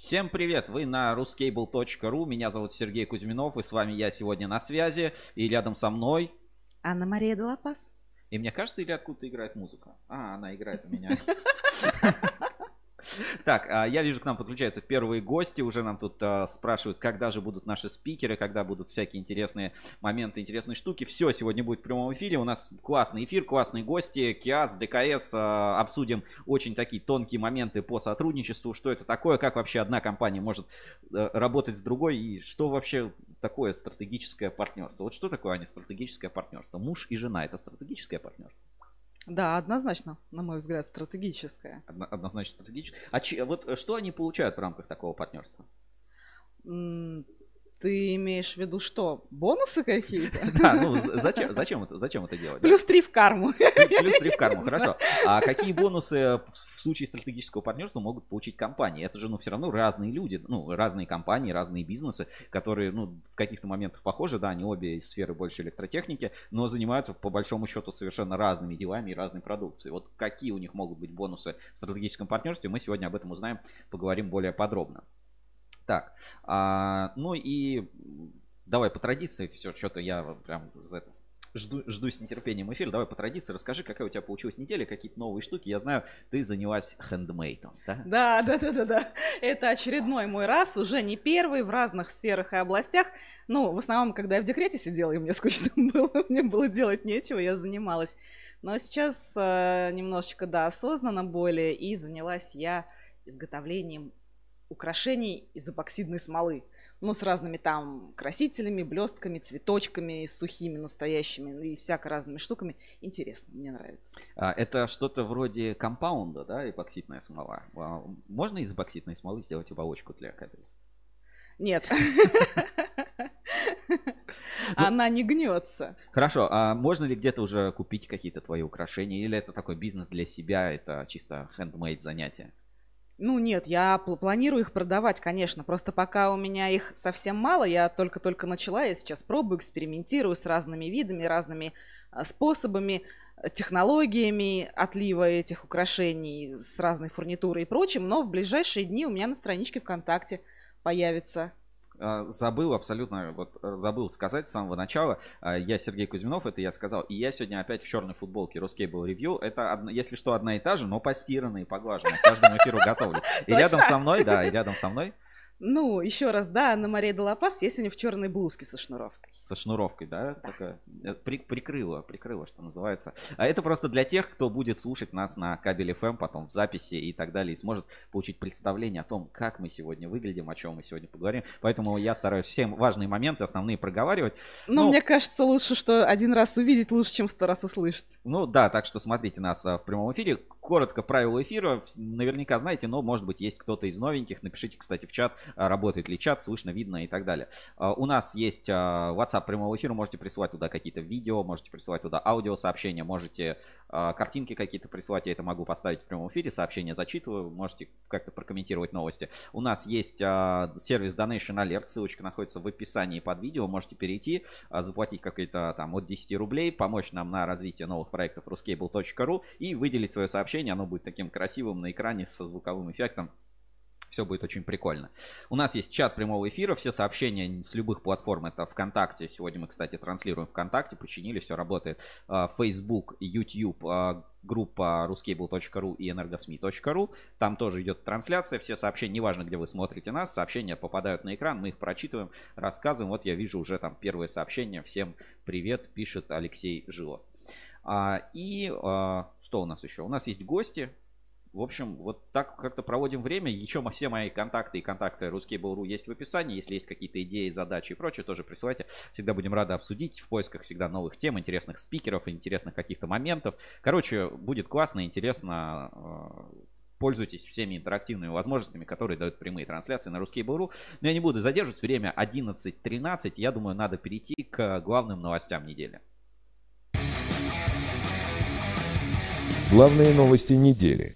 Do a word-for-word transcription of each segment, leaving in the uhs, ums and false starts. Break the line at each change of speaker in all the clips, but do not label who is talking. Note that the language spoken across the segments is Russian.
Всем привет! Вы на ruskable точка ру. Меня зовут Сергей Кузьминов, и с вами я сегодня на связи. И рядом со мной
Анна-Мария де ла Пас.
И мне кажется, или откуда-то играет музыка? А, она играет у меня. Так, я вижу, к нам подключаются первые гости. Уже нам тут а, спрашивают, когда же будут наши спикеры, когда будут всякие интересные моменты, интересные штуки. Все сегодня будет в прямом эфире. У нас классный эфир, классные гости. Киас, ДКС. А, обсудим очень такие тонкие моменты по сотрудничеству. Что это такое, как вообще одна компания может а, работать с другой. И что вообще такое стратегическое партнерство. Вот что такое, Аня, стратегическое партнерство? Муж и жена — это стратегическое партнерство?
Да, однозначно, на мой взгляд, стратегическое.
Одно, однозначно стратегическое. А че, вот что они получают в рамках такого партнерства?
Ты имеешь в виду что? Бонусы какие-то?
Да, ну зачем, зачем, это, зачем это делать?
Плюс три в карму.
Плюс три в карму, хорошо. А какие бонусы в случае стратегического партнерства могут получить компании? Это же, ну, все равно разные люди, ну, разные компании, разные бизнесы, которые, ну, в каких-то моментах похожи, да, они обе из сферы больше электротехники, но занимаются, по большому счету, совершенно разными делами и разной продукцией. Вот какие у них могут быть бонусы в стратегическом партнерстве, мы сегодня об этом узнаем, поговорим более подробно. Так, а, ну и давай по традиции, все, что-то я прям за это жду, жду с нетерпением эфир. Давай по традиции расскажи, какая у тебя получилась неделя, какие-то новые штуки. Я знаю, ты занялась хендмейдом, да?
Да, да, да, да, да. Это очередной мой раз, уже не первый, в разных сферах и областях. Ну, в основном, когда я в декрете сидела, и мне скучно было, мне было делать нечего, я занималась. Но сейчас э, немножечко, да, осознанно более, и занялась я изготовлением украшений из эпоксидной смолы. Ну, с разными там красителями, блестками, цветочками, сухими, настоящими и всяко разными штуками. Интересно, мне нравится.
А, это что-то вроде компаунда, да, эпоксидная смола. А, можно из эпоксидной смолы сделать оболочку для кабеля?
Нет. Она не гнется.
Хорошо, а можно ли где-то уже купить какие-то твои украшения? Или это такой бизнес для себя, это чисто хендмейд занятие?
Ну нет, я планирую их продавать, конечно. Просто пока у меня их совсем мало, я только-только начала, я сейчас пробую, экспериментирую с разными видами, разными способами, технологиями отлива этих украшений с разной фурнитурой и прочим. Но в ближайшие дни у меня на страничке ВКонтакте появится.
Забыл абсолютно, вот забыл сказать с самого начала. Я Сергей Кузьминов, это я сказал. И я сегодня опять в черной футболке Ruskable Review. Это, если что, одна и та же, но постиранная и поглаженная. К каждому эфиру готовлю. И рядом со мной, да, и рядом со мной.
Ну, еще раз, да, Анна-Мария де ла Пас, я сегодня в черной блузке со шнуровкой.
Со шнуровкой, да? да. Такая, при, прикрыла, прикрыла, что называется. А это просто для тех, кто будет слушать нас на Кабель эф эм, потом в записи и так далее, и сможет получить представление о том, как мы сегодня выглядим, о чем мы сегодня поговорим. Поэтому я стараюсь все важные моменты, основные проговаривать.
Ну, мне кажется, лучше, что один раз увидеть, лучше, чем сто раз услышать.
Ну да, так что смотрите нас в прямом эфире. Коротко правила эфира, наверняка знаете, но, может быть, есть кто-то из новеньких. Напишите, кстати, в чат, работает ли чат, слышно, видно и так далее. У нас есть WhatsApp прямого эфира, можете присылать туда какие-то видео, можете присылать туда аудиосообщения, можете э, картинки какие-то присылать, я это могу поставить в прямом эфире, сообщения зачитываю, можете как-то прокомментировать новости. У нас есть э, сервис Donation Alert, ссылочка находится в описании под видео, можете перейти, э, заплатить какие-то там от десяти рублей, помочь нам на развитие новых проектов ruskable точка ру и выделить свое сообщение, оно будет таким красивым на экране со звуковым эффектом. Все будет очень прикольно. У нас есть чат прямого эфира, все сообщения с любых платформ. Это ВКонтакте. Сегодня мы, кстати, транслируем ВКонтакте. Починили, все работает. Facebook, YouTube, группа ruskable точка ру и энергосми точка ру. Там тоже идет трансляция. Все сообщения, неважно, где вы смотрите нас, сообщения попадают на экран. Мы их прочитываем, рассказываем. Вот я вижу уже там первое сообщение. Всем привет, пишет Алексей Жило. И что у нас еще? У нас есть гости. В общем, вот так как-то проводим время. Еще все мои контакты и контакты ruskable точка ру есть в описании. Если есть какие-то идеи, задачи и прочее, тоже присылайте. Всегда будем рады обсудить. В поисках всегда новых тем, интересных спикеров, интересных каких-то моментов. Короче, будет классно, интересно. Пользуйтесь всеми интерактивными возможностями, которые дают прямые трансляции на ruskable точка ру. Но я не буду задерживать. Время одиннадцать тринадцать. Я думаю, надо перейти к главным новостям недели.
Главные новости недели.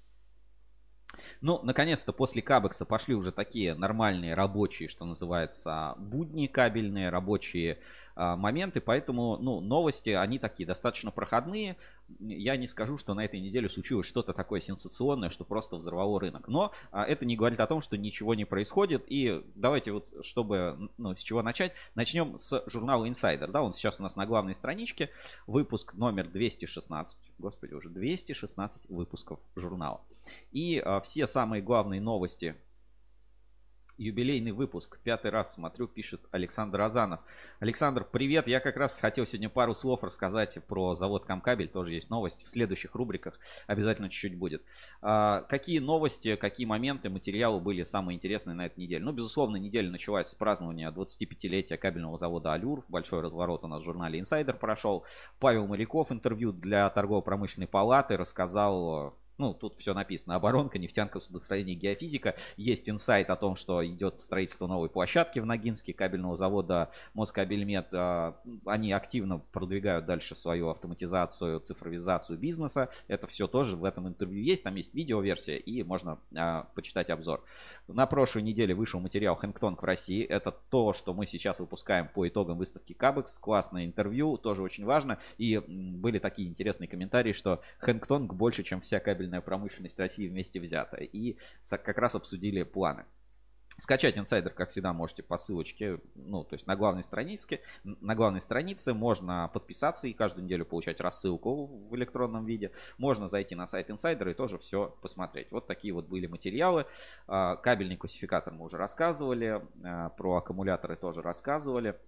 Ну, наконец-то после Кабекса пошли уже такие нормальные рабочие, что называется, будни кабельные, рабочие моменты, поэтому, ну, новости, они такие достаточно проходные. Я не скажу, что на этой неделе случилось что-то такое сенсационное, что просто взорвало рынок. Но это не говорит о том, что ничего не происходит. И давайте вот, чтобы, ну, с чего начать, начнем с журнала Insider. Да, он сейчас у нас на главной страничке. Выпуск номер двести шестнадцать. Господи, уже двести шестнадцать выпусков журнала. И а, все самые главные новости. Юбилейный выпуск. Пятый раз смотрю, пишет Александр Азанов. Александр, привет. Я как раз хотел сегодня пару слов рассказать про завод Камкабель. Тоже есть новость. В следующих рубриках обязательно чуть-чуть будет. А, какие новости, какие моменты, материалы были самые интересные на этой неделе? Ну, безусловно, неделя началась с празднования двадцатипятилетия кабельного завода «Алюр». Большой разворот у нас в журнале Insider прошел. Павел Моряков интервью для торгово-промышленной палаты рассказал... Ну, тут все написано. Оборонка, нефтянка, судостроение, геофизика. Есть инсайт о том, что идет строительство новой площадки в Ногинске, кабельного завода Москабельмет. Они активно продвигают дальше свою автоматизацию, цифровизацию бизнеса. Это все тоже в этом интервью есть. Там есть видеоверсия и можно а, почитать обзор. На прошлой неделе вышел материал Хэнктонг в России. Это то, что мы сейчас выпускаем по итогам выставки Кабекс. Классное интервью, тоже очень важно. И были такие интересные комментарии, что Хэнктонг больше, чем вся кабельная промышленность России вместе взята. И как раз обсудили планы. Скачать инсайдер, как всегда, можете по ссылочке, ну, то есть на главной странице. На главной странице можно подписаться и каждую неделю получать рассылку в электронном виде. Можно зайти на сайт инсайдера и тоже все посмотреть. Вот такие вот были материалы. Кабельный классификатор мы уже рассказывали, про аккумуляторы тоже рассказывали.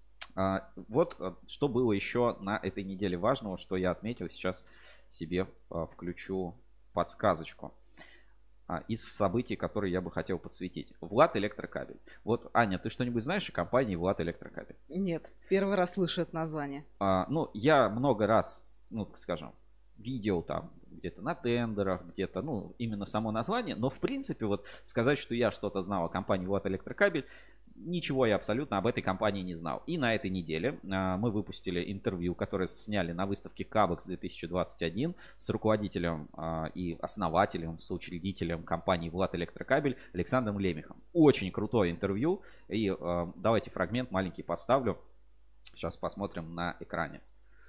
Вот что было еще на этой неделе важного, что я отметил. Сейчас себе включу подсказочку из событий, которые я бы хотел подсветить. Влад Электрокабель. Вот, Аня, ты что-нибудь знаешь о компании Влад Электрокабель?
Нет, первый раз слышу это название.
А, ну, я много раз, ну, скажем, видел там где-то на тендерах, где-то, ну, именно само название. Но, в принципе, вот сказать, что я что-то знал о компании Влад Электрокабель, ничего я абсолютно об этой компании не знал. И на этой неделе а, мы выпустили интервью, которое сняли на выставке Кабекс две тысячи двадцать один с руководителем а, и основателем, соучредителем компании Влад Электрокабель Александром Лемехом. Очень крутое интервью. И а, давайте фрагмент маленький поставлю. Сейчас посмотрим на экране.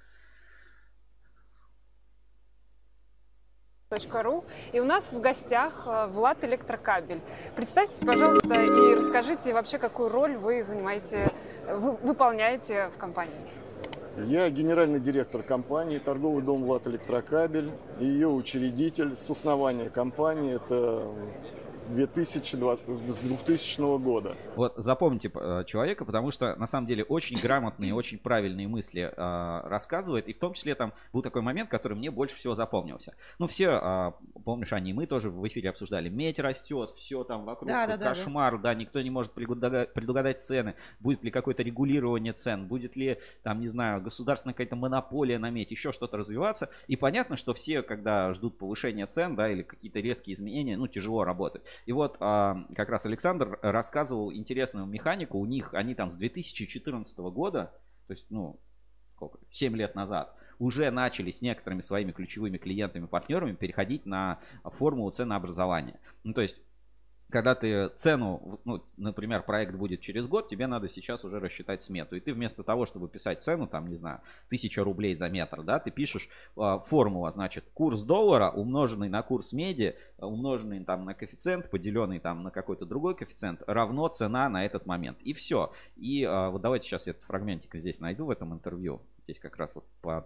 .ру. И у нас в гостях Влад Электрокабель. Представьтесь, пожалуйста, и расскажите вообще, какую роль вы занимаете, вы выполняете в компании.
Я генеральный директор компании, торговый дом Влад Электрокабель, и ее учредитель с основания компании. Это две тысячи двухтысячного года.
Вот запомните человека, потому что на самом деле очень грамотные, очень правильные мысли э, рассказывает. И в том числе там был такой момент, который мне больше всего запомнился. Ну все, э, помнишь, Аня, мы тоже в эфире обсуждали. Медь растет, все там вокруг, да, да, кошмар, да, да, никто не может предугадать, предугадать цены. Будет ли какое-то регулирование цен, будет ли там, не знаю, государственная какая-то монополия на медь, еще что-то развиваться. И понятно, что все, когда ждут повышения цен, да, или какие-то резкие изменения, ну тяжело работать. И вот а, как раз Александр рассказывал интересную механику. У них, они там с две тысячи четырнадцатого года, то есть, ну, сколько, семь лет назад, уже начали с некоторыми своими ключевыми клиентами, партнерами переходить на формулу ценообразования. Ну, то есть, когда ты цену, ну, например, проект будет через год, тебе надо сейчас уже рассчитать смету. И ты вместо того, чтобы писать цену, там, не знаю, тысяча рублей за метр, да, ты пишешь э, формула, значит, курс доллара, умноженный на курс меди, умноженный там на коэффициент, поделенный там на какой-то другой коэффициент, равно цена на этот момент. И все. И э, вот давайте сейчас этот фрагментик здесь найду в этом интервью. Здесь как раз вот по...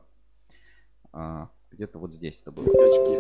Э, где-то вот здесь это было.
Скачки.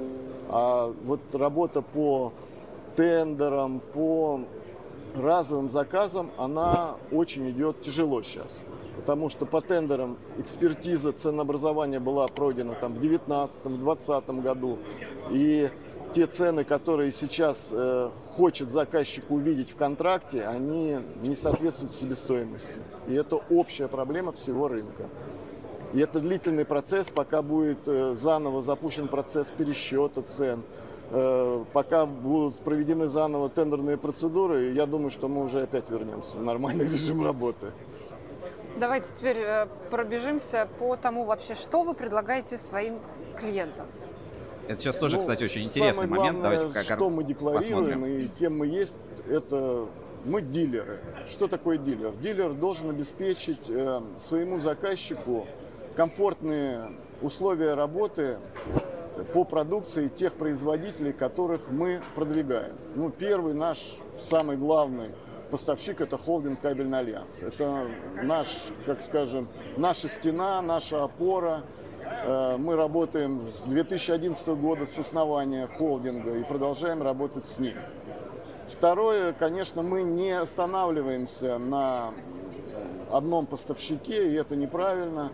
А вот работа по тендерам, по разовым заказам, она очень идет тяжело сейчас. Потому что по тендерам экспертиза ценообразования была пройдена там в девятнадцатом, двадцатом году. И те цены, которые сейчас э, хочет заказчик увидеть в контракте, они не соответствуют себестоимости. И это общая проблема всего рынка. И это длительный процесс, пока будет э, заново запущен процесс пересчета цен. Пока будут проведены заново тендерные процедуры, я думаю, что мы уже опять вернемся в нормальный режим работы.
Давайте теперь пробежимся по тому вообще, что вы предлагаете своим клиентам.
Это сейчас тоже,
ну,
кстати, очень интересный
момент.
Давайте
что мы декларируем
посмотрим.
И кем мы есть, это мы дилеры. Что такое дилер? Дилер должен обеспечить э, своему заказчику комфортные условия работы по продукции тех производителей, которых мы продвигаем. Ну, первый наш, самый главный поставщик – это холдинг «Кабельный альянс». Это наш, как скажем, наша стена, наша опора. Мы работаем с две тысячи одиннадцатого года, с основания холдинга, и продолжаем работать с ним. Второе, конечно, мы не останавливаемся на одном поставщике, и это неправильно.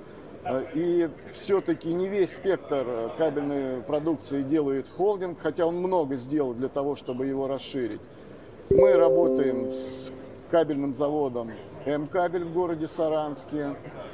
И все-таки не весь спектр кабельной продукции делает холдинг, хотя он много сделал для того, чтобы его расширить. Мы работаем с кабельным заводом М-кабель в городе Саранске,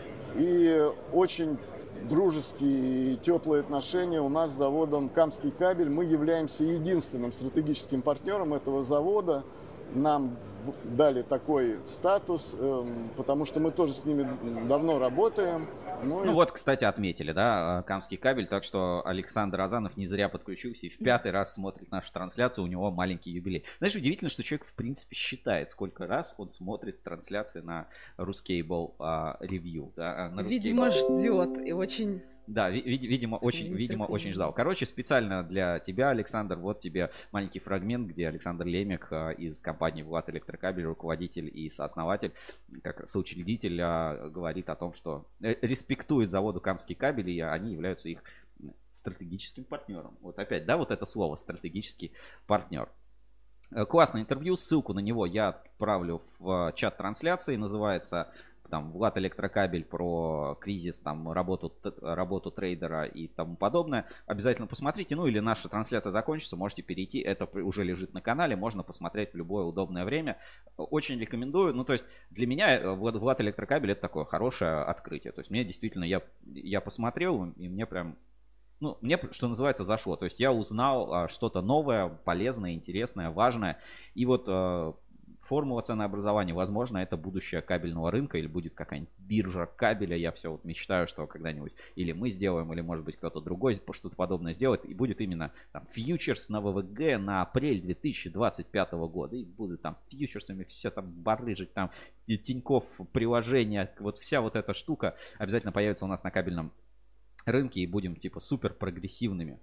и очень дружеские и теплые отношения у нас с заводом Камский кабель. Мы являемся единственным стратегическим партнером этого завода. Нам дали такой статус, потому что мы тоже с ними давно работаем.
Ну, ну и... вот, кстати, отметили, да, Камский кабель, так что Александр Азанов не зря подключился и в пятый раз смотрит нашу трансляцию, у него маленький юбилей. Знаешь, удивительно, что человек, в принципе, считает, сколько раз он смотрит трансляции на Ruscable uh, Review. Да, на
Видимо, ждет и очень...
Да, ви- видимо, очень, видимо, очень ждал. Короче, специально для тебя, Александр, вот тебе маленький фрагмент, где Александр Лемик из компании Влад Электрокабель, руководитель и сооснователь, как соучредитель, говорит о том, что респектует заводу Камский кабель, и они являются их стратегическим партнером. Вот опять, да, вот это слово «стратегический партнер». Классное интервью, ссылку на него я отправлю в чат трансляции, называется... Там Влад Электрокабель про кризис, там работу, работу трейдера и тому подобное. Обязательно посмотрите. Ну или наша трансляция закончится, можете перейти. Это уже лежит на канале, можно посмотреть в любое удобное время. Очень рекомендую. Ну то есть для меня Влад, Влад Электрокабель это такое хорошее открытие. То есть мне действительно, я, я посмотрел и мне прям, ну мне, что называется, зашло. То есть я узнал что-то новое, полезное, интересное, важное. И вот... Формула ценообразования, возможно, это будущее кабельного рынка, или будет какая-нибудь биржа кабеля. Я все вот мечтаю, что когда-нибудь или мы сделаем, или может быть кто-то другой что-то подобное сделает. И будет именно там фьючерс на вэ вэ гэ на апрель две тысячи двадцать пятого года. И будут там фьючерсами все там барыжить, там Тинькофф приложение, вот вся вот эта штука обязательно появится у нас на кабельном рынки и будем типа супер прогрессивными.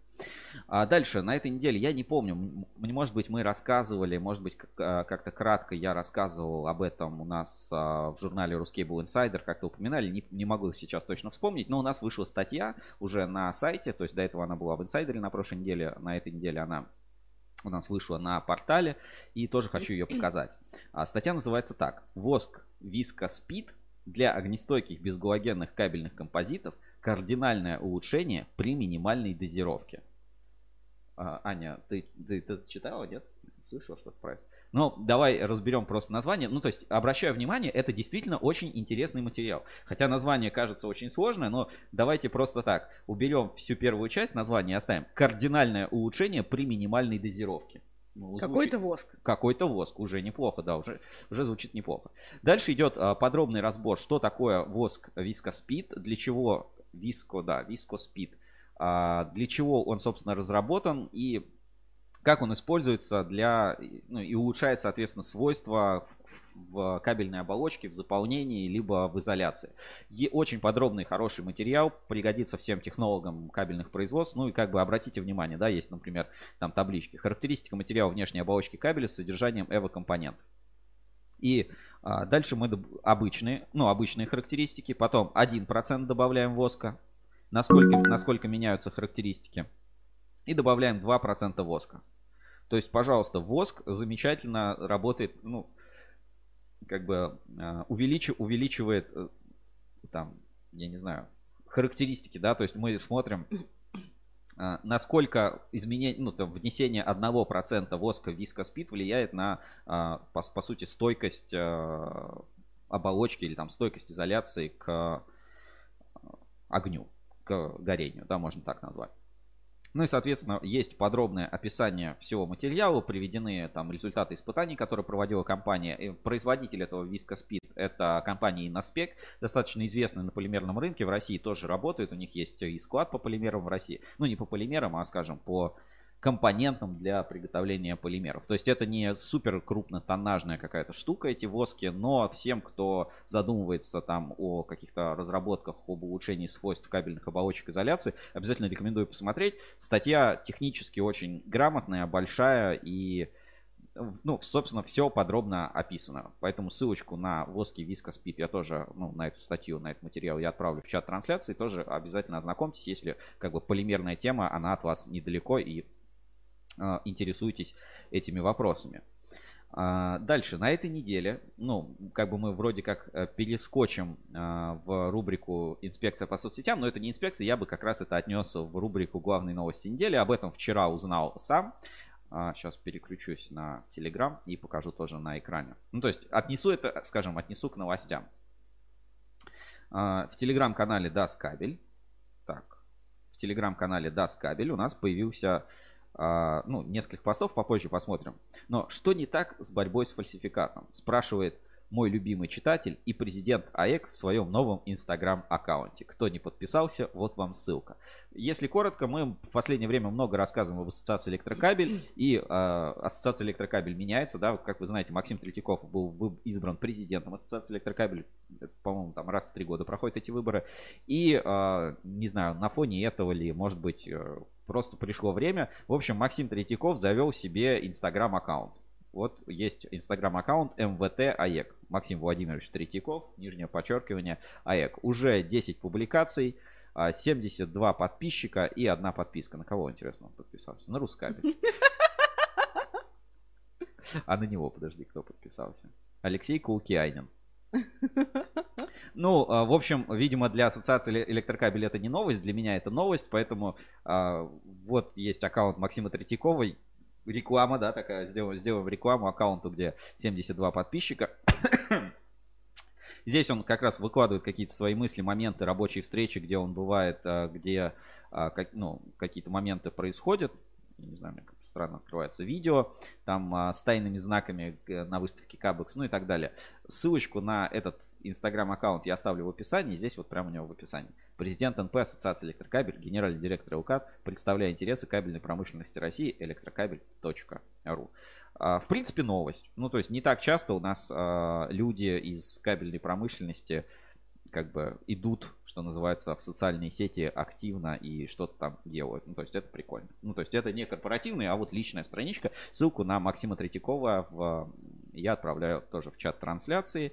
А дальше, на этой неделе, я не помню, может быть мы рассказывали, может быть как-то кратко я рассказывал об этом у нас в журнале Ruscable Insider, как-то упоминали, не, не могу сейчас точно вспомнить, но у нас вышла статья уже на сайте, то есть до этого она была в Инсайдере на прошлой неделе, на этой неделе она у нас вышла на портале и тоже хочу ее показать. А статья называется так: «Воск Viscospeed для огнестойких безгалогенных кабельных композитов. Кардинальное улучшение при минимальной дозировке». А, Аня, ты, ты, ты читала, нет? Слышала что-то про это? Ну, давай разберем просто название. Ну, то есть, обращаю внимание, это действительно очень интересный материал. Хотя название кажется очень сложное, но давайте просто так. Уберем всю первую часть названия и оставим. Кардинальное улучшение при минимальной дозировке. Ну,
какой-то воск.
Какой-то воск. Уже неплохо, да, уже, уже звучит неплохо. Дальше идет а, подробный разбор, что такое воск Viscospeed, для чего Visco, да, Viscospeed, а, для чего он, собственно, разработан и как он используется для, ну, и улучшает, соответственно, свойства в, в кабельной оболочке, в заполнении, либо в изоляции. И очень подробный, хороший материал, пригодится всем технологам кабельных производств. Ну и как бы обратите внимание, да, есть, например, там таблички. Характеристика материала внешней оболочки кабеля с содержанием эво-компонентов. И а, дальше мы доб- обычные, ну, обычные характеристики. Потом один процент добавляем воска. Насколько, насколько меняются характеристики. И добавляем два процента воска. То есть, пожалуйста, воск замечательно работает, ну, как бы увеличив, увеличивает, там, я не знаю, характеристики, да, то есть мы смотрим, насколько изменение, ну, там, внесение одного процента воска в Viscospeed влияет на, по, по сути, стойкость оболочки или там стойкость изоляции к огню, к горению, да, можно так назвать. Ну и, соответственно, есть подробное описание всего материала, приведены там результаты испытаний, которые проводила компания. И производитель этого Viscospeed — это компания Innospec, достаточно известная на полимерном рынке, в России тоже работает, у них есть и склад по полимерам в России. Ну не по полимерам, а, скажем, по компонентом для приготовления полимеров. То есть это не супер крупнотоннажная какая-то штука, эти воски, но всем, кто задумывается там о каких-то разработках, об улучшении свойств кабельных оболочек изоляции, обязательно рекомендую посмотреть. Статья технически очень грамотная, большая и, ну, собственно, все подробно описано. Поэтому ссылочку на воски Viscospeed я тоже, ну, на эту статью, на этот материал я отправлю в чат трансляции. Тоже обязательно ознакомьтесь, если как бы полимерная тема, она от вас недалеко и э, интересуетесь этими вопросами. А, дальше, на этой неделе, ну, как бы мы вроде как перескочим а, в рубрику «Инспекция по соцсетям», но это не инспекция, я бы как раз это отнес в рубрику «Главные новости недели». Об этом вчера узнал сам. А, сейчас переключусь на Telegram и покажу тоже на экране. Ну, то есть отнесу это, скажем, отнесу к новостям. А, в Telegram-канале Даскабель, так, в Telegram-канале Даскабель у нас появился... Uh, ну, несколько постов попозже посмотрим. Но что не так с борьбой с фальсификатом? Спрашивает мой любимый читатель и президент АЭК в своем новом Инстаграм-аккаунте. Кто не подписался, вот вам ссылка. Если коротко, мы в последнее время много рассказываем об ассоциации Электрокабель. И э, ассоциация Электрокабель меняется. Да? Как вы знаете, Максим Третьяков был избран президентом ассоциации Электрокабель. По-моему, там раз в три года проходят эти выборы. И, э, не знаю, на фоне этого ли, может быть, э, просто пришло время. В общем, Максим Третьяков завел себе Инстаграм-аккаунт. Вот есть инстаграм-аккаунт эм вэ тэ АЭК. Максим Владимирович Третьяков, нижнее подчеркивание, АЭК. Уже десять публикаций, семьдесят два подписчика и одна подписка. На кого, интересно, он подписался? На Рускабель. А на него, подожди, кто подписался? Алексей Кулкиайнин. Ну, в общем, видимо, для ассоциации Электрокабель это не новость, для меня это новость, поэтому вот есть аккаунт Максима Третьякова. Реклама, да, такая, сделаем, сделаем рекламу аккаунту, где семьдесят два подписчика. Здесь он как раз выкладывает какие-то свои мысли, моменты, рабочие встречи, где он бывает, где, ну, какие-то моменты происходят. Не знаю, мне как-то странно открывается видео, там а, с тайными знаками на выставке Кабекс, ну и так далее. Ссылочку на этот инстаграм-аккаунт я оставлю в описании, здесь вот прямо у него в описании. Президент эн пэ Ассоциации Электрокабель, генеральный директор ЭЛКАТ, представляя интересы кабельной промышленности России, электрокабель точка ру. А, в принципе, новость. Ну, то есть не так часто у нас а, люди из кабельной промышленности как бы идут, что называется, в социальные сети активно и что-то там делают. Ну, то есть это прикольно. Ну, то есть это не корпоративный, а вот личная страничка. Ссылку на Максима Третьякова в... я отправляю тоже в чат трансляции.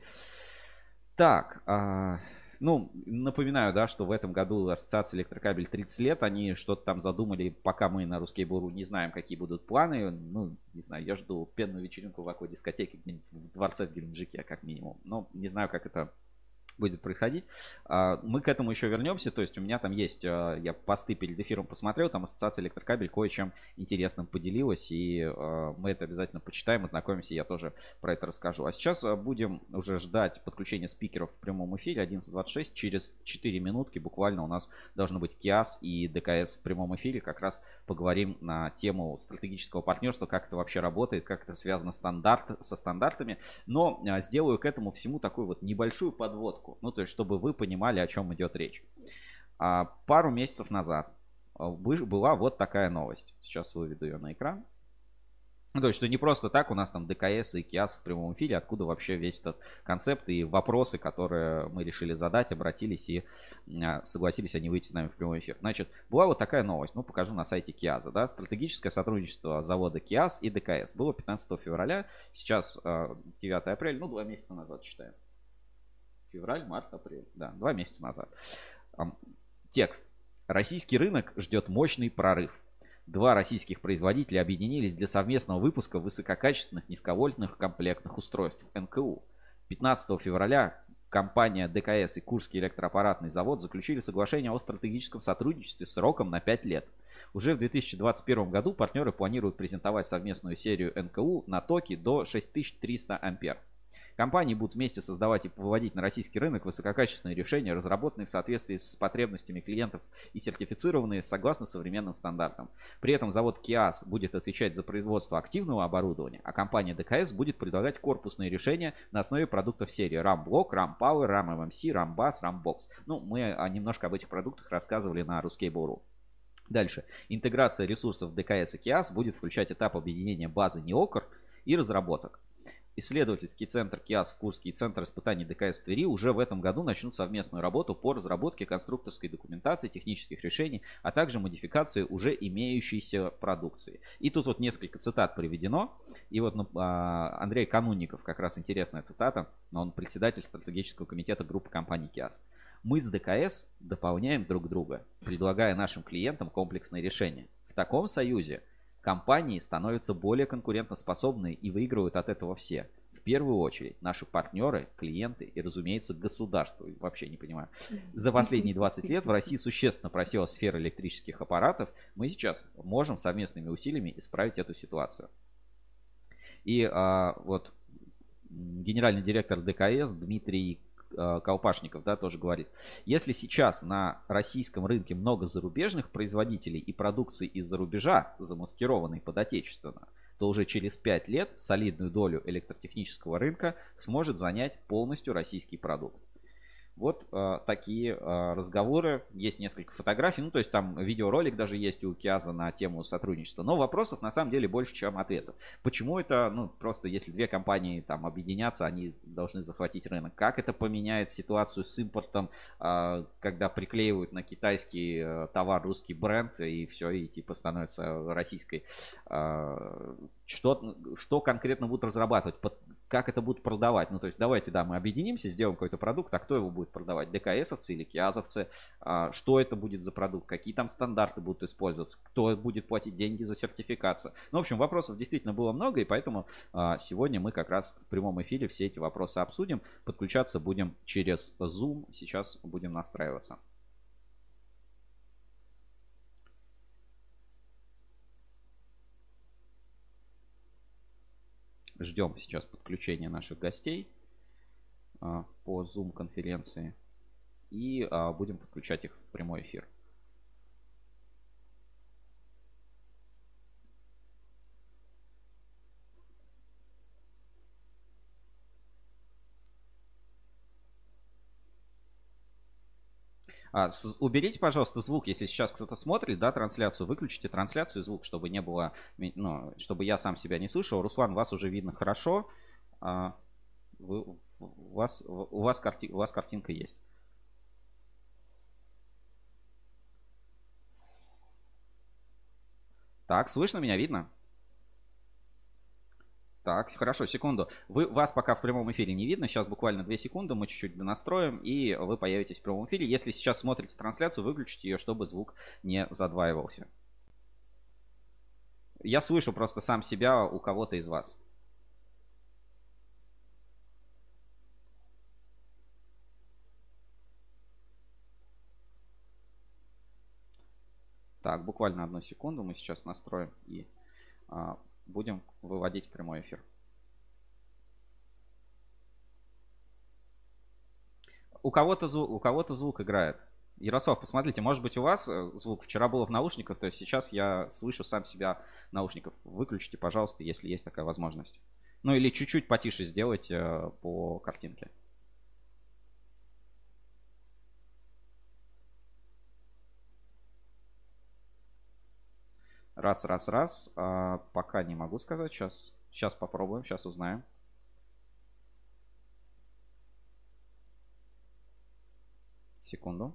Так, а... ну, напоминаю, да, что в этом году ассоциация Электрокабель тридцать лет. Они что-то там задумали, пока мы на Ruskable.ru не знаем, какие будут планы. Ну, не знаю, я жду пенную вечеринку в аквадискотеке дискотеке где-нибудь в дворце в Геленджике, как минимум. Но не знаю, как это будет происходить. Мы к этому еще вернемся. То есть у меня там есть, я посты перед эфиром посмотрел, там ассоциация Электрокабель кое-чем интересным поделилась, и мы это обязательно почитаем, ознакомимся, я тоже про это расскажу. А сейчас будем уже ждать подключения спикеров в прямом эфире одиннадцать двадцать шесть. Через четыре минутки буквально у нас должно быть КИАС и ДКС в прямом эфире. Как раз поговорим на тему стратегического партнерства, как это вообще работает, как это связано стандарт, со стандартами. Но сделаю к этому всему такую вот небольшую подводку. Ну, то есть, чтобы вы понимали, о чем идет речь. А, пару месяцев назад была вот такая новость. Сейчас выведу ее на экран. Ну, то есть, что не просто так у нас там ДКС и КИАС в прямом эфире, откуда вообще весь этот концепт и вопросы, которые мы решили задать, обратились и а, согласились они выйти с нами в прямой эфир. Значит, была вот такая новость, ну, покажу на сайте КИАСа, да, стратегическое сотрудничество завода КИАС и ДКС. Было пятнадцатого февраля, сейчас а, девятое апреля, ну, два месяца назад считаем. Февраль, март, апрель. Да, два месяца назад. Текст. Российский рынок ждет мощный прорыв. Два российских производителя объединились для совместного выпуска высококачественных низковольтных комплектных устройств эн ка у. пятнадцатого февраля компания ДКС и Курский электроаппаратный завод заключили соглашение о стратегическом сотрудничестве сроком на пять лет. Уже в две тысячи двадцать первом году партнеры планируют презентовать совместную серию эн ка у на токе до шесть тысяч триста ампер. Компании будут вместе создавать и выводить на российский рынок высококачественные решения, разработанные в соответствии с потребностями клиентов и сертифицированные согласно современным стандартам. При этом завод КИАС будет отвечать за производство активного оборудования, а компания ДКС будет предлагать корпусные решения на основе продуктов серии RAM-блок, RAM-Power, RAM-эм эм си, RAM-Bus, RAM-Box. Ну, мы немножко об этих продуктах рассказывали на Ruskable точка ру. Дальше. Интеграция ресурсов ди кей эс и киас будет включать этап объединения базы неокр и разработок. Исследовательский центр киас в Курске и Центр испытаний ди кей эс в Твери уже в этом году начнут совместную работу по разработке конструкторской документации, технических решений, а также модификации уже имеющейся продукции. И тут вот несколько цитат приведено. И вот ну, Андрей Канунников, как раз интересная цитата, он председатель стратегического комитета группы компаний киас. Мы с ди кей эс дополняем друг друга, предлагая нашим клиентам комплексные решения. В таком союзе компании становятся более конкурентоспособны и выигрывают от этого все. В первую очередь наши партнеры, клиенты и, разумеется, государство. Вообще не понимаю. За последние двадцать лет в России существенно просела сфера электрических аппаратов. Мы сейчас можем совместными усилиями исправить эту ситуацию. И а, вот генеральный директор ди кей эс Дмитрий Колпашников, да, тоже говорит, если сейчас на российском рынке много зарубежных производителей и продукции из-за рубежа, замаскированной под отечественно, то уже через пять лет солидную долю электротехнического рынка сможет занять полностью российский продукт. Вот э, такие э, разговоры. Есть несколько фотографий. Ну, то есть там видеоролик даже есть у киаза на тему сотрудничества. Но вопросов на самом деле больше, чем ответов. Почему это, ну, просто если две компании там объединятся, они должны захватить рынок. Как это поменяет ситуацию с импортом, э, когда приклеивают на китайский э, товар русский бренд, и все, и типа становится российской. Э, что, что конкретно будут разрабатывать? Под, как это будут продавать? Ну, то есть давайте, да, мы объединимся, сделаем какой-то продукт, а кто его будет продавать? ди кей эсовцы или киазовцы? Что это будет за продукт? Какие там стандарты будут использоваться? Кто будет платить деньги за сертификацию? Ну, в общем, вопросов действительно было много, и поэтому сегодня мы как раз в прямом эфире все эти вопросы обсудим. Подключаться будем через Zoom. Сейчас будем настраиваться. Ждем сейчас подключения наших гостей а, по Zoom-конференции. И а, будем подключать их в прямой эфир. А, с, уберите, пожалуйста, звук, если сейчас кто-то смотрит, да, трансляцию, выключите трансляцию и звук, чтобы не было, ну, чтобы я сам себя не слышал. Руслан, вас уже видно хорошо. А, вы, у, вас, у, вас карти, у вас картинка есть. Так, слышно меня, видно? Так, хорошо, секунду. Вы, вас пока в прямом эфире не видно. Сейчас буквально две секунды, мы чуть-чуть донастроим, и вы появитесь в прямом эфире. Если сейчас смотрите трансляцию, выключите ее, чтобы звук не задваивался. Я слышу просто сам себя у кого-то из вас. Так, буквально одну секунду, мы сейчас настроим и а, будем выводить в прямой эфир. У кого-то звук, у кого-то звук играет. Ярослав, посмотрите, может быть у вас звук вчера было в наушниках, то есть сейчас я слышу сам себя в наушниках. Выключите, пожалуйста, если есть такая возможность. Ну или чуть-чуть потише сделайте по картинке. Раз, раз, раз. А, пока не могу сказать. Сейчас, сейчас попробуем, сейчас узнаем. Секунду.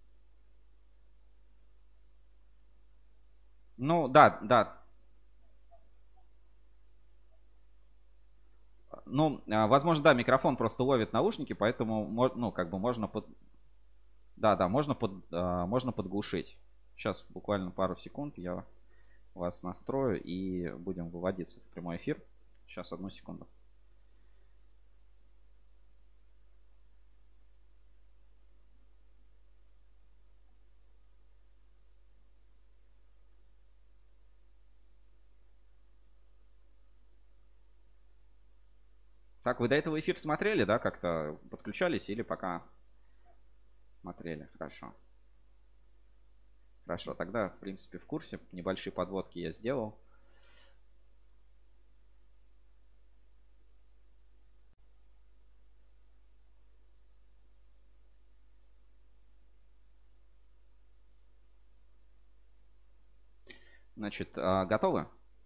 Ну, да, да. Ну, возможно, да, микрофон просто ловит наушники, поэтому, ну, как бы можно под... Да, да, можно, под... можно подглушить. Сейчас буквально пару секунд я вас настрою и будем выводиться в прямой эфир. Сейчас, одну секунду. Так, вы до этого эфир смотрели, да, как-то подключались или пока смотрели? Хорошо. Хорошо, тогда, в принципе, в курсе. Небольшие подводки я сделал. Значит, а, готовы?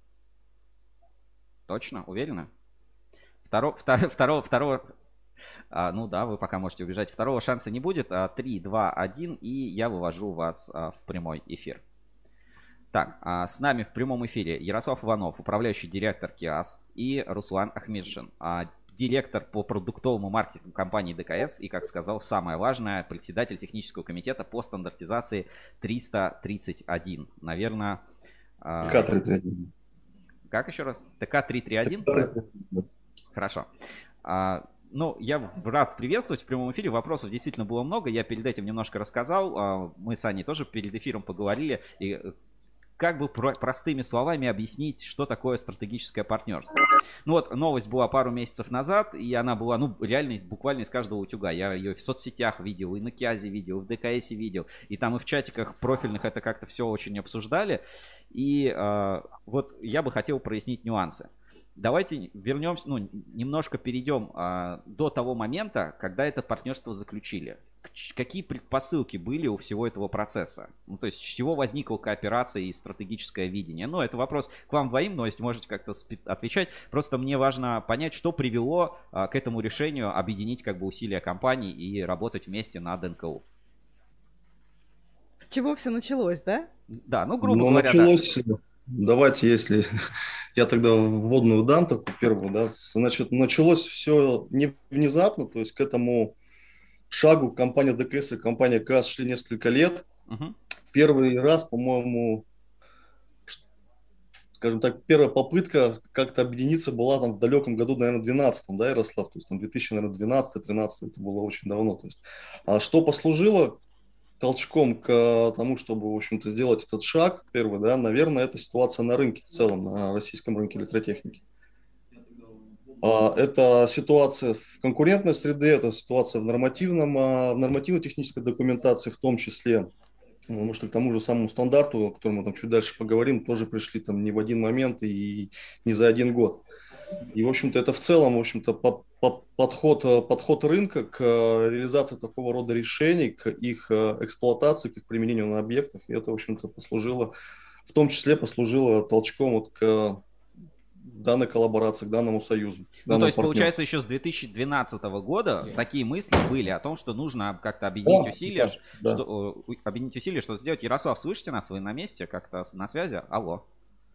Точно? Уверены? Второ, второ, второго, второго, а, ну да, вы пока можете убежать. Второго шанса не будет. А, три, два, один, и я вывожу вас а, в прямой эфир. Так, а, с нами в прямом эфире Ярослав Иванов, управляющий директор КИАС, и Руслан Ахмеджин, а, директор по продуктовому маркетингу компании ДКС и, как сказал, самое важное, председатель технического комитета по стандартизации триста тридцать один. Наверное... А...
ТК триста тридцать один.
Как еще раз? ТК триста тридцать один? Хорошо. А, ну, я рад приветствовать в прямом эфире. Вопросов действительно было много. Я перед этим немножко рассказал. А, мы с Аней тоже перед эфиром поговорили. И как бы про- простыми словами объяснить, что такое стратегическое партнерство. Ну вот, новость была пару месяцев назад, и она была, ну, реально, буквально из каждого утюга. Я ее в соцсетях видел, и на Киазе видел, и в ДКС видел, и там и в чатиках профильных это как-то все очень обсуждали. И э, вот я бы хотел прояснить нюансы. Давайте вернемся, ну, немножко перейдем а, до того момента, когда это партнерство заключили. Какие предпосылки были у всего этого процесса? Ну, то есть, с чего возникла кооперация и стратегическое видение? Ну, это вопрос к вам двоим, но если можете как-то отвечать. Просто мне важно понять, что привело а, к этому решению объединить как бы усилия компаний и работать вместе над эн ка у.
С чего все началось, да?
Да, ну, грубо
ну,
говоря,
началось,
да.
Давайте, если я тогда вводную дам, такую первую, да, значит, началось все не внезапно, то есть к этому шагу компания ДКС и компания КАС шли несколько лет.
Угу.
Первый раз, по-моему, скажем так, первая попытка как-то объединиться была там в далеком году, наверное, двенадцатом, да, Ярослав, то есть там две тысячи двенадцатый-тринадцатый, это было очень давно. То есть. А что послужило толчком к тому, чтобы, в общем-то, сделать этот шаг, первый, да, наверное, это ситуация на рынке в целом, на российском рынке электротехники. Это ситуация в конкурентной среде, это ситуация в нормативном, в нормативно-технической документации в том числе, потому что к тому же самому стандарту, о котором мы там чуть дальше поговорим, тоже пришли там не в один момент и не за один год. И, в общем-то, это в целом, в общем-то, по, по, подход, подход рынка к реализации такого рода решений, к их эксплуатации, к их применению на объектах. И это, в общем-то, послужило, в том числе послужило толчком вот к данной коллаборации, к данному союзу.
Ну, то есть, получается, еще с две тысячи двенадцатого года yeah. такие мысли были о том, что нужно как-то объединить, да, усилия, да, что, да. объединить усилия, что сделать. Ярослав, слышите нас? Вы на месте? Как-то на связи? Алло.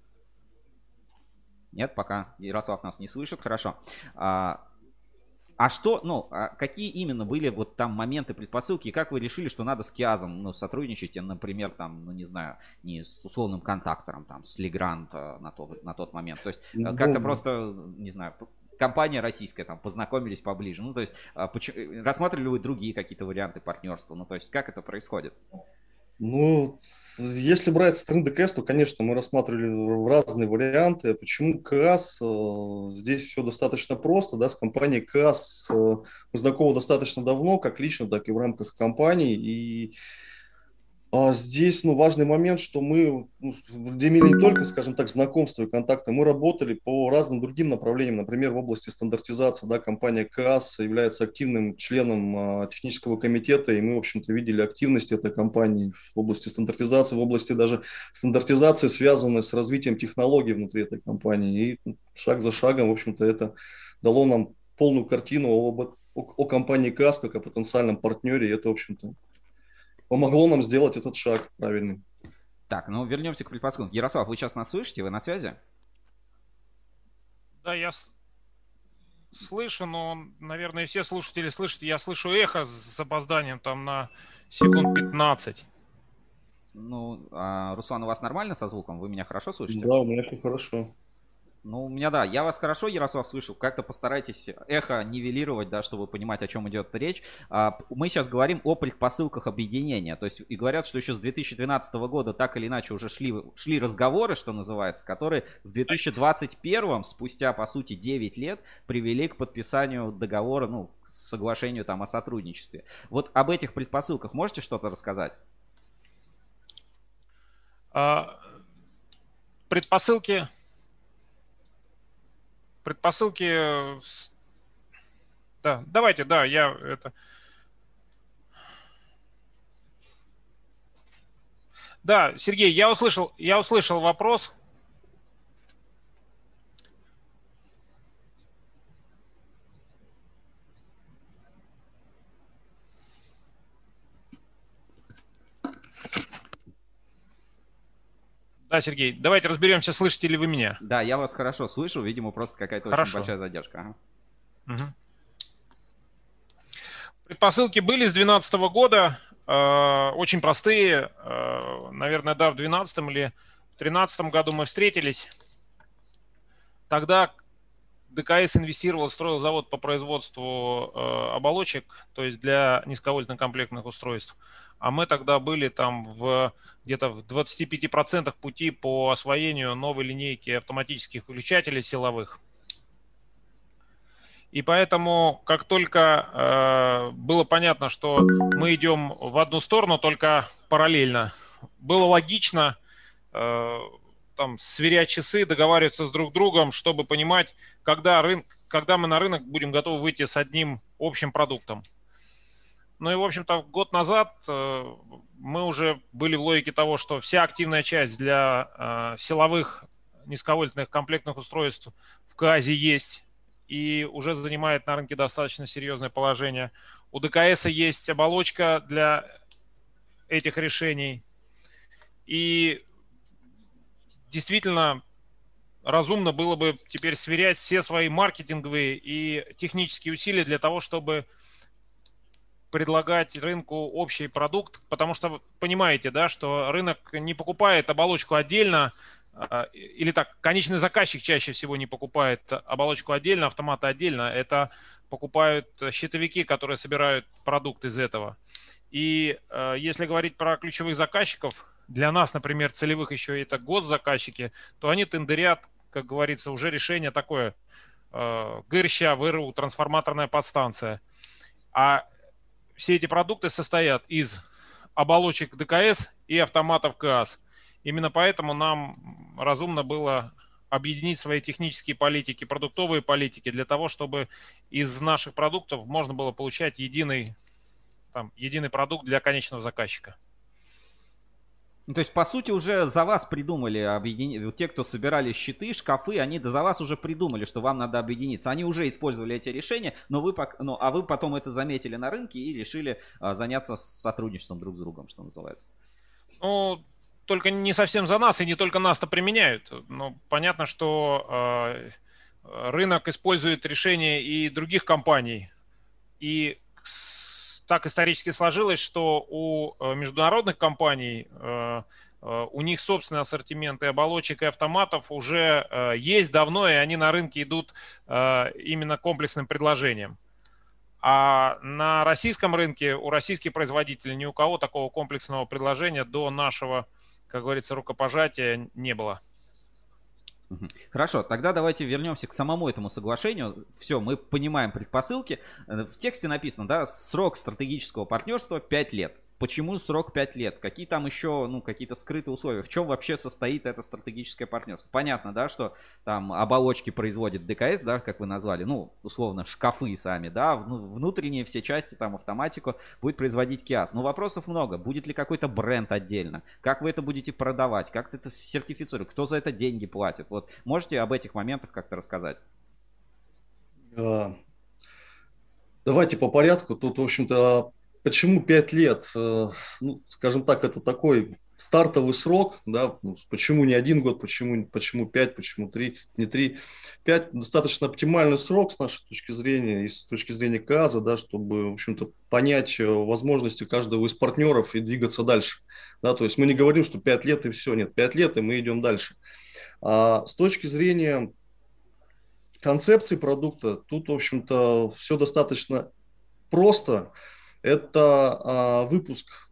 Нет, пока Ярослав нас не слышит. Хорошо. А, а что, ну, а какие именно были вот там моменты, предпосылки, и как вы решили, что надо с Киазом, ну, сотрудничать, например, там, ну, не знаю, не с условным контактором, там, с Легрант на тот, на тот момент. То есть ну, как-то просто, не знаю, компания российская, там, познакомились поближе. Ну, то есть почему, рассматривали вы другие какие-то варианты партнерства? Ну, то есть как это происходит?
Ну, если брать со стороны ДКС, то, конечно, мы рассматривали разные варианты. Почему КАС? Здесь все достаточно просто. Да? С компанией КАС мы знакомы достаточно давно, как лично, так и в рамках компании. И а здесь ну, важный момент, что мы ну, имели не только, скажем так, знакомство и контакты, мы работали по разным другим направлениям. Например, в области стандартизации, да, компания КАС является активным членом а, технического комитета, и мы, в общем-то, видели активность этой компании в области стандартизации, в области даже стандартизации, связанной с развитием технологий внутри этой компании. И шаг за шагом, в общем-то, это дало нам полную картину об, о, о компании КАС как о потенциальном партнере, и это, в общем-то, помогло нам сделать этот шаг правильный.
Так, ну вернемся к предпосылкам. Ярослав, вы сейчас нас слышите? Вы на связи?
Да, я с... слышу, но, наверное, все слушатели слышат. Я слышу эхо с запозданием там на секунд пятнадцать.
Ну, а, Руслан, у вас нормально со звуком? Вы меня хорошо слышите?
Да, у меня все хорошо.
Ну, у меня, да, я вас хорошо, Ярослав, слышу. Как-то постарайтесь эхо нивелировать, да, чтобы понимать, о чем идет речь. Мы сейчас говорим о предпосылках объединения. То есть, и говорят, что еще с две тысячи двенадцатого года так или иначе уже шли, шли разговоры, что называется, которые в две тысячи двадцать первом, спустя, по сути, девять лет, привели к подписанию договора, ну, к соглашению там о сотрудничестве. Вот об этих предпосылках можете что-то рассказать?
А, предпосылки... Предпосылки, да, давайте, да, я это, Да, Сергей, я услышал, я услышал вопрос. Да, Сергей, давайте разберемся, слышите ли вы меня.
Да, я вас хорошо слышу, видимо, просто какая-то очень большая задержка. Ага.
Угу. Предпосылки были с две тысячи двенадцатого года, э, очень простые. Э, наверное, да, в две тысячи двенадцатом или в две тысячи тринадцатом году мы встретились. Тогда ДКС инвестировал, строил завод по производству э, оболочек, то есть для низковольтно-комплектных устройств. А мы тогда были там в, где-то в двадцати пяти процентах пути по освоению новой линейки автоматических выключателей силовых. И поэтому, как только э, было понятно, что мы идем в одну сторону, только параллельно, было логично э, там, сверять часы, договариваться с друг другом, чтобы понимать, когда, рын... когда мы на рынок будем готовы выйти с одним общим продуктом. Ну и, в общем-то, год назад э, мы уже были в логике того, что вся активная часть для э, силовых низковольтных комплектных устройств в КАЗе есть и уже занимает на рынке достаточно серьезное положение. У ДКС есть оболочка для этих решений. И действительно разумно было бы теперь сверять все свои маркетинговые и технические усилия для того, чтобы предлагать рынку общий продукт, потому что понимаете, да, что рынок не покупает оболочку отдельно, или так, конечный заказчик чаще всего не покупает оболочку отдельно, автоматы отдельно, это покупают счетовики, которые собирают продукт из этого. И э, если говорить про ключевых заказчиков, для нас, например, целевых еще это госзаказчики, то они тендерят, как говорится, уже решение такое, э, ГРЩ, ВРУ, трансформаторная подстанция. А все эти продукты состоят из оболочек ДКС и автоматов КАЗ. Именно поэтому нам разумно было объединить свои технические политики, продуктовые политики, для того, чтобы из наших продуктов можно было получать единый, там, единый продукт для конечного заказчика.
Ну, то есть, по сути, уже за вас придумали объединить. Те, кто собирали щиты, шкафы, они за вас уже придумали, что вам надо объединиться. Они уже использовали эти решения, но вы, ну, а вы потом это заметили на рынке и решили а, заняться сотрудничеством друг с другом, что называется.
Ну, только не совсем за нас, и не только нас-то применяют. Но понятно, что э, рынок использует решения и других компаний. И так исторически сложилось, что у международных компаний, э, э, у них собственный ассортимент и оболочек, и автоматов уже э, есть давно, и они на рынке идут э, именно комплексным предложением. А на российском рынке у российских производителей ни у кого такого комплексного предложения до нашего, как говорится, рукопожатия не было.
Хорошо, тогда давайте вернемся к самому этому соглашению. Все, мы понимаем предпосылки. В тексте написано, да, срок стратегического партнерства пять лет. Почему срок пять лет? Какие там еще, ну, какие-то скрытые условия? В чем вообще состоит это стратегическое партнерство? Понятно, да, что там оболочки производит ДКС, да, как вы назвали, ну, условно, шкафы сами, да, внутренние все части, там, автоматику будет производить КИАС. Но вопросов много. Будет ли какой-то бренд отдельно? Как вы это будете продавать? Как это сертифицировать? Кто за это деньги платит? Вот, можете об этих моментах как-то рассказать?
Давайте по порядку. Тут, в общем-то, почему пять лет? Ну, скажем так, это такой стартовый срок, да, почему не один год, почему, почему пять, почему три, не три. Пять достаточно оптимальный срок с нашей точки зрения и с точки зрения КАЗа, да, чтобы, в общем-то, понять возможности каждого из партнеров и двигаться дальше. Да, то есть мы не говорим, что пять лет и все, нет, пять лет и мы идем дальше. А с точки зрения концепции продукта, тут, в общем-то, все достаточно просто. Это а, выпуск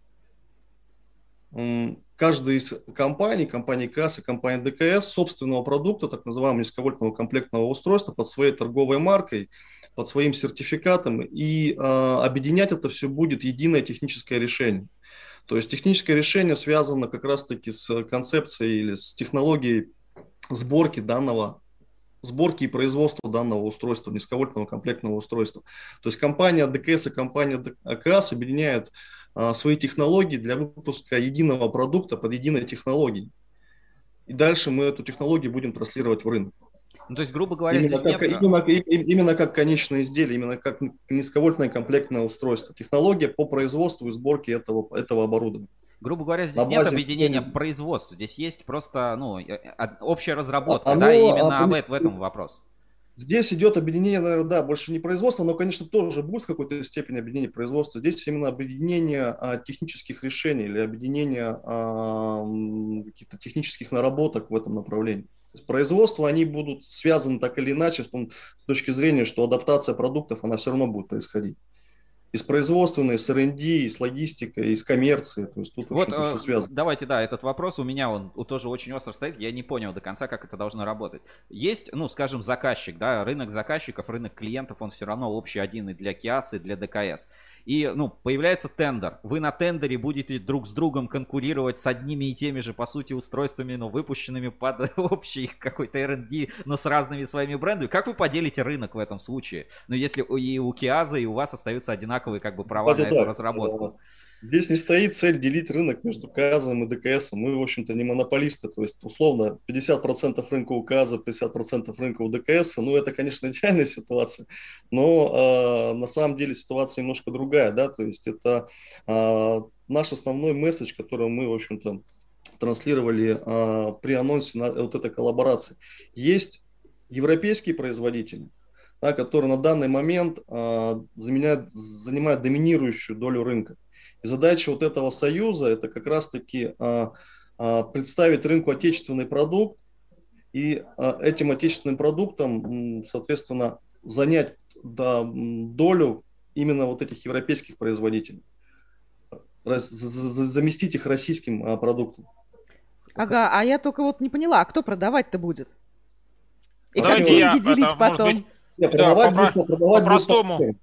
м, каждой из компаний, компании КАЗ и компании ДКС, собственного продукта, так называемого низковольтного комплектного устройства под своей торговой маркой, под своим сертификатом. И а, объединять это все будет единое техническое решение. То есть техническое решение связано как раз-таки с концепцией или с технологией сборки данного сборки и производства данного устройства, низковольтного комплектного устройства. То есть компания ДКС и компания КАЗ объединяют свои технологии для выпуска единого продукта под единой технологией. И дальше мы эту технологию будем транслировать в рынок.
Ну, то есть, грубо говоря,
Именно
здесь
как,
нет...
именно, именно как конечное изделие, именно как низковольтное комплектное устройство. Технология по производству и сборке этого, этого оборудования.
Грубо говоря, здесь
На
нет
базе...
объединения производства, здесь есть просто ну, общая разработка,
Оно,
да, и именно
а,
об этом, в этом вопрос.
Здесь идет объединение, наверное, да, больше не производства, но, конечно, тоже будет в какой-то степени объединение производства. Здесь именно объединение а, технических решений или объединение а, каких-то технических наработок в этом направлении. То есть производства, они будут связаны так или иначе с, том, с точки зрения, что адаптация продуктов, она все равно будет происходить. И с производственной, с эр энд ди, и с логистикой, и с коммерцией. То есть тут,
вот,
все связано.
Давайте, да, этот вопрос у меня, он тоже очень остро стоит. Я не понял до конца, как это должно работать. Есть, ну, скажем, заказчик, да, рынок заказчиков, рынок клиентов, он все равно общий один и для КИАС, и для дэ ка эс. И, ну, появляется тендер. Вы на тендере будете друг с другом конкурировать с одними и теми же, по сути, устройствами, но выпущенными под общий какой-то эр энд ди, но с разными своими брендами. Как вы поделите рынок в этом случае? Ну, если и у КИАЗа, и у вас остаются одинаковые, как бы, права
Давайте
на эту
так,
разработку.
Здесь не стоит цель делить рынок между КАЗом и дэ ка эсом. Мы, в общем-то, не монополисты. То есть, условно, пятьдесят процентов рынка у КАЗа, пятьдесят процентов рынка у дэ ка эса. Ну, это, конечно, идеальная ситуация. Но э, на самом деле ситуация немножко другая. Да? То есть, это э, наш основной месседж, который мы, в общем-то, транслировали э, при анонсе на, вот этой коллаборации. Есть европейские производители, да, которые на данный момент э, заменяют, занимают доминирующую долю рынка. И задача вот этого союза – это как раз-таки а, а, представить рынку отечественный продукт и а, этим отечественным продуктом, соответственно, занять да, долю именно вот этих европейских производителей, раз, за, заместить их российским а, продуктом.
Ага, а я только вот не поняла, а кто продавать-то будет? И
Давайте
как деньги
я,
делить
это,
потом?
Может быть,
Нет,
да,
продавать
попро-
будет, продавать
по-простому.
будет.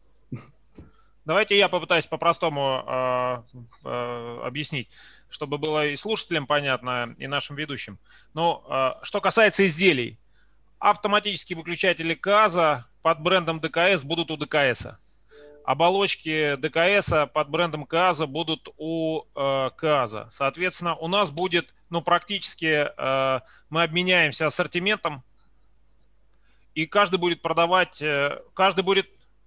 Давайте я попытаюсь по-простому э, э, объяснить, чтобы было и слушателям понятно, и нашим ведущим. Ну, э, что касается изделий, автоматические выключатели КАЗа под брендом дэ ка эс будут у дэ ка эса. Оболочки дэ ка эса под брендом КАЗа будут у э, КАЗа. Соответственно, у нас будет, ну, практически э, мы обменяемся ассортиментом, и каждый будет продавать, э, каждый будет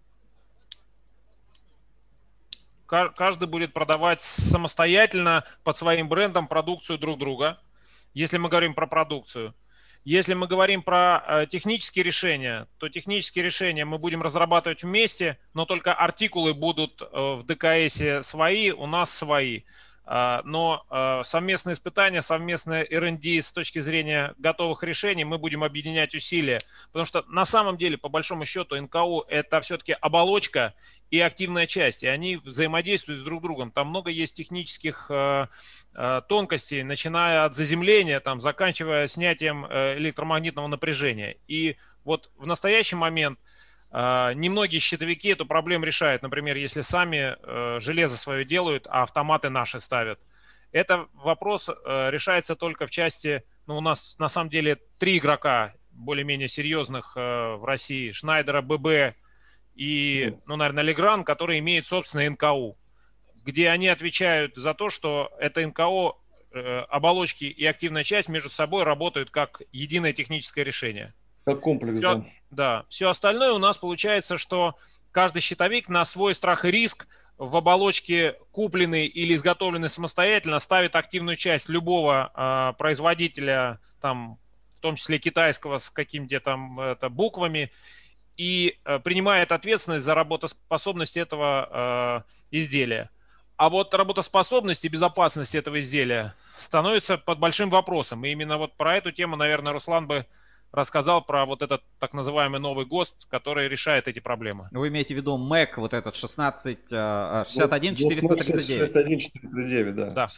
Каждый будет продавать самостоятельно под своим брендом продукцию друг друга, если мы говорим про продукцию. Если мы говорим про э, технические решения, то технические решения мы будем разрабатывать вместе, но только артикулы будут э, в дэ ка эсе свои, у нас свои. Э, но э, совместные испытания, совместные эр энд ди с точки зрения готовых решений мы будем объединять усилия. Потому что на самом деле, по большому счету, эн ка у это все-таки оболочка и активная часть, и они взаимодействуют с друг другом. Там много есть технических э, э, тонкостей, начиная от заземления, там, заканчивая снятием э, электромагнитного напряжения. И вот в настоящий момент э, немногие щитовики эту проблему решают. Например, если сами э, железо свое делают, а автоматы наши ставят. Это вопрос э, решается только в части, ну, у нас на самом деле три игрока более-менее серьезных э, в России: Шнайдера, бэ бэ и, ну, наверное, Легран, которые имеют собственное эн ка у, где они отвечают за то, что это эн ка у, э, оболочки и активная часть между собой работают как единое техническое решение.
Как комплекс,
все,
да.
Да. Все остальное у нас получается, что каждый щитовик на свой страх и риск в оболочке, купленный или изготовленный самостоятельно, ставит активную часть любого э, производителя, там, в том числе китайского, с какими-то там это, буквами, и э, принимает ответственность за работоспособность этого э, изделия. А вот работоспособность и безопасность этого изделия становится под большим вопросом. И именно вот про эту тему, наверное, Руслан бы рассказал, про вот этот так называемый новый ГОСТ, который решает эти проблемы.
Вы имеете в виду мэк, вот этот шестнадцать, шестьдесят один четыреста тридцать девять?
шестьдесят один четыреста тридцать девять, да.
Да.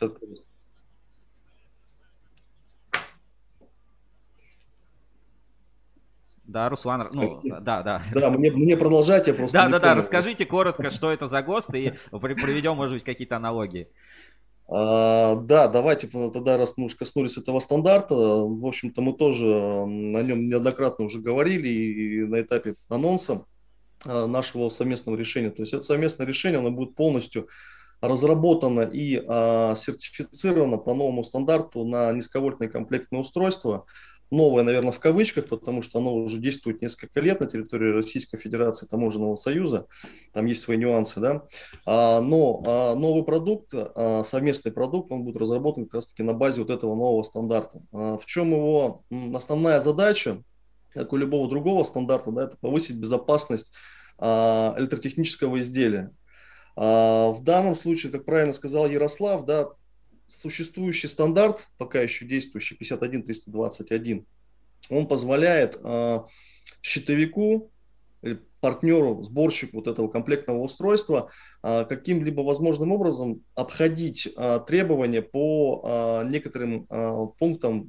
Да, Руслан, ну, да, да.
Да, мне, мне продолжать, я просто
Да,
не
да, да,
понял.
расскажите коротко, что это за ГОСТ, и проведем, может быть, какие-то аналогии.
А, да, давайте тогда, раз мы уж коснулись этого стандарта, в общем-то, мы тоже на нем неоднократно уже говорили и на этапе анонса нашего совместного решения. То есть это совместное решение, оно будет полностью разработано и а, сертифицировано по новому стандарту на низковольтные комплектные устройства. Новое, наверное, в кавычках, потому что оно уже действует несколько лет на территории Российской Федерации, Таможенного союза. Там есть свои нюансы, да. А, но а, новый продукт, а, совместный продукт, он будет разработан как раз-таки на базе вот этого нового стандарта. А, в чем его м, основная задача, как у любого другого стандарта, да, это повысить безопасность а, электротехнического изделия. А, в данном случае, как правильно сказал Ярослав, да, существующий стандарт, пока еще действующий пятьдесят один триста двадцать один, он позволяет э, счетовику, партнеру, сборщику вот этого комплектного устройства э, каким-либо возможным образом обходить э, требования по э, некоторым э, пунктам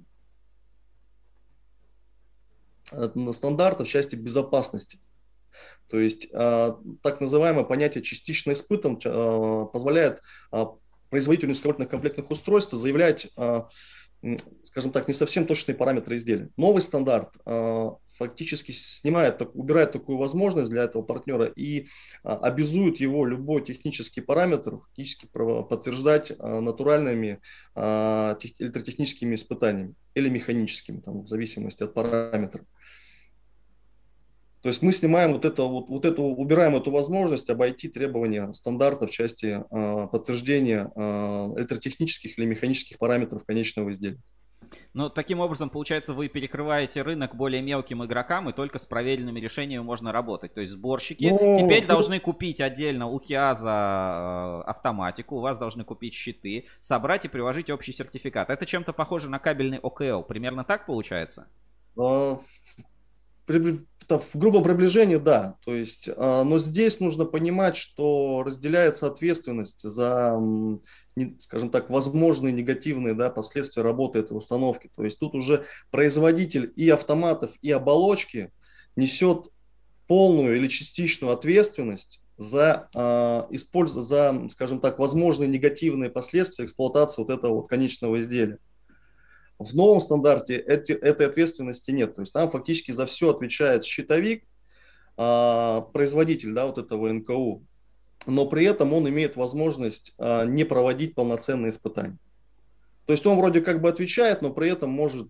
э, стандарта в части безопасности. То есть э, так называемое понятие частично испытан э, позволяет э, производителю низковольтных комплектных устройств заявлять, скажем так, не совсем точные параметры изделия. Новый стандарт фактически снимает, убирает такую возможность для этого партнера и обязует его любой технический параметр фактически подтверждать натуральными электротехническими испытаниями или механическими, там, в зависимости от параметров. То есть мы снимаем вот это, вот, вот эту, убираем эту возможность обойти требования стандарта в части э, подтверждения э, электротехнических или механических параметров конечного изделия.
Ну, таким образом, получается, вы перекрываете рынок более мелким игрокам, и только с проверенными решениями можно работать. То есть сборщики ну, теперь ну... должны купить отдельно у Киаза э, автоматику, у вас должны купить щиты, собрать и приложить общий сертификат. Это чем-то похоже на кабельный о ка эл. Примерно так получается?
А, при... В грубом приближении, да. То есть, но здесь нужно понимать, что разделяется ответственность за, скажем так, возможные негативные, да, последствия работы этой установки. То есть тут уже производитель и автоматов, и оболочки несет полную или частичную ответственность за, использ... за, скажем так, возможные негативные последствия эксплуатации вот этого вот конечного изделия. В новом стандарте эти, этой ответственности нет. То есть там фактически за все отвечает счетовик, а, производитель, да, вот этого эн ка у. Но при этом он имеет возможность а, не проводить полноценные испытания. То есть он вроде как бы отвечает, но при этом может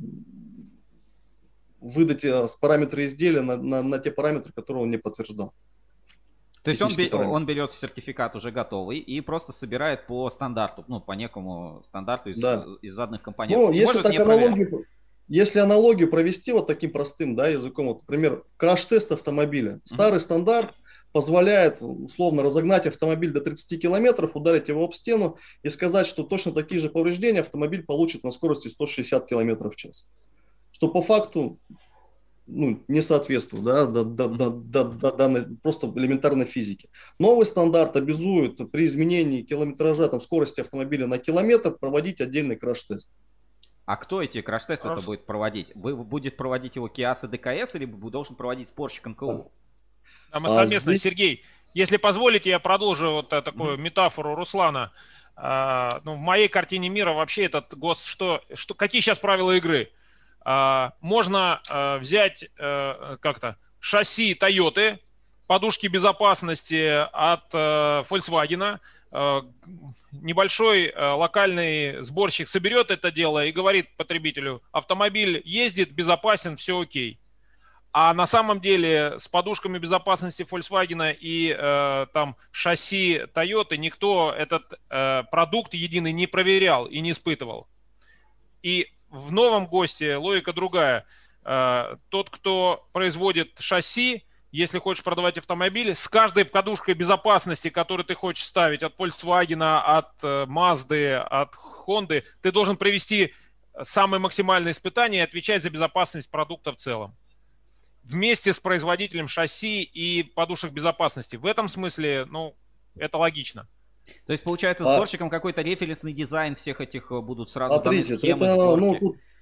выдать а, параметры изделия на, на, на те параметры, которые он не подтверждал.
То есть он, бе- он берет сертификат уже готовый и просто собирает по стандарту, ну, по некому стандарту из, да. из заданных компонентов.
Ну, если так аналогию, если аналогию провести вот таким простым, да, языком, вот, например, краш-тест автомобиля. Старый uh-huh. стандарт позволяет условно разогнать автомобиль до тридцати километров, ударить его об стену и сказать, что точно такие же повреждения автомобиль получит на скорости сто шестьдесят километров в час. Что по факту ну, не соответствует, да, да, да, да, да, да, да, просто элементарной физике. Новый стандарт обязует при изменении километража, там, скорости автомобиля на километр проводить отдельный краш-тест.
А кто эти краш-тесты это будет проводить? Вы будет проводить его КИАС и дэ ка эс или вы должен проводить сборщик эн ка у?
А мы совместно, а здесь... Сергей, если позволите, я продолжу вот такую метафору Руслана. А, ну, в моей картине мира вообще этот ГОС, что, что, какие сейчас правила игры? А, можно а, взять а, как-то шасси Toyota, подушки безопасности от а, Volkswagen, а, небольшой а, локальный сборщик соберет это дело и говорит потребителю: автомобиль ездит, безопасен, все окей. А на самом деле с подушками безопасности Volkswagen и э, там шасси Toyota никто этот э, продукт единый не проверял и не испытывал. И в новом ГОСТе логика другая. Э, тот, кто производит шасси, если хочешь продавать автомобиль, с каждой подушкой безопасности, которую ты хочешь ставить от Volkswagen, от э, Mazda, от Honda, ты должен провести самые максимальные испытания и отвечать за безопасность продукта в целом. Вместе с производителем шасси и подушек безопасности. В этом смысле, ну, это логично.
То есть, получается, сборщиком а... какой-то референсный дизайн всех этих будут сразу
Смотрите,
данные схемы
это,
сборки.
Ну, тут,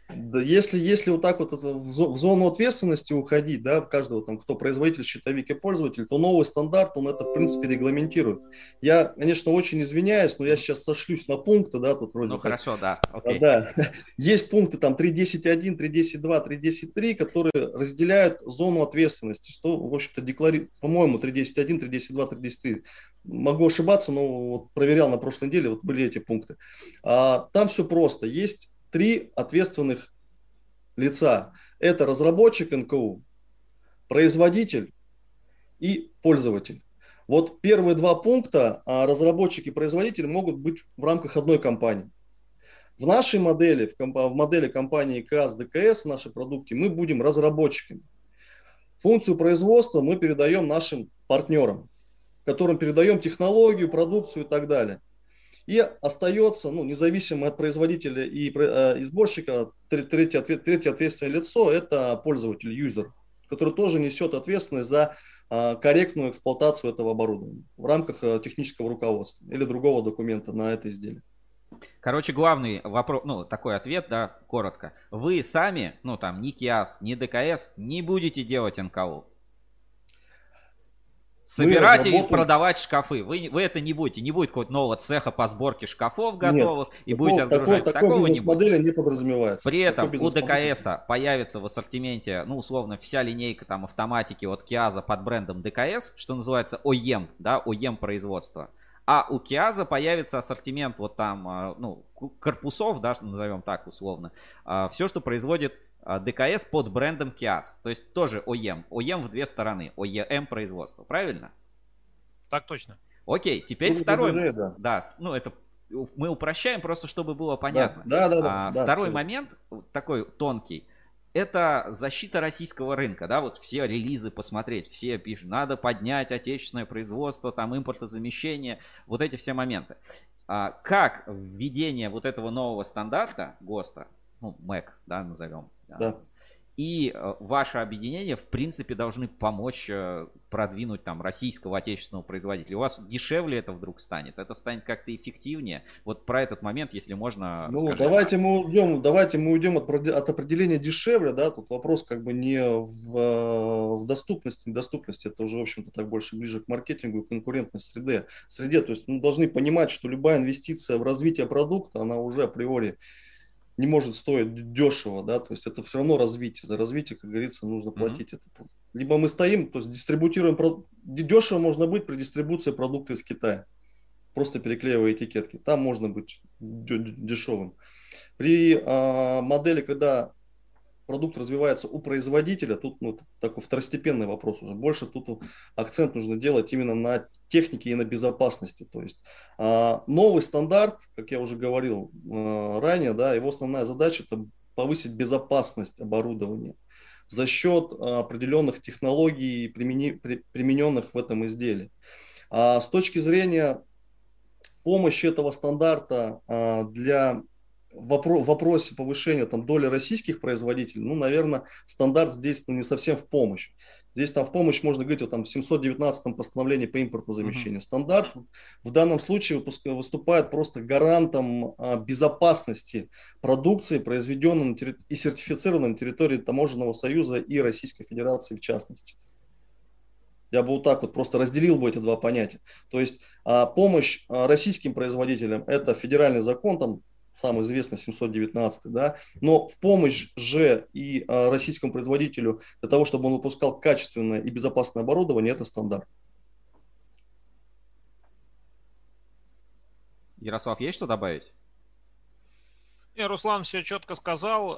Да, если, если вот так вот это в зо- в зону ответственности уходить, да, каждого там, кто производитель, счетовик и пользователь, то новый стандарт, он это в принципе регламентирует. Я, конечно, очень извиняюсь, но я сейчас сошлюсь на пункты, да, тут вроде
Ну
как.
хорошо, да,
А,
окей.
Да, есть пункты там три точка десять точка один, три точка десять точка два, три точка десять точка три, которые разделяют зону ответственности, что, в общем-то, декларирует, по-моему, три точка десять точка один, три точка десять точка два, три точка десять точка три. Могу ошибаться, но вот проверял на прошлой неделе, вот были эти пункты. А, там все просто. Есть три ответственных лица. Это разработчик эн ка у, производитель и пользователь. Вот первые два пункта, а, разработчик и производитель, могут быть в рамках одной компании. В нашей модели, в, комп- в модели компании КАЗ дэ ка эс, в нашей продукте, мы будем разработчиками. Функцию производства мы передаем нашим партнерам, которым передаем технологию, продукцию и так далее. И остается, ну, независимо от производителя и, э, и сборщика, третье, третье ответственное лицо – это пользователь, юзер, который тоже несет ответственность за э, корректную эксплуатацию этого оборудования в рамках э, технического руководства или другого документа на это изделие.
Короче, главный вопрос, ну, такой ответ, да, коротко. Вы сами, ну, там, ни КИАЗ, ни дэ ка эс не будете делать эн ка у. Собирать и продавать шкафы. Вы, вы это не будете. Не будет какого-то нового цеха по сборке шкафов готовых. Нет, и будете отгружать.
Такой, такой бизнес-модели не, не подразумевается.
При этом у дэ ка эс появится в ассортименте, ну, условно, вся линейка там автоматики от КИАЗа под брендом дэ ка эс, что называется о и эм, да, о и эм производства. А у КИАЗа появится ассортимент вот там, ну, корпусов, да, назовем так условно. Все, что производит дэ ка эс под брендом КИАЗ. То есть тоже о и эм. о и эм в две стороны. о и эм производство. Правильно?
Так точно.
Окей, теперь
ну,
второй.
Уже, да.
да, ну это мы упрощаем просто, чтобы было понятно.
Да, да, да.
А,
да
второй
да,
момент, такой тонкий. Это защита российского рынка, да, вот все релизы посмотреть, все пишут, надо поднять отечественное производство, там импортозамещение, вот эти все моменты. А, как введение вот этого нового стандарта ГОСТа, ну, МЭК, да, назовем,
да.
и э, ваше объединение, в принципе, должны помочь э, продвинуть там российского отечественного производителя. У вас дешевле это вдруг станет? Это станет как-то эффективнее? Вот про этот момент, если можно,
ну,
расскажите.
давайте мы уйдем, давайте мы уйдем от, от определения дешевле, да, тут вопрос как бы не в, в доступности, недоступности, это уже, в общем-то, так больше ближе к маркетингу и конкурентной среде. среде. То есть мы должны понимать, что любая инвестиция в развитие продукта, она уже априори не может стоить дешево, да, то есть это все равно развитие. За развитие, как говорится, нужно платить. Mm-hmm. это. Либо мы стоим, то есть дистрибутируем, дешево можно быть при дистрибуции продукта из Китая, просто переклеивая этикетки. Там можно быть дешевым. При а, модели, когда продукт развивается у производителя, тут ну, такой второстепенный вопрос уже. Больше тут акцент нужно делать именно на технике и на безопасности. То есть а, новый стандарт, как я уже говорил а, ранее, да, его основная задача – это повысить безопасность оборудования за счет а, определенных технологий, примени, при, примененных в этом изделии. А, с точки зрения помощи этого стандарта а, для в вопросе повышения там, доли российских производителей, ну, наверное, стандарт здесь ну, не совсем в помощь. Здесь там в помощь можно говорить о там, семьсот девятнадцатом постановлении по импортозамещению. Uh-huh. Стандарт в данном случае выступает просто гарантом а, безопасности продукции, произведенной на терри... и сертифицированной на территории Таможенного союза и Российской Федерации в частности. Я бы вот так вот просто разделил бы эти два понятия. То есть а, помощь а, российским производителям – это федеральный закон, там, самый известный семьсот девятнадцатый, да, но в помощь же и а, российскому производителю для того, чтобы он выпускал качественное и безопасное оборудование, это стандарт.
Ярослав, есть что добавить?
Не, Руслан все четко сказал.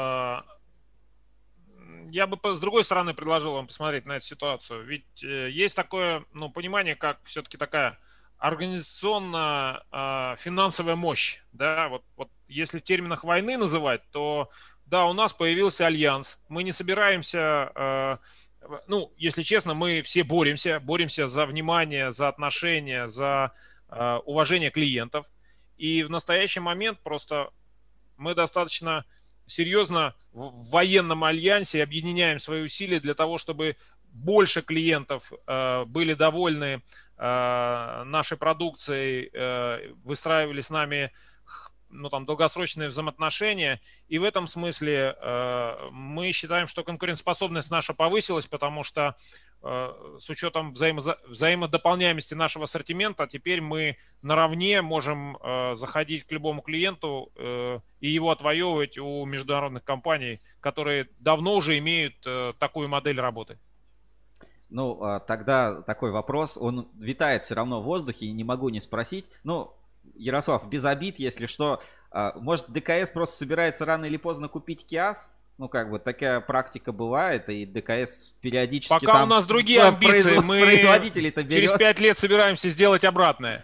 Я бы с другой стороны предложил вам посмотреть на эту ситуацию. Ведь есть такое, ну, понимание, как все-таки такая организационно-финансовая мощь, да, вот, вот если в терминах войны называть, то да, у нас появился альянс, мы не собираемся, э, ну, если честно, мы все боремся, боремся за внимание, за отношения, за э, уважение клиентов, и в настоящий момент просто мы достаточно серьезно в военном альянсе объединяем свои усилия для того, чтобы больше клиентов э, были довольны нашей продукцией, выстраивали с нами ну, там, долгосрочные взаимоотношения. И в этом смысле мы считаем, что конкурентоспособность наша повысилась, потому что с учетом взаимо- взаимодополняемости нашего ассортимента, теперь мы наравне можем заходить к любому клиенту и его отвоевывать у международных компаний, которые давно уже имеют такую модель работы.
Ну, тогда такой вопрос, он витает все равно в воздухе, и не могу не спросить. Ну, Ярослав, без обид, если что, может, ДКС просто собирается рано или поздно купить КИАС? Ну, как бы, такая практика бывает, и ДКС периодически
Пока
там...
у нас другие амбиции,
производ...
мы
производителей-то
через
берет.
пять лет собираемся сделать обратное.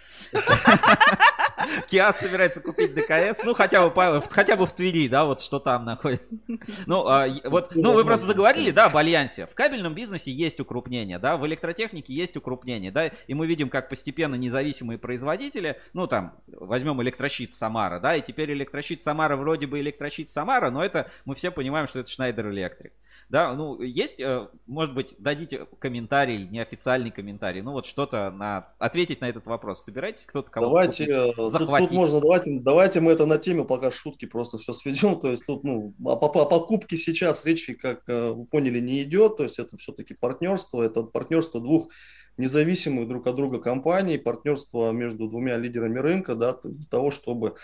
КИАС собирается купить ДКС, ну, хотя бы, хотя бы в Твери, да, вот что там находится. Ну, а, вот, ну, вы просто заговорили, да, об альянсе. В кабельном бизнесе есть укрупнение, да, в электротехнике есть укрупнение, да, и мы видим, как постепенно независимые производители, ну, там, возьмем электрощит Самара, да, и теперь электрощит Самара вроде бы электрощит Самара, но это, мы все понимаем, что это Schneider Electric. Да, ну, есть, может быть, дадите комментарий, неофициальный комментарий, ну, вот что-то на... Ответить на этот вопрос. Собираетесь кто-то кого-то
Давайте,
купить, захватить?
Тут, тут можно, давайте, давайте мы это на теме пока шутки просто все сведем, то есть тут, ну, о, о покупке сейчас речи, как вы поняли, не идет, то есть это все-таки партнерство, это партнерство двух независимых друг от друга компаний, партнерство между двумя лидерами рынка, да, для того, чтобы...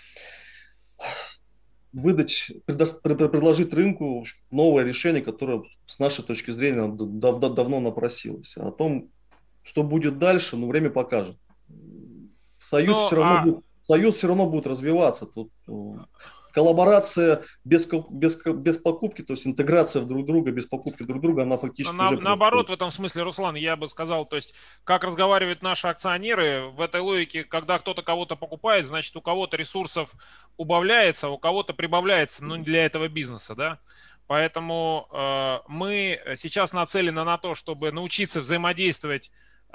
выдать, предо- предложить рынку новое решение, которое с нашей точки зрения дав- дав- давно напросилось. О том, что будет дальше, ну, время покажет. Союз,
Но,
все равно
а...
будет, Союз все равно будет развиваться. Тут ну, коллаборация без, без, без покупки, то есть интеграция в друг друга без покупки друг друга, она фактически
На,
уже
наоборот,
происходит.
в этом смысле, Руслан, я бы сказал, то есть, как разговаривают наши акционеры, в этой логике, когда кто-то кого-то покупает, значит, у кого-то ресурсов убавляется, у кого-то прибавляется, но не для этого бизнеса, да. Поэтому э, мы сейчас нацелены на то, чтобы научиться взаимодействовать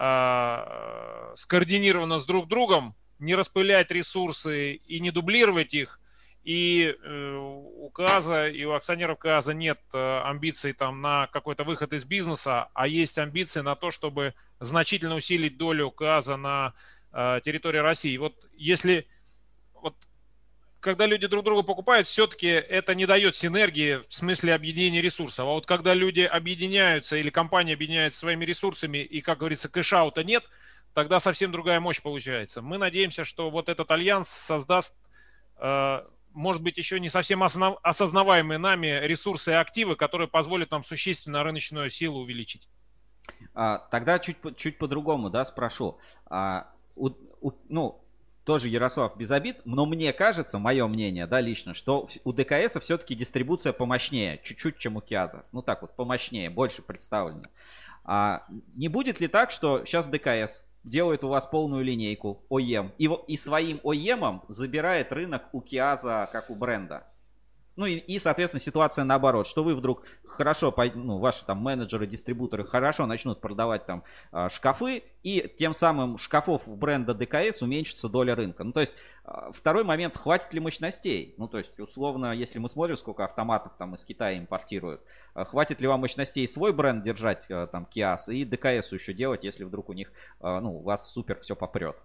э, скоординированно с друг другом, не распылять ресурсы и не дублировать их. И э, у КАЗа и у акционеров КАЗа нет э, амбиций там на какой-то выход из бизнеса, а есть амбиции на то, чтобы значительно усилить долю КАЗа на э, территории России. Вот если вот, когда люди друг друга покупают, все-таки это не дает синергии в смысле объединения ресурсов. А вот когда люди объединяются или компания объединяется своими ресурсами и, как говорится, кэш-аута нет, тогда совсем другая мощь получается. Мы надеемся, что вот этот альянс создаст э, может быть, еще не совсем основ... осознаваемые нами ресурсы и активы, которые позволят нам существенно рыночную силу увеличить.
А, тогда чуть, чуть по-другому, да, спрошу. А, у, у, ну, тоже, Ярослав, без обид, но мне кажется, мое мнение, да, лично, что у ДКС все-таки дистрибуция помощнее, чуть-чуть, чем у КИАЗа. Ну, так вот, помощнее, больше представлена. А, не будет ли так, что сейчас ДКС делает у вас полную линейку о и эм и, и своим о и эм забирает рынок у КИАЗа как у бренда? Ну и, и, соответственно, ситуация наоборот, что вы вдруг хорошо, ну, ваши там менеджеры, дистрибуторы хорошо начнут продавать там э, шкафы, и тем самым шкафов бренда ДКС уменьшится доля рынка. Ну, то есть, э, второй момент, хватит ли мощностей? Ну, то есть, условно, если мы смотрим, сколько автоматов там из Китая импортируют, э, хватит ли вам мощностей свой бренд держать, э, там, КИАЗ, и ДКС еще делать, если вдруг у них, э, ну, у вас супер все попрет?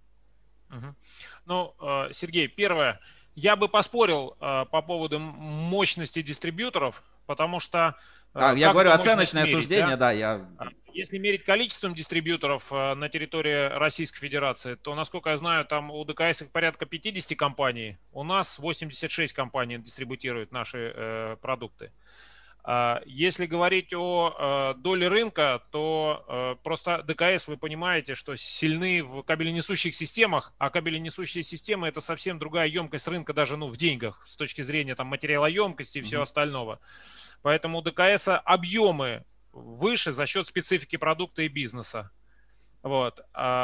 Угу. Ну, э, Сергей, первое. Я бы поспорил э, по поводу мощности дистрибьюторов, потому что... Э,
а, я говорю, оценочное
мерить,
суждение, да? да, я...
Если мерить количеством дистрибьюторов э, на территории Российской Федерации, то, насколько я знаю, там у ДКС их порядка пятьдесят компаний, у нас восемьдесят шесть компаний дистрибутируют наши э, продукты. Если говорить о э, доле рынка, то э, просто ДКС, вы понимаете, что сильны в кабеленесущих системах, а кабеленесущие системы — это совсем другая емкость рынка, даже ну, в деньгах, с точки зрения там, материалоемкости и всего mm-hmm. остального. Поэтому у ДКС объемы выше за счет специфики продукта и бизнеса. Вот.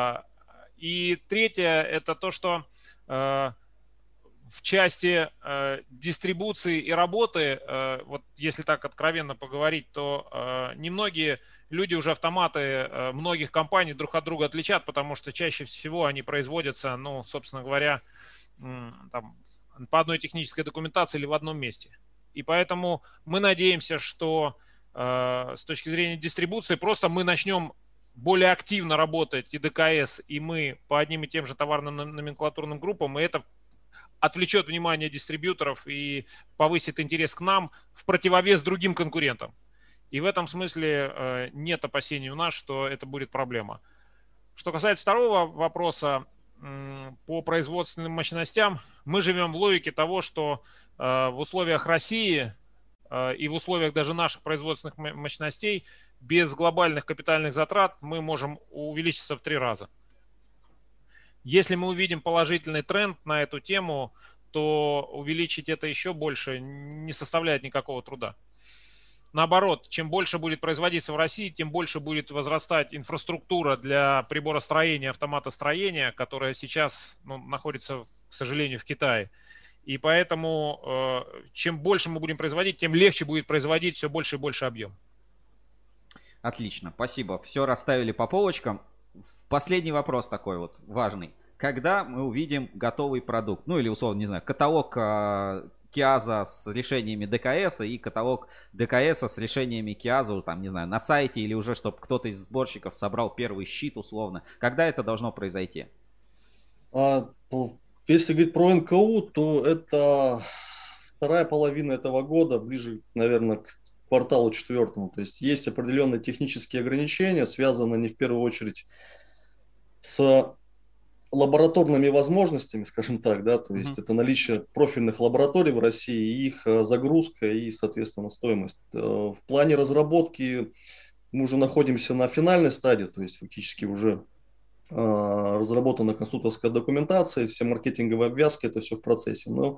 И третье — это то, что э, в части э, дистрибуции и работы, э, вот если так откровенно поговорить, то э, немногие люди уже автоматы э, многих компаний друг от друга отличат, потому что чаще всего они производятся, ну, собственно говоря, э, там, по одной технической документации или в одном месте. И поэтому мы надеемся, что э, с точки зрения дистрибуции просто мы начнем более активно работать и ДКС, и мы по одним и тем же товарным номенклатурным группам, и это отвлечет внимание дистрибьюторов и повысит интерес к нам в противовес другим конкурентам. И в этом смысле нет опасений у нас, что это будет проблема. Что касается второго вопроса по производственным мощностям, мы живем в логике того, что в условиях России и в условиях даже наших производственных мощностей без глобальных капитальных затрат мы можем увеличиться в три раза. Если мы увидим положительный тренд на эту тему, то увеличить это еще больше не составляет никакого труда. Наоборот, чем больше будет производиться в России, тем больше будет возрастать инфраструктура для приборостроения, автоматостроения, которая сейчас ну, находится, к сожалению, в Китае. И поэтому, э, чем больше мы будем производить, тем легче будет производить все больше и больше объем.
Отлично, спасибо. Все расставили по полочкам. Последний вопрос такой вот важный. Когда мы увидим готовый продукт? Ну или, условно, не знаю, каталог э, Киаза с решениями ДКС и каталог ДКС с решениями Киаза, там, не знаю, на сайте или уже, чтобы кто-то из сборщиков собрал первый щит, условно. Когда это должно произойти?
А, если говорить про эн ка у, то это вторая половина этого года, ближе, наверное, к кварталу четвертому. То есть есть определенные технические ограничения, связанные не в первую очередь с лабораторными возможностями, скажем так, да, то есть mm-hmm. это наличие профильных лабораторий в России, их загрузка и, соответственно, стоимость. В плане разработки мы уже находимся на финальной стадии, то есть фактически уже разработана конструкторская документация, все маркетинговые обвязки, это все в процессе. Но,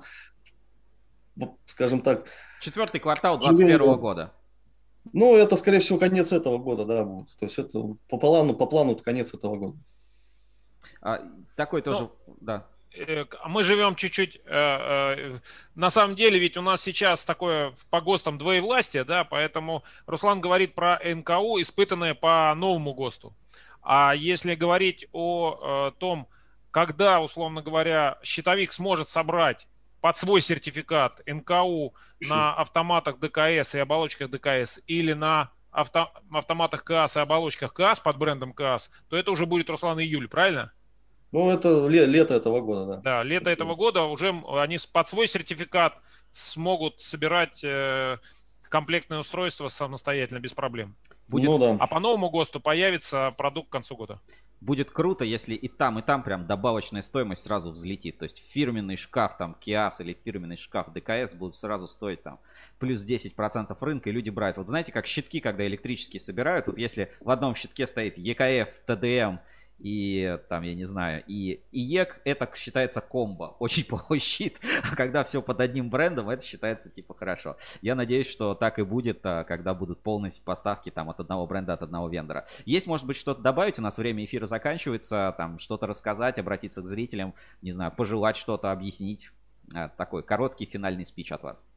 скажем так...
Четвертый квартал двадцать первого года.
Ну, это, скорее всего, конец этого года, да, будет. То есть это по плану, по плану конец этого года.
А, такой тоже, ну, да.
Мы живем чуть-чуть, э, э, на самом деле, ведь у нас сейчас такое по ГОСТам двоевластие, да, поэтому Руслан говорит про эн ка у, испытанное по новому ГОСТу. А если говорить о, о том, когда, условно говоря, счетовик сможет собрать под свой сертификат эн ка у на автоматах ДКС и оболочках ДКС или на авто, автоматах КАС и оболочках КАС под брендом КАС, то это уже будет, Руслан, июль, правильно?
Ну, это ле- лето этого года, да.
Да, лето этого года уже они под свой сертификат смогут собирать э, комплектное устройство самостоятельно, без проблем.
Будет...
Ну, да.
А по новому ГОСТу появится продукт к концу года.
Будет круто, если и там, и там прям добавочная стоимость сразу взлетит. То есть фирменный шкаф там Киас или фирменный шкаф ДКС будут сразу стоить там плюс десять процентов рынка, и люди брать. Вот знаете, как щитки, когда электрические собирают, вот если в одном щитке стоит и ка эф, тэ дэ эм и там, я не знаю, и ИЕК, это считается комбо. Очень плохой щит. А когда все под одним брендом, это считается типа хорошо. Я надеюсь, что так и будет, когда будут полностью поставки там от одного бренда, от одного вендора. Есть, может быть, что-то добавить? У нас время эфира заканчивается. Там что-то рассказать, обратиться к зрителям, не знаю, пожелать что-то, объяснить. Такой короткий финальный спич от вас.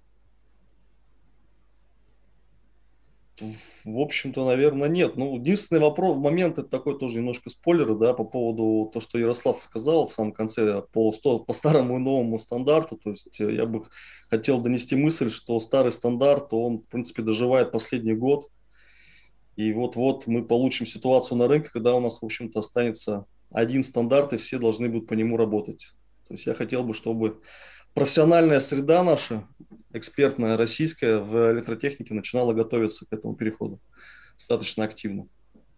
В общем-то, наверное, нет. Ну, единственный вопрос, момент, это такой тоже немножко спойлер, да, по поводу того, что Ярослав сказал в самом конце по, сто, по старому и новому стандарту. То есть я бы хотел донести мысль, что старый стандарт, он, в принципе, доживает последний год. И вот-вот мы получим ситуацию на рынке, когда у нас, в общем-то, останется один стандарт, и все должны будут по нему работать. То есть я хотел бы, чтобы профессиональная среда наша, экспертная, российская, в электротехнике начинала готовиться к этому переходу достаточно активно.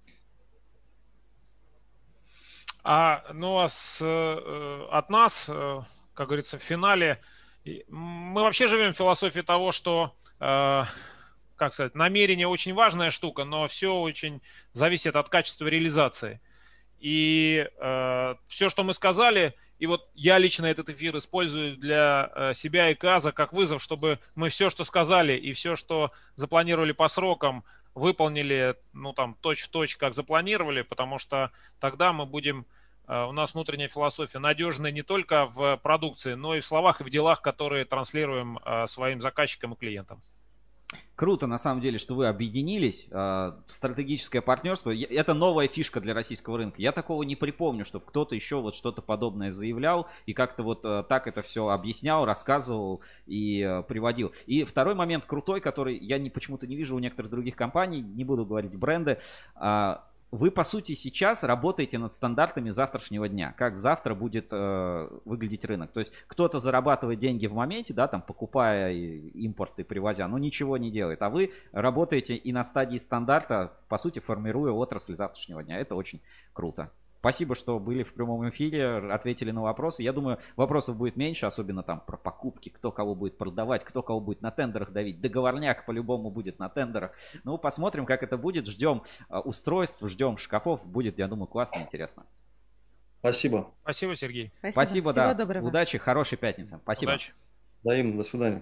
А, ну, а с, э, от нас, э, как говорится, в финале, мы вообще живем в философии того, что, э, как сказать, намерение очень важная штука, но все очень зависит от качества реализации. И э, все, что мы сказали, и вот я лично этот эфир использую для э, себя и КАЗа как вызов, чтобы мы все, что сказали, и все, что запланировали по срокам, выполнили, ну, там, точь-в-точь, как запланировали, потому что тогда мы будем, э, у нас внутренняя философия надежная не только в продукции, но и в словах и в делах, которые транслируем э, своим заказчикам и клиентам.
Круто, на самом деле, что вы объединились. Стратегическое партнерство. Это новая фишка для российского рынка. Я такого не припомню, чтобы кто-то еще вот что-то подобное заявлял и как-то вот так это все объяснял, рассказывал и приводил. И второй момент крутой, который я не, почему-то не вижу у некоторых других компаний, не буду говорить бренды. вы, по сути, сейчас работаете над стандартами завтрашнего дня. Как завтра будет э, выглядеть рынок. То есть кто-то зарабатывает деньги в моменте, да, там, покупая импорт и привозя, но ничего не делает. А вы работаете и на стадии стандарта, по сути, формируя отрасль завтрашнего дня. Это очень круто. Спасибо, что были в прямом эфире, ответили на вопросы. Я думаю, вопросов будет меньше, особенно там про покупки, кто кого будет продавать, кто кого будет на тендерах давить. Договорняк по-любому будет на тендерах. Ну, посмотрим, как это будет. Ждем устройств, ждем шкафов. Будет, я думаю, классно, интересно.
Спасибо.
Спасибо, Сергей.
Спасибо,
Спасибо,
Всего
да.
доброго.
Удачи, хорошей пятницы. Спасибо.
Удачи.
Даим, до свидания.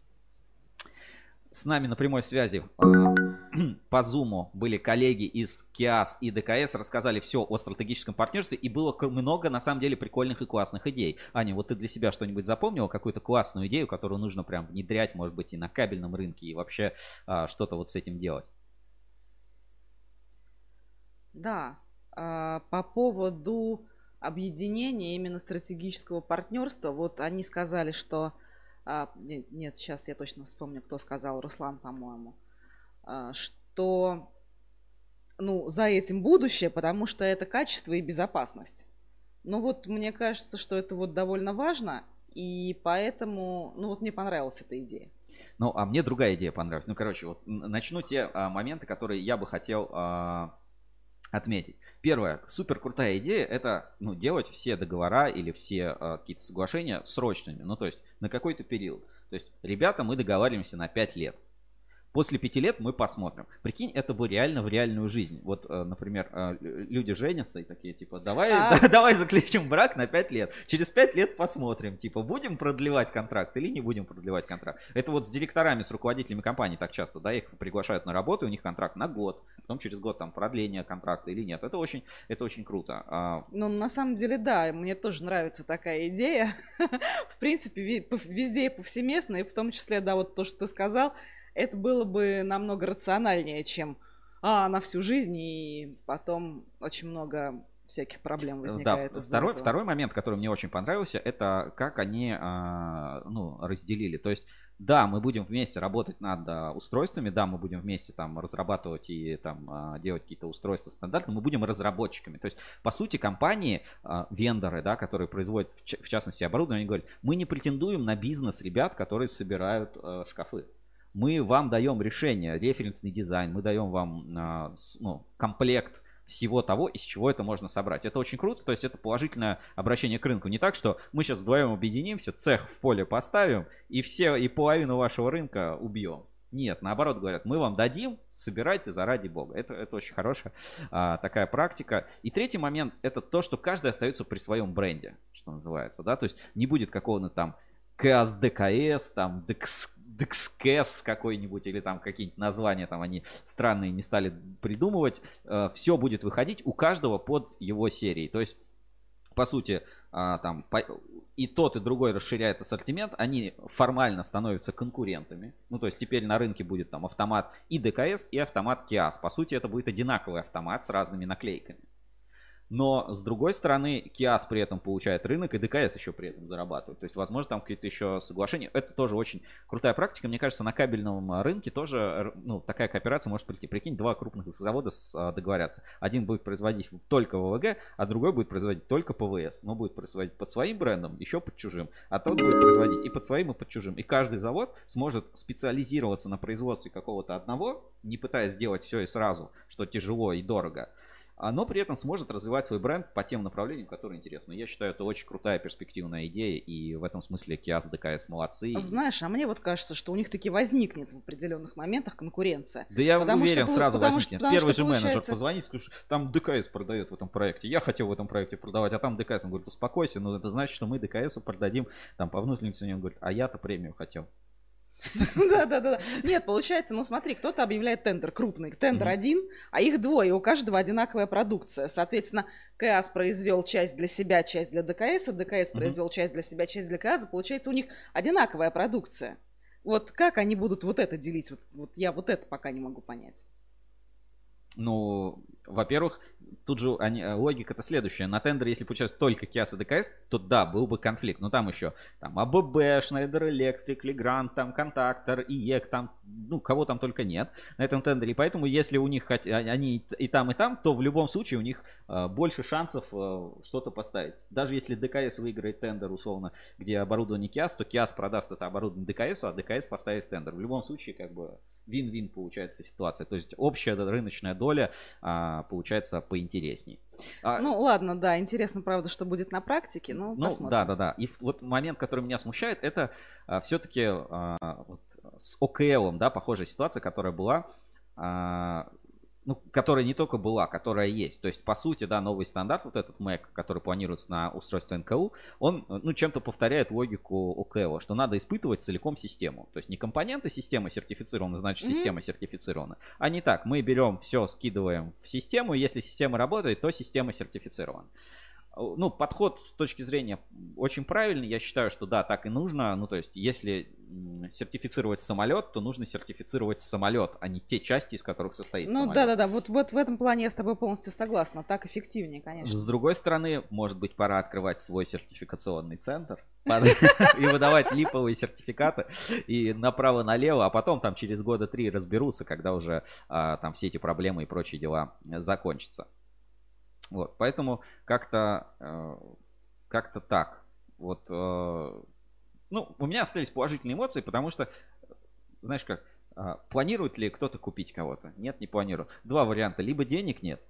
С нами на прямой связи по Zoom были коллеги из КИАС и ДКС, рассказали все о стратегическом партнерстве, и было много, на самом деле, прикольных и классных идей. Аня, вот ты для себя что-нибудь запомнила, какую-то классную идею, которую нужно прям внедрять, может быть, и на кабельном рынке, и вообще а, что-то вот с этим делать?
Да, а, по поводу объединения именно стратегического партнерства, вот они сказали, что... А, нет, нет, сейчас я точно вспомню, кто сказал, Руслан, по-моему, а, что ну, за этим будущее, потому что это качество и безопасность. Ну вот мне кажется, что это вот довольно важно, и поэтому, ну вот мне понравилась эта идея.
Ну, а мне другая идея понравилась. Ну, короче, вот начну те а, моменты, которые я бы хотел... А... отметить. Первое, супер крутая идея, это ну, делать все договора или все э, какие-то соглашения срочными, ну то есть на какой-то период. То есть, ребята, мы договариваемся на пять лет. После пяти лет мы посмотрим. Прикинь, это бы реально в реальную жизнь. Вот, э, например, э, люди женятся и такие, типа, давай,
А.
да, давай заключим брак на пять лет. Через пять лет посмотрим, типа, будем продлевать контракт или не будем продлевать контракт. Это вот с директорами, с руководителями компаний так часто, да, их приглашают на работу, у них контракт на год, потом через год там продление контракта или нет. Это очень, это очень круто. А,
Ну, на самом деле, да, мне тоже нравится такая идея. В принципе, ви- пов- везде и повсеместно, и в том числе, да, вот то, что ты сказал, это было бы намного рациональнее, чем а, на всю жизнь, и потом очень много всяких проблем возникает.
Да,
из-за
второй,
этого.
второй момент, который мне очень понравился, это как они а, ну, разделили. То есть, да, мы будем вместе работать над а, устройствами, да, мы будем вместе там разрабатывать и там а, делать какие-то устройства стандартные, мы будем разработчиками. То есть, по сути, компании, а, вендоры, да, которые производят в, ч- в частности оборудование, они говорят, мы не претендуем на бизнес ребят, которые собирают а, шкафы. Мы вам даем решение, референсный дизайн, мы даем вам а, с- ну, комплект всего того, из чего это можно собрать. Это очень круто, то есть это положительное обращение к рынку. Не так, что мы сейчас вдвоем объединимся, цех в поле поставим и все, и половину вашего рынка убьем. Нет, наоборот говорят, мы вам дадим, собирайте заради бога. Это, это очень хорошая а, такая практика. И третий момент, это то, что каждый остается при своем бренде, что называется, да, то есть не будет какого-то там КАС, ДКС, там, ДКС, ДКС какой-нибудь, или там какие-нибудь названия там они странные не стали придумывать. Все будет выходить у каждого под его серией. То есть, по сути, там и тот, и другой расширяет ассортимент, они формально становятся конкурентами. Ну, то есть теперь на рынке будет там автомат и ДКС, и автомат КИАС. По сути, это будет одинаковый автомат с разными наклейками. Но, с другой стороны, КИАС при этом получает рынок, и ДКС еще при этом зарабатывает. То есть, возможно, там какие-то еще соглашения. Это тоже очень крутая практика. Мне кажется, на кабельном рынке тоже ну, такая кооперация может прийти. Прикинь, два крупных завода с, а, договорятся. Один будет производить только ВВГ, а другой будет производить только ПВС. Но будет производить под своим брендом, еще под чужим. А тот будет производить и под своим, и под чужим. И каждый завод сможет специализироваться на производстве какого-то одного, не пытаясь сделать все и сразу, что тяжело и дорого, но при этом сможет развивать свой бренд по тем направлениям, которые интересны. Я считаю, это очень крутая перспективная идея, и в этом смысле КИАС, ДКС молодцы.
Знаешь, а мне вот кажется, что у них таки возникнет в определенных моментах конкуренция.
Да я
потому
уверен,
что,
сразу
потому
возникнет.
что,
Первый
что
же менеджер
получается...
позвонит, скажет, там ДКС продает в этом проекте. Я хотел в этом проекте продавать, а там ДКС. Он говорит, успокойся, но это значит, что мы ДКСу продадим там по внутреннему цене. Он говорит, а я-то премию хотел.
Да, да, да. Нет, получается, ну смотри, кто-то объявляет тендер крупный, тендер один, а их двое, у каждого одинаковая продукция. Соответственно, КАС произвел часть для себя, часть для ДКС, а ДКС произвел часть для себя, часть для КАСа. Получается, у них одинаковая продукция. Вот как они будут вот это делить? Вот, вот я вот это пока не могу понять.
Ну, во-первых, тут же они, логика-то следующая. На тендере, если получается только Киас и ДКС, то да, был бы конфликт. Но там еще там АББ, Schneider Electric, Legrand, там Контактор, ИЕК, там, ну, кого там только нет на этом тендере. И поэтому, если у них они и там, и там, то в любом случае у них э, больше шансов э, что-то поставить. Даже если ДКС выиграет тендер, условно, где оборудование Киас, то Киас продаст это оборудование ДКС, а ДКС поставит тендер. В любом случае, как бы, вин-вин получается ситуация. То есть общая рыночная доля а, получается поинтересней. А,
ну ладно, да, интересно, правда, что будет на практике, но
ну,
посмотрим.
Да, да, да. И вот момент, который меня смущает, это а, все-таки а, вот, с ОКЛом, да, похожая ситуация, которая была, а, ну, которая не только была, которая есть. То есть, по сути, да, новый стандарт, вот этот Mac, который планируется на устройство эн ка у, он, ну, чем-то повторяет логику ОКЛа, что надо испытывать целиком систему. То есть, не компоненты системы сертифицированы, значит, mm-hmm. система сертифицирована. А не так, мы берем все, скидываем в систему, и если система работает, то система сертифицирована. Ну, подход с точки зрения очень правильный. Я считаю, что да, так и нужно. Ну, то есть, если сертифицировать самолет, то нужно сертифицировать самолет, а не те части, из которых состоит
ну,
самолет.
Ну, да-да-да, вот, вот в этом плане я с тобой полностью согласна. Так эффективнее, конечно.
С другой стороны, может быть, пора открывать свой сертификационный центр и выдавать липовые сертификаты и направо-налево, а потом там через года три разберутся, когда уже там все эти проблемы и прочие дела закончатся. Вот, поэтому как-то э, как-то так. Вот, э, ну, у меня остались положительные эмоции, потому что, знаешь как, э, планирует ли кто-то купить кого-то? Нет, не планирует. Два варианта. Либо денег нет,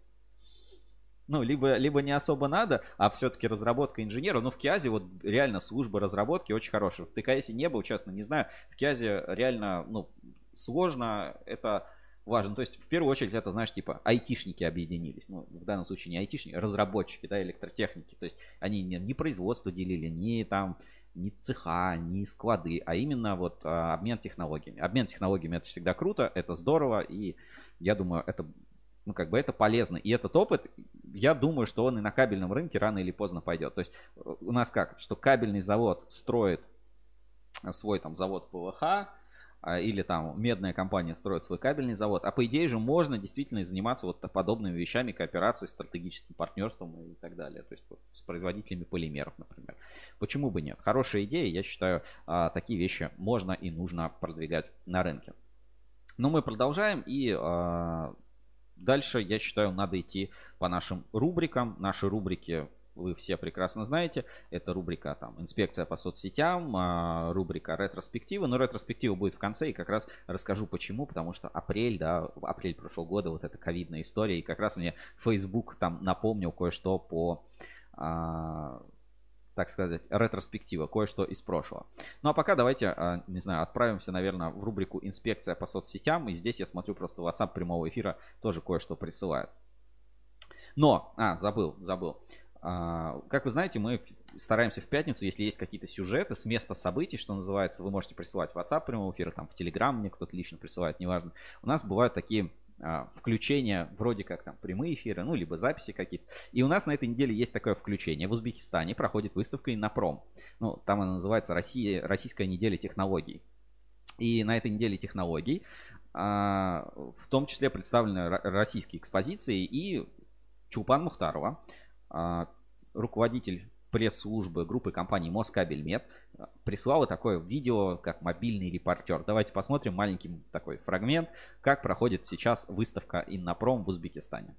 ну, либо, либо не особо надо, а все-таки разработка инженера. Ну, в Киазе вот реально служба разработки очень хорошая. В ТКСе не был, честно, не знаю. В Киазе реально, ну, сложно, это... важно. То есть, в первую очередь, это, знаешь, типа, айтишники объединились. Ну, в данном случае не айтишники, а разработчики, да, электротехники. То есть, они не, не производство делили, не там, не цеха, не склады, а именно вот а, обмен технологиями. Обмен технологиями — это всегда круто, это здорово, и я думаю, это, ну, как бы это полезно. И этот опыт, я думаю, что он и на кабельном рынке рано или поздно пойдет. То есть, у нас как, что кабельный завод строит свой там завод ПВХ, или там медная компания строит свой кабельный завод, а по идее же можно действительно заниматься вот подобными вещами, кооперацией, стратегическим партнерством и так далее, то есть вот с производителями полимеров, например. Почему бы нет? Хорошая идея, я считаю, такие вещи можно и нужно продвигать на рынке. Но мы продолжаем, и дальше, я считаю, надо идти по нашим рубрикам. Наши рубрики вы все прекрасно знаете. Это рубрика там инспекция по соцсетям, рубрика ретроспектива. Но ретроспектива будет в конце, и как раз расскажу почему. Потому что апрель, да, апрель прошлого года, вот эта ковидная история. И как раз мне Facebook там напомнил кое-что по, а, так сказать, ретроспектива, кое-что из прошлого. Ну а пока давайте, не знаю, отправимся, наверное, в рубрику инспекция по соцсетям. И здесь я смотрю, просто WhatsApp прямого эфира тоже кое-что присылает. Но, а, забыл, забыл. Как вы знаете, мы стараемся в пятницу, если есть какие-то сюжеты с места событий, что называется, вы можете присылать в WhatsApp прямого эфира, там в Telegram мне кто-то лично присылает, неважно. У нас бывают такие а, включения, вроде как там прямые эфиры, ну, либо записи какие-то. И у нас на этой неделе есть такое включение. В Узбекистане проходит выставка Иннопром. Ну, там она называется Россия, Российская неделя технологий. И на этой неделе технологий а, в том числе представлены российские экспозиции и Чулпан Мухтарова, руководитель пресс-службы группы компании Москабельмет, прислала такое видео, как мобильный репортер. Давайте посмотрим маленький такой фрагмент, как проходит сейчас выставка Иннопром в Узбекистане.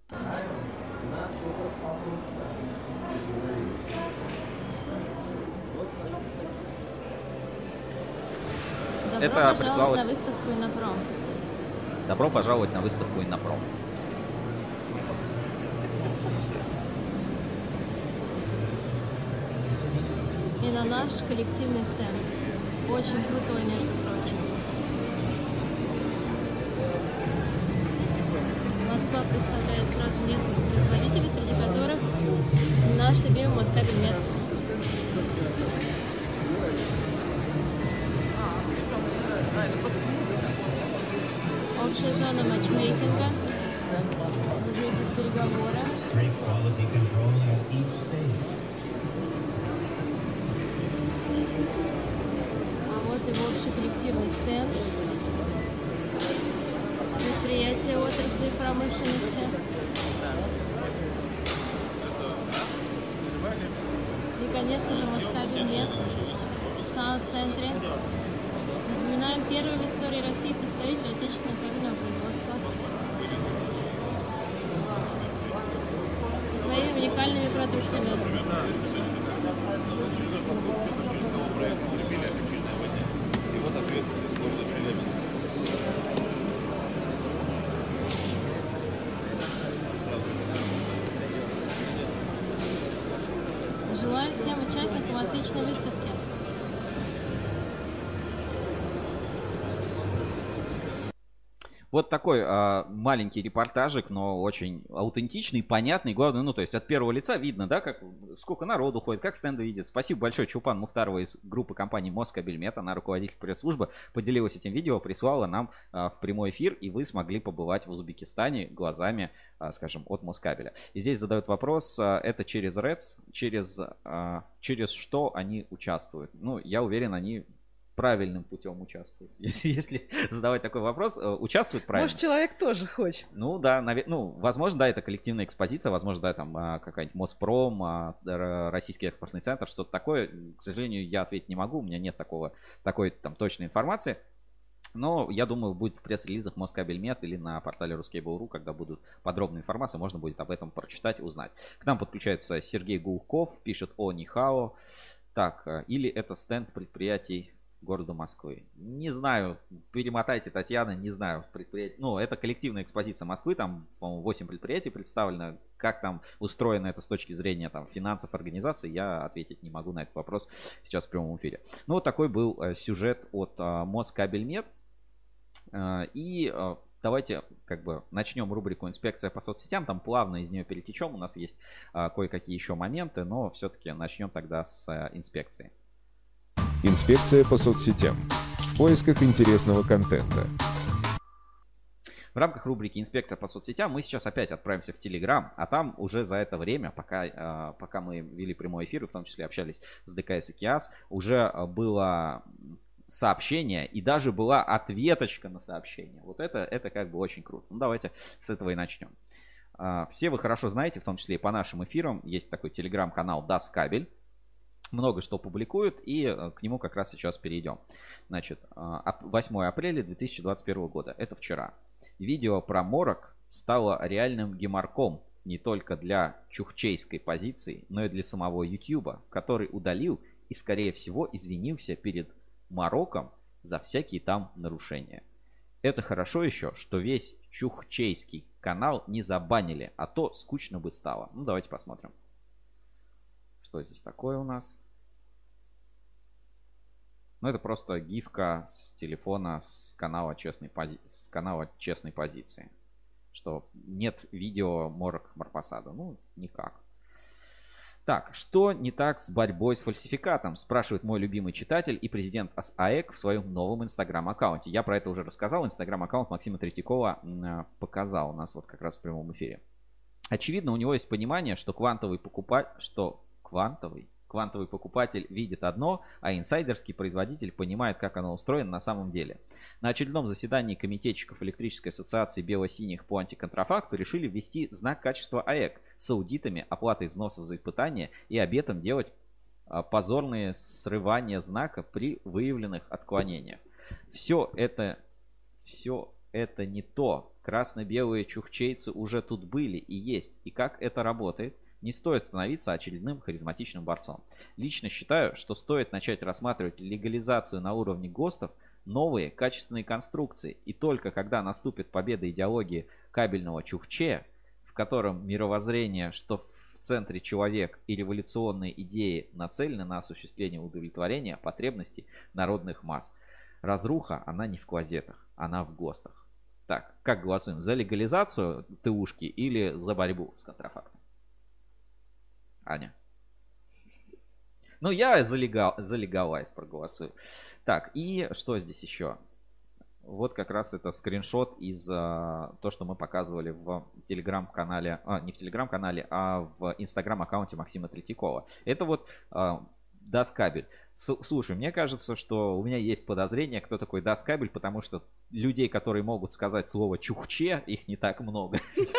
Добро
Это прислала...
на выставку Иннопром.
Добро пожаловать на выставку Иннопром.
И на наш коллективный стенд. Очень крутой, между прочим. Москва представляет сразу несколько производителей, среди которых наш любимый Москабельмет. Общая зона матчмейкинга. Уже идут переговоры. А вот его общий коллективный стенд. предприятия отрасли промышленности. И, конечно же, Москабельмет в самом центре. Напоминаем, первый в истории России представитель отечественного кабельного производства. Своими уникальными продуктами. Желаю всем участникам отличной выставки.
Вот такой а, маленький репортажик, но очень аутентичный, понятный, главное, ну, то есть от первого лица видно, да, как, сколько народу ходит, как стенды видят. Спасибо большое Чулпан Мухтарова из группы компании Москабельмет, она руководитель пресс-службы, поделилась этим видео, прислала нам а, в прямой эфир, и вы смогли побывать в Узбекистане глазами, а, скажем, от Москабеля. И здесь задают вопрос, а, это через РЭЦ, через, а, через что они участвуют? Ну, я уверен, они... правильным путем участвуют. Если, если задавать такой вопрос, участвуют правильно.
Может, человек тоже хочет.
Ну да, наве... ну, возможно, да, это коллективная экспозиция, возможно, да, там какая-нибудь Моспром, Российский экспортный центр, что-то такое. К сожалению, я ответить не могу, у меня нет такого, такой там точной информации. Но я думаю, будет в пресс-релизах Москабельмет или на портале Ruskable.ru, когда будут подробная информация, можно будет об этом прочитать, узнать. К нам подключается Сергей Гулков, пишет о Нихао. Так, или это стенд предприятий города Москвы. Не знаю, перемотайте, Татьяна, не знаю. Предприятие... Ну, это коллективная экспозиция Москвы, там, по-моему, восемь предприятий представлено. Как там устроено это с точки зрения там, финансов, организации, я ответить не могу на этот вопрос сейчас в прямом эфире. Ну, вот такой был э, сюжет от э, Москабельмет. Э, и э, давайте как бы начнем рубрику «Инспекция по соцсетям». Там плавно из нее перетечем. У нас есть э, кое-какие еще моменты, но все-таки начнем тогда с э, инспекции.
Инспекция по соцсетям. В поисках интересного контента.
В рамках рубрики «Инспекция по соцсетям» мы сейчас опять отправимся в Телеграм, а там уже за это время, пока, пока мы вели прямой эфир, и в том числе общались с ДКС и КИАС, уже было сообщение и даже была ответочка на сообщение. Вот это, это как бы очень круто. Ну давайте с этого и начнем. Все вы хорошо знаете, в том числе и по нашим эфирам, есть такой Телеграм-канал Даскабель. Много что публикуют, и к нему как раз сейчас перейдем. Значит, восьмое апреля две тысячи двадцать первого года, это вчера. Видео про морок стало реальным геморком не только для чухчейской позиции, но и для самого Ютьюба, который удалил и, скорее всего, извинился перед Марокком за всякие там нарушения. Это хорошо еще, что весь чухчейский канал не забанили, а то скучно бы стало. Ну, давайте посмотрим. Что здесь такое у нас? Ну, это просто гифка с телефона с канала честной, пози... с канала честной позиции. Что нет видео Морок Марпасада. Ну, никак. Так, что не так с борьбой с фальсификатом? Спрашивает мой любимый читатель и президент АЭК в своем новом инстаграм-аккаунте. Я про это уже рассказал. Инстаграм-аккаунт Максима Третьякова показал у нас вот как раз в прямом эфире. Очевидно, у него есть понимание, что квантовый покупатель... что Квантовый. Квантовый покупатель видит одно, а инсайдерский производитель понимает, как оно устроено на самом деле. На очередном заседании комитетчиков Электрической ассоциации бело-синих по антиконтрафакту решили ввести знак качества АЭК с аудитами, оплатой взносов за испытания и обетом делать позорные срывания знака при выявленных отклонениях. Все это, все это не то. Красно-белые чухчейцы уже тут были и есть. И как это работает? Не стоит становиться очередным харизматичным борцом. Лично считаю, что стоит начать рассматривать легализацию на уровне ГОСТов новые качественные конструкции. И только когда наступит победа идеологии кабельного чухче, в котором мировоззрение, что в центре человек и революционные идеи нацелены на осуществление удовлетворения потребностей народных масс. Разруха, она не в клозетах, она в ГОСТах. Так, как голосуем? За легализацию ТУшки или за борьбу с контрафактом? Аня. Ну, я за, легал, за легалайз проголосую. Так, и что здесь еще? Вот как раз это скриншот из а, то, что мы показывали в телеграм-канале, а, не в телеграм-канале, а в инстаграм-аккаунте Максима Третьякова. Это вот а, Даскабель. Слушай, мне кажется, что у меня есть подозрение, кто такой Даскабель, потому что людей, которые могут сказать слово чухче, их не так много.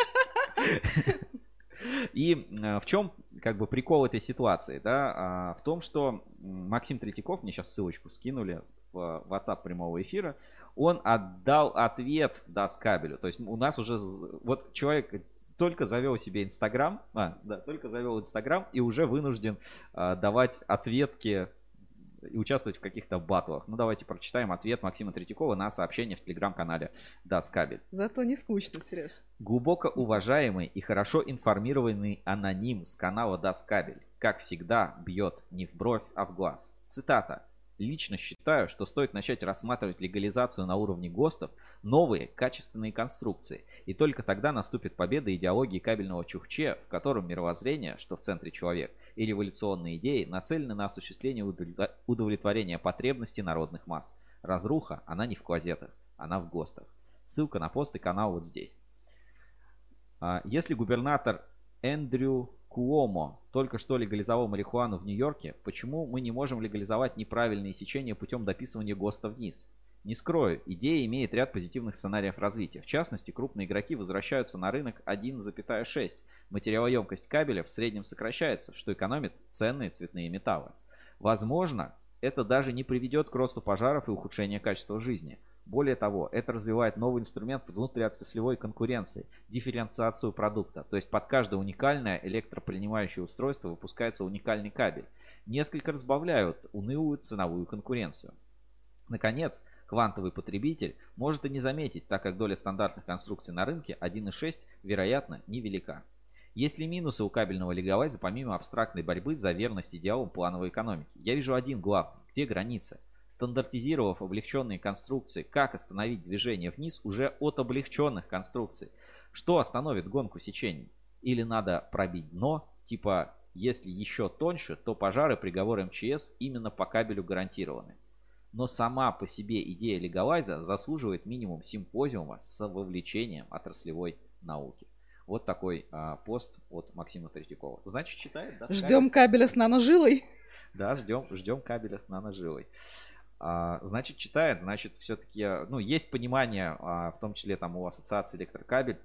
И в чем как бы прикол этой ситуации, да, в том, что Максим Третьяков, мне сейчас ссылочку скинули в WhatsApp прямого эфира, он отдал ответ Даскабелю. То есть у нас уже вот человек только завел себе Инстаграм, а, да, только завел Инстаграм и уже вынужден а, давать ответки и участвовать в каких-то батлах. Ну, давайте прочитаем ответ Максима Третьякова на сообщение в телеграм-канале Даскабель.
Зато не скучно, Сереж.
Глубоко уважаемый и хорошо информированный аноним с канала Даскабель, как всегда, бьет не в бровь, а в глаз. Цитата. Лично считаю, что стоит начать рассматривать легализацию на уровне ГОСТов новые качественные конструкции. И только тогда наступит победа идеологии кабельного чухче, в котором мировоззрение, что в центре человек, и революционные идеи нацелены на осуществление удовлетворения потребностей народных масс. Разруха, она не в клозетах, она в ГОСТах. Ссылка на пост и канал вот здесь. Если губернатор Эндрю Куомо только что легализовал марихуану в Нью-Йорке, почему мы не можем легализовать неправильные сечения путем дописывания ГОСТа вниз? Не скрою, идея имеет ряд позитивных сценариев развития. В частности, крупные игроки возвращаются на рынок один целых шесть. Материалоемкость кабеля в среднем сокращается, что экономит ценные цветные металлы. Возможно, это даже не приведет к росту пожаров и ухудшению качества жизни. Более того, это развивает новый инструмент внутриотраслевой конкуренции, дифференциацию продукта. То есть под каждое уникальное электропринимающее устройство выпускается уникальный кабель. Несколько разбавляют унылую ценовую конкуренцию. Наконец, квантовый потребитель может и не заметить, так как доля стандартных конструкций на рынке один целых шесть, вероятно, невелика. Есть ли минусы у кабельного легалайза помимо абстрактной борьбы за верность идеалам плановой экономики? Я вижу один главный. Где граница? Стандартизировав облегченные конструкции, как остановить движение вниз уже от облегченных конструкций? Что остановит гонку сечений? Или надо пробить дно, типа если еще тоньше, то пожары приговор эм че эс именно по кабелю гарантированы. Но сама по себе идея легалайза заслуживает минимум симпозиума с вовлечением отраслевой науки. Вот такой а, пост от Максима Третьякова. Значит, читает, да?
Ждем кабеля с наножилой.
Да, ждем, ждем кабеля с наножилой. А, значит, читает, значит, все-таки, ну, есть понимание, а, в том числе там у ассоциации Электрокабель,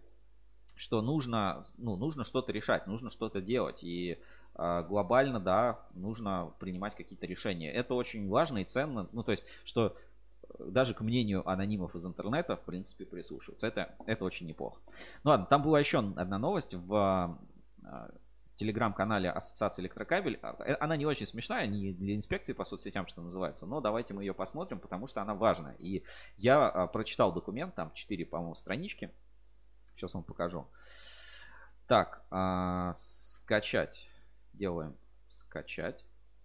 что нужно, ну, нужно что-то решать, нужно что-то делать. И а, глобально, да, нужно принимать какие-то решения. Это очень важно и ценно. Ну, то есть, что даже к мнению анонимов из интернета, в принципе, прислушиваются. Это, это очень неплохо. Ну ладно, там была еще одна новость в телеграм-канале Ассоциации Электрокабель. Она не очень смешная, не для инспекции по соцсетям, что называется, но давайте мы ее посмотрим, потому что она важная. И я прочитал документ, там четыре, по-моему, странички. Сейчас вам покажу. Так, скачать. Делаем скачать.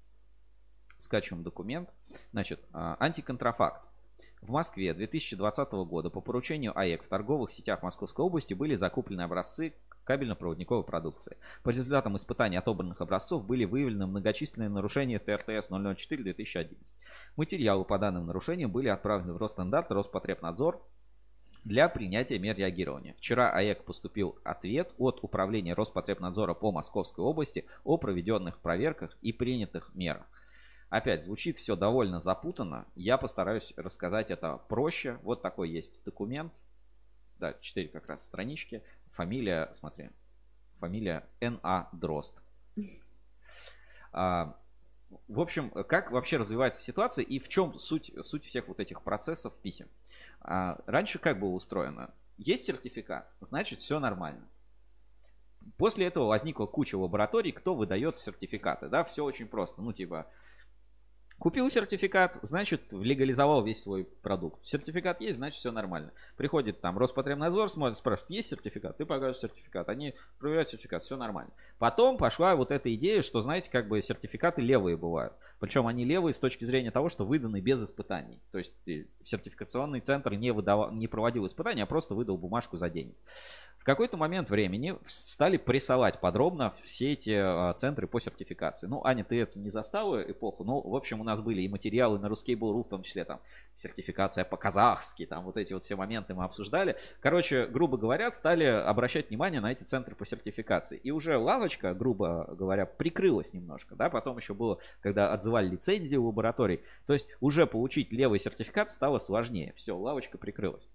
Скачиваем документ. Значит, антиконтрафакт. В Москве две тысячи двадцатого года по поручению АЭК в торговых сетях Московской области были закуплены образцы кабельно-проводниковой продукции. По результатам испытаний отобранных образцов были выявлены многочисленные нарушения тэ эр тэ эс ноль ноль четыре две тысячи одиннадцать. Материалы по данным нарушениям были отправлены в Росстандарт, Роспотребнадзор для принятия мер реагирования. Вчера АЭК поступил ответ от Управления Роспотребнадзора по Московской области о проведенных проверках и принятых мерах. Опять звучит все довольно запутанно. Я постараюсь рассказать это проще. Вот такой есть документ. Да, четыре как раз странички. Фамилия, смотри, фамилия Эн А Дрозд. А, в общем, как вообще развивается ситуация и в чем суть, суть всех вот этих процессов писем? А, раньше как было устроено? Есть сертификат, значит все нормально. После этого возникла куча лабораторий, кто выдает сертификаты. Да, все очень просто. Ну, типа... Купил сертификат, значит, легализовал весь свой продукт. Сертификат есть, значит, все нормально. Приходит там Роспотребнадзор, смотрит, спрашивает, есть сертификат? Ты покажешь сертификат. Они проверяют сертификат, все нормально. Потом пошла вот эта идея, что, знаете, как бы сертификаты левые бывают. Причем они левые с точки зрения того, что выданы без испытаний. То есть сертификационный центр не, выдавал, не проводил испытания, а просто выдал бумажку за деньги. В какой-то момент времени стали прессовать подробно все эти центры по сертификации. Ну, Аня, ты эту не застала эпоху, но, в общем, у нас нас были и материалы на Ruskable.ru, в том числе там сертификация по-казахски, там вот эти вот все моменты мы обсуждали. Короче, грубо говоря, стали обращать внимание на эти центры по сертификации. И уже лавочка, грубо говоря, прикрылась немножко, да, потом еще было, когда отзывали лицензии у лабораторий, то есть уже получить левый сертификат стало сложнее. Все, лавочка прикрылась.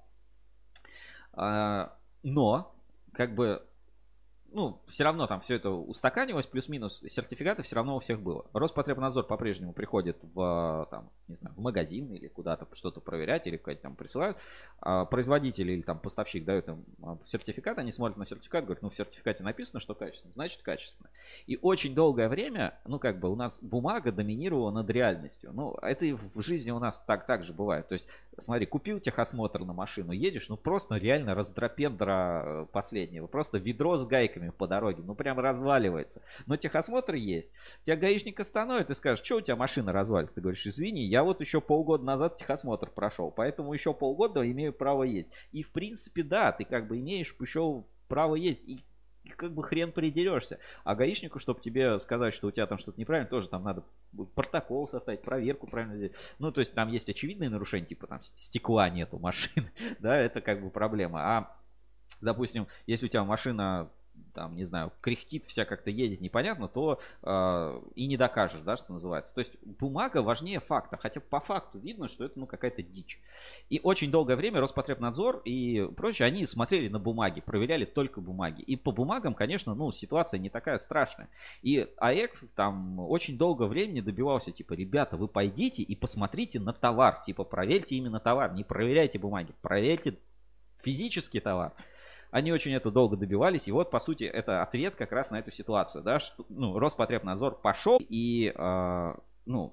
Но, как бы, ну, все равно там все это устаканилось, плюс-минус сертификаты все равно у всех было. Роспотребнадзор по-прежнему приходит в, там, не знаю, в магазин или куда-то что-то проверять, или куда-то там присылают. А производитель или там поставщик дает им сертификат, они смотрят на сертификат, говорят, ну, в сертификате написано, что качественно, значит качественно. И очень долгое время, ну, как бы у нас бумага доминировала над реальностью. Ну, это и в жизни у нас так, так же бывает. То есть, смотри, купил техосмотр на машину, едешь, ну, просто реально раздропендра последнего, просто ведро с гайками по дороге, ну прям разваливается. Но техосмотр есть. Тебя гаишник остановит и скажет, что у тебя машина развалится? Ты говоришь, извини, я вот еще полгода назад техосмотр прошел, поэтому еще полгода имею право ездить. И в принципе, да, ты как бы имеешь еще право ездить. И как бы хрен придерешься. А гаишнику, чтобы тебе сказать, что у тебя там что-то неправильно, тоже там надо протокол составить, проверку правильно сделать. Ну, то есть там есть очевидные нарушения, типа там стекла нету машины, да, это как бы проблема. А, допустим, если у тебя машина там, не знаю, кряхтит, вся как-то едет непонятно, то э, и не докажешь, да, что называется. То есть бумага важнее факта, хотя по факту видно, что это, ну, какая-то дичь. И очень долгое время Роспотребнадзор и прочее, они смотрели на бумаги, проверяли только бумаги. И по бумагам, конечно, ну, ситуация не такая страшная. И АЭК там очень долгое времени добивался, типа, ребята, вы пойдите и посмотрите на товар, типа, проверьте именно товар, не проверяйте бумаги, проверьте физический товар. Они очень это долго добивались, и вот, по сути, это ответ как раз на эту ситуацию, да, что, ну, Роспотребнадзор пошел и, э, ну,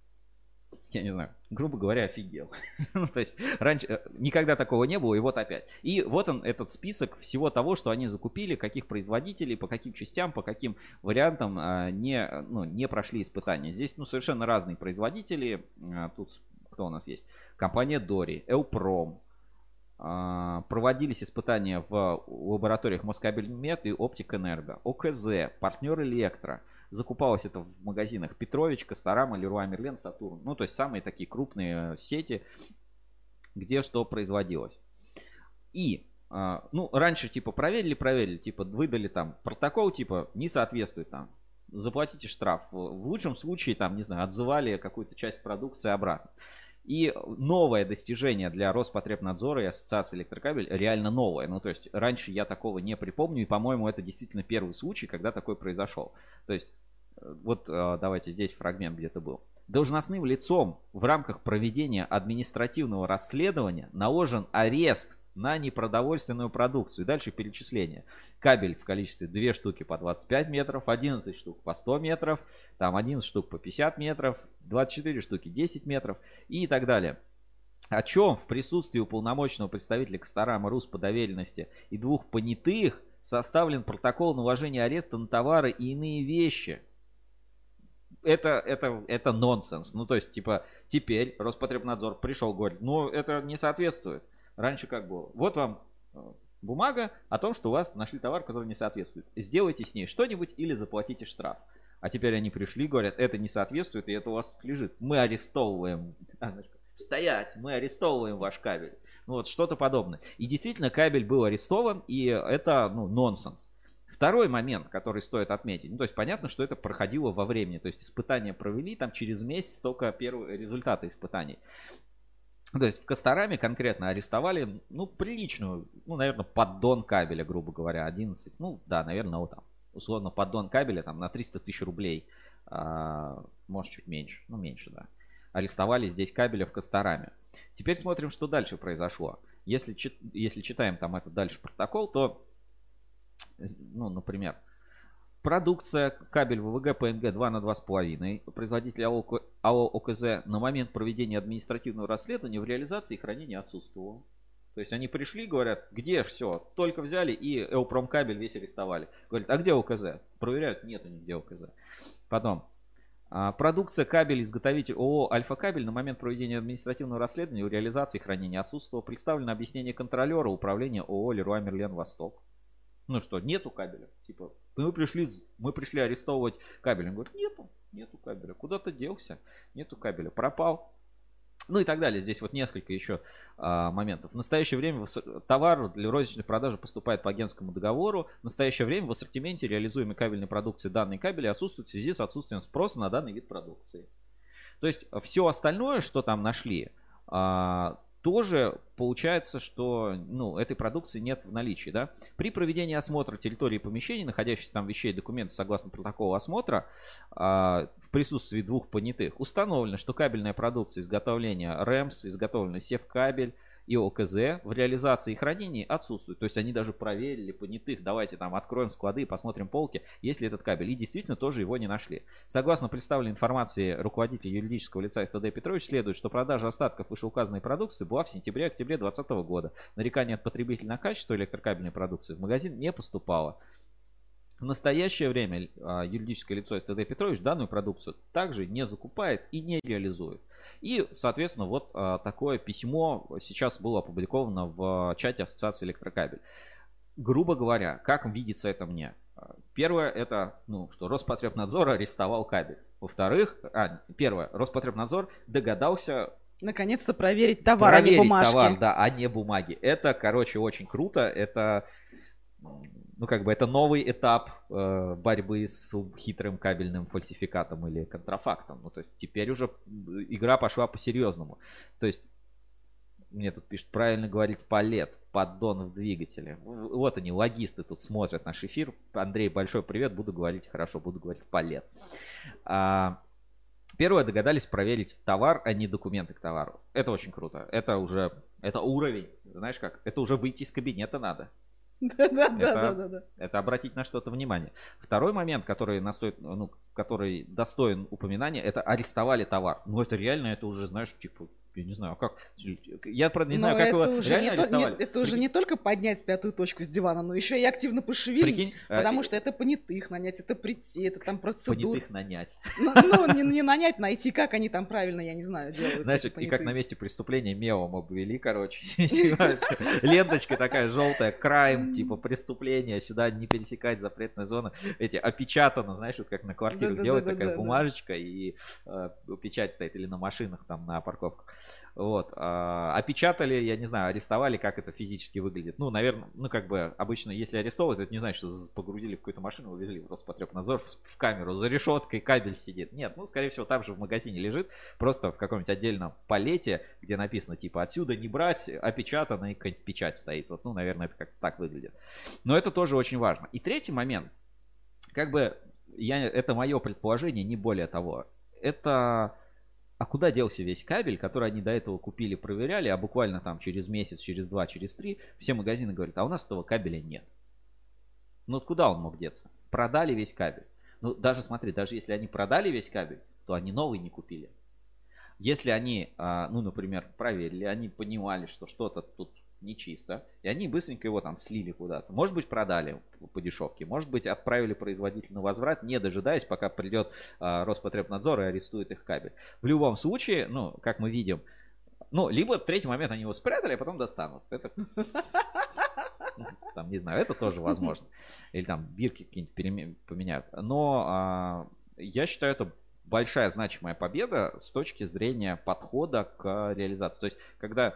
я не знаю, грубо говоря, офигел. Ну, то есть, раньше никогда такого не было, и вот опять. И вот он, этот список всего того, что они закупили, каких производителей, по каким частям, по каким вариантам э, не, ну, не прошли испытания. Здесь, ну, совершенно разные производители. Э, тут кто у нас есть? Компания Дори, Элпром. Проводились испытания в лабораториях Москабельмет и Оптик-Энерго, ОКЗ, Партнер Электро. Закупалось это в магазинах Петрович, Косторама, Леруа Мерлен, Сатурн. Ну, то есть самые такие крупные сети, где что производилось. И, ну, раньше типа проверили, проверили, типа выдали там протокол, типа не соответствует там. Заплатите штраф. В лучшем случае, там, не знаю, отзывали какую-то часть продукции обратно. И новое достижение для Роспотребнадзора и Ассоциации Электрокабель реально новое. Ну, то есть, раньше я такого не припомню, и, по-моему, это действительно первый случай, когда такой произошел. То есть, вот давайте здесь фрагмент где-то был. Должностным лицом в рамках проведения административного расследования наложен арест на непродовольственную продукцию. И дальше перечисление. Кабель в количестве две штуки по двадцать пять метров, одиннадцать штук по сто метров, там одиннадцать штук по пятьдесят метров, двадцать четыре штуки десять метров и так далее. О чем в присутствии уполномоченного представителя Косторама РУС по доверенности и двух понятых составлен протокол наложения ареста на товары и иные вещи. Это, это, это нонсенс. Ну, то есть, типа, теперь Роспотребнадзор пришел, говорит, ну, это не соответствует. Раньше как было? Вот вам бумага о том, что у вас нашли товар, который не соответствует. Сделайте с ней что-нибудь или заплатите штраф. А теперь они пришли, говорят, это не соответствует, и это у вас тут лежит. Мы арестовываем. Стоять, мы арестовываем ваш кабель. Ну вот что-то подобное. И действительно кабель был арестован, и это, ну, нонсенс. Второй момент, который стоит отметить. Ну, то есть понятно, что это проходило во времени. То есть испытания провели, там через месяц только первые результаты испытаний. То есть в Костораме конкретно арестовали, ну, приличную, ну, наверное, поддон кабеля, грубо говоря, одиннадцать. Ну, да, наверное, вот там, условно, поддон кабеля там на триста тысяч рублей, а, может, чуть меньше, ну, меньше, да. Арестовали здесь кабеля в Костораме. Теперь смотрим, что дальше произошло. Если, если читаем там этот дальше протокол, то, ну, например, продукция кабель ВВГ ПНГ два на два с половиной. Производитель АО ОКЗ на момент проведения административного расследования в реализации и хранении отсутствовал. То есть они пришли, говорят, где все? Только взяли и Элпромкабель весь арестовали. Говорят, а где ОКЗ? Проверяют, нету нигде ОКЗ. Потом. Продукция кабель изготовитель ООО Альфа-Кабель на момент проведения административного расследования в реализации и хранении отсутствовало. Представлено объяснение контролера управления ООО Леруа Мерлен Восток. Ну что, нету кабеля. Типа, мы пришли, мы пришли арестовывать кабель. Он говорит, нету, нету кабеля. Куда ты делся? Нету кабеля. Пропал. Ну и так далее. Здесь вот несколько еще а, моментов. В настоящее время товар для розничной продажи поступает по агентскому договору. В настоящее время в ассортименте реализуемой кабельной продукции данные кабели отсутствуют в связи с отсутствием спроса на данный вид продукции. То есть все остальное, что там нашли, а, тоже получается, что ну, этой продукции нет в наличии. Да? При проведении осмотра территории помещений, находящихся там вещей и документов согласно протоколу осмотра, а, в присутствии двух понятых, установлено, что кабельная продукция изготовления РЭМС, изготовленный Севкабель и ОКЗ в реализации и хранении отсутствует. То есть они даже проверили понятых. Давайте там откроем склады и посмотрим полки, есть ли этот кабель. И действительно тоже его не нашли. Согласно представленной информации руководителя юридического лица СТД Петрович, следует, что продажа остатков вышеуказанной продукции была в сентябре-октябре две тысячи двадцатого года. Нарекание от потребителя на качество электрокабельной продукции в магазин не поступало. В настоящее время а, юридическое лицо СТД Петрович данную продукцию также не закупает и не реализует. И, соответственно, вот а, такое письмо сейчас было опубликовано в чате Ассоциации Электрокабель. Грубо говоря, как видится это мне? Первое, это, ну, что Роспотребнадзор арестовал кабель. Во-вторых, а, первое, Роспотребнадзор догадался
наконец-то проверить товар,
проверить
а не бумажки.
товар, да, а не бумаги. Это, короче, очень круто. Это... Ну, как бы это новый этап э, борьбы с хитрым кабельным фальсификатом или контрафактом. Ну, то есть теперь уже игра пошла по-серьезному. То есть мне тут пишут, правильно говорить палет, поддон в двигателе. Вот они, логисты тут смотрят наш эфир. Андрей, большой привет, буду говорить хорошо, буду говорить палет. А, первое, догадались проверить товар, а не документы к товару. Это очень круто. Это уже, это уровень. Знаешь как, это уже выйти из кабинета надо.
Да, да,
это,
да, да, да.
Это обратить на что-то внимание. Второй момент, который, настоит, ну, который достоин упоминания, это арестовали товар. Ну, это реально, это уже, знаешь, типа, я не знаю, как. Я, правда, не знаю,
но
как его
уже
реально
не
арестовали.
То, нет, это уже не только поднять пятую точку с дивана, но еще и активно пошевелить.
Прикинь,
потому
а,
что это понятых нанять, это прийти, это там процедура.
Понятых нанять.
Ну, ну не, не нанять, найти, как они там правильно, я не знаю, делают.
Знаешь, и как на месте преступления мелом обвели, короче. Ленточка такая желтая, крайм, типа преступление, сюда не пересекать, запретная зона. Эти опечатано, знаешь, вот как на квартирах делают, такая бумажечка и печать стоит, или на машинах там на парковках. Вот. А, опечатали, я не знаю, арестовали, как это физически выглядит. Ну, наверное, ну, как бы, обычно, если арестовывают, это не значит, что погрузили в какую-то машину, увезли в Роспотребнадзор в, в камеру, за решеткой кабель сидит. Нет, ну, скорее всего, там же в магазине лежит, просто в каком-нибудь отдельном палете, где написано, типа, отсюда не брать, опечатано, и какая-нибудь печать стоит. Вот, ну, наверное, это как-то так выглядит. Но это тоже очень важно. И третий момент, как бы, я, это мое предположение, не более того. Это... А куда делся весь кабель, который они до этого купили, проверяли, а буквально там через месяц, через два, через три все магазины говорят, а у нас этого кабеля нет. Ну вот куда он мог деться? Продали весь кабель. Ну даже смотри, даже если они продали весь кабель, то они новый не купили. Если они, ну например, проверили, они понимали, что что-то тут нечисто, и они быстренько его там слили куда-то. Может быть, продали по дешевке, может быть, отправили производителю на возврат, не дожидаясь, пока придет а, Роспотребнадзор и арестует их кабель. В любом случае, ну, как мы видим, ну, либо в третий момент они его спрятали, а потом достанут. Это, там, не знаю, это тоже возможно. Или там бирки какие-нибудь поменяют. Но а, я считаю, это большая значимая победа с точки зрения подхода к реализации. То есть, когда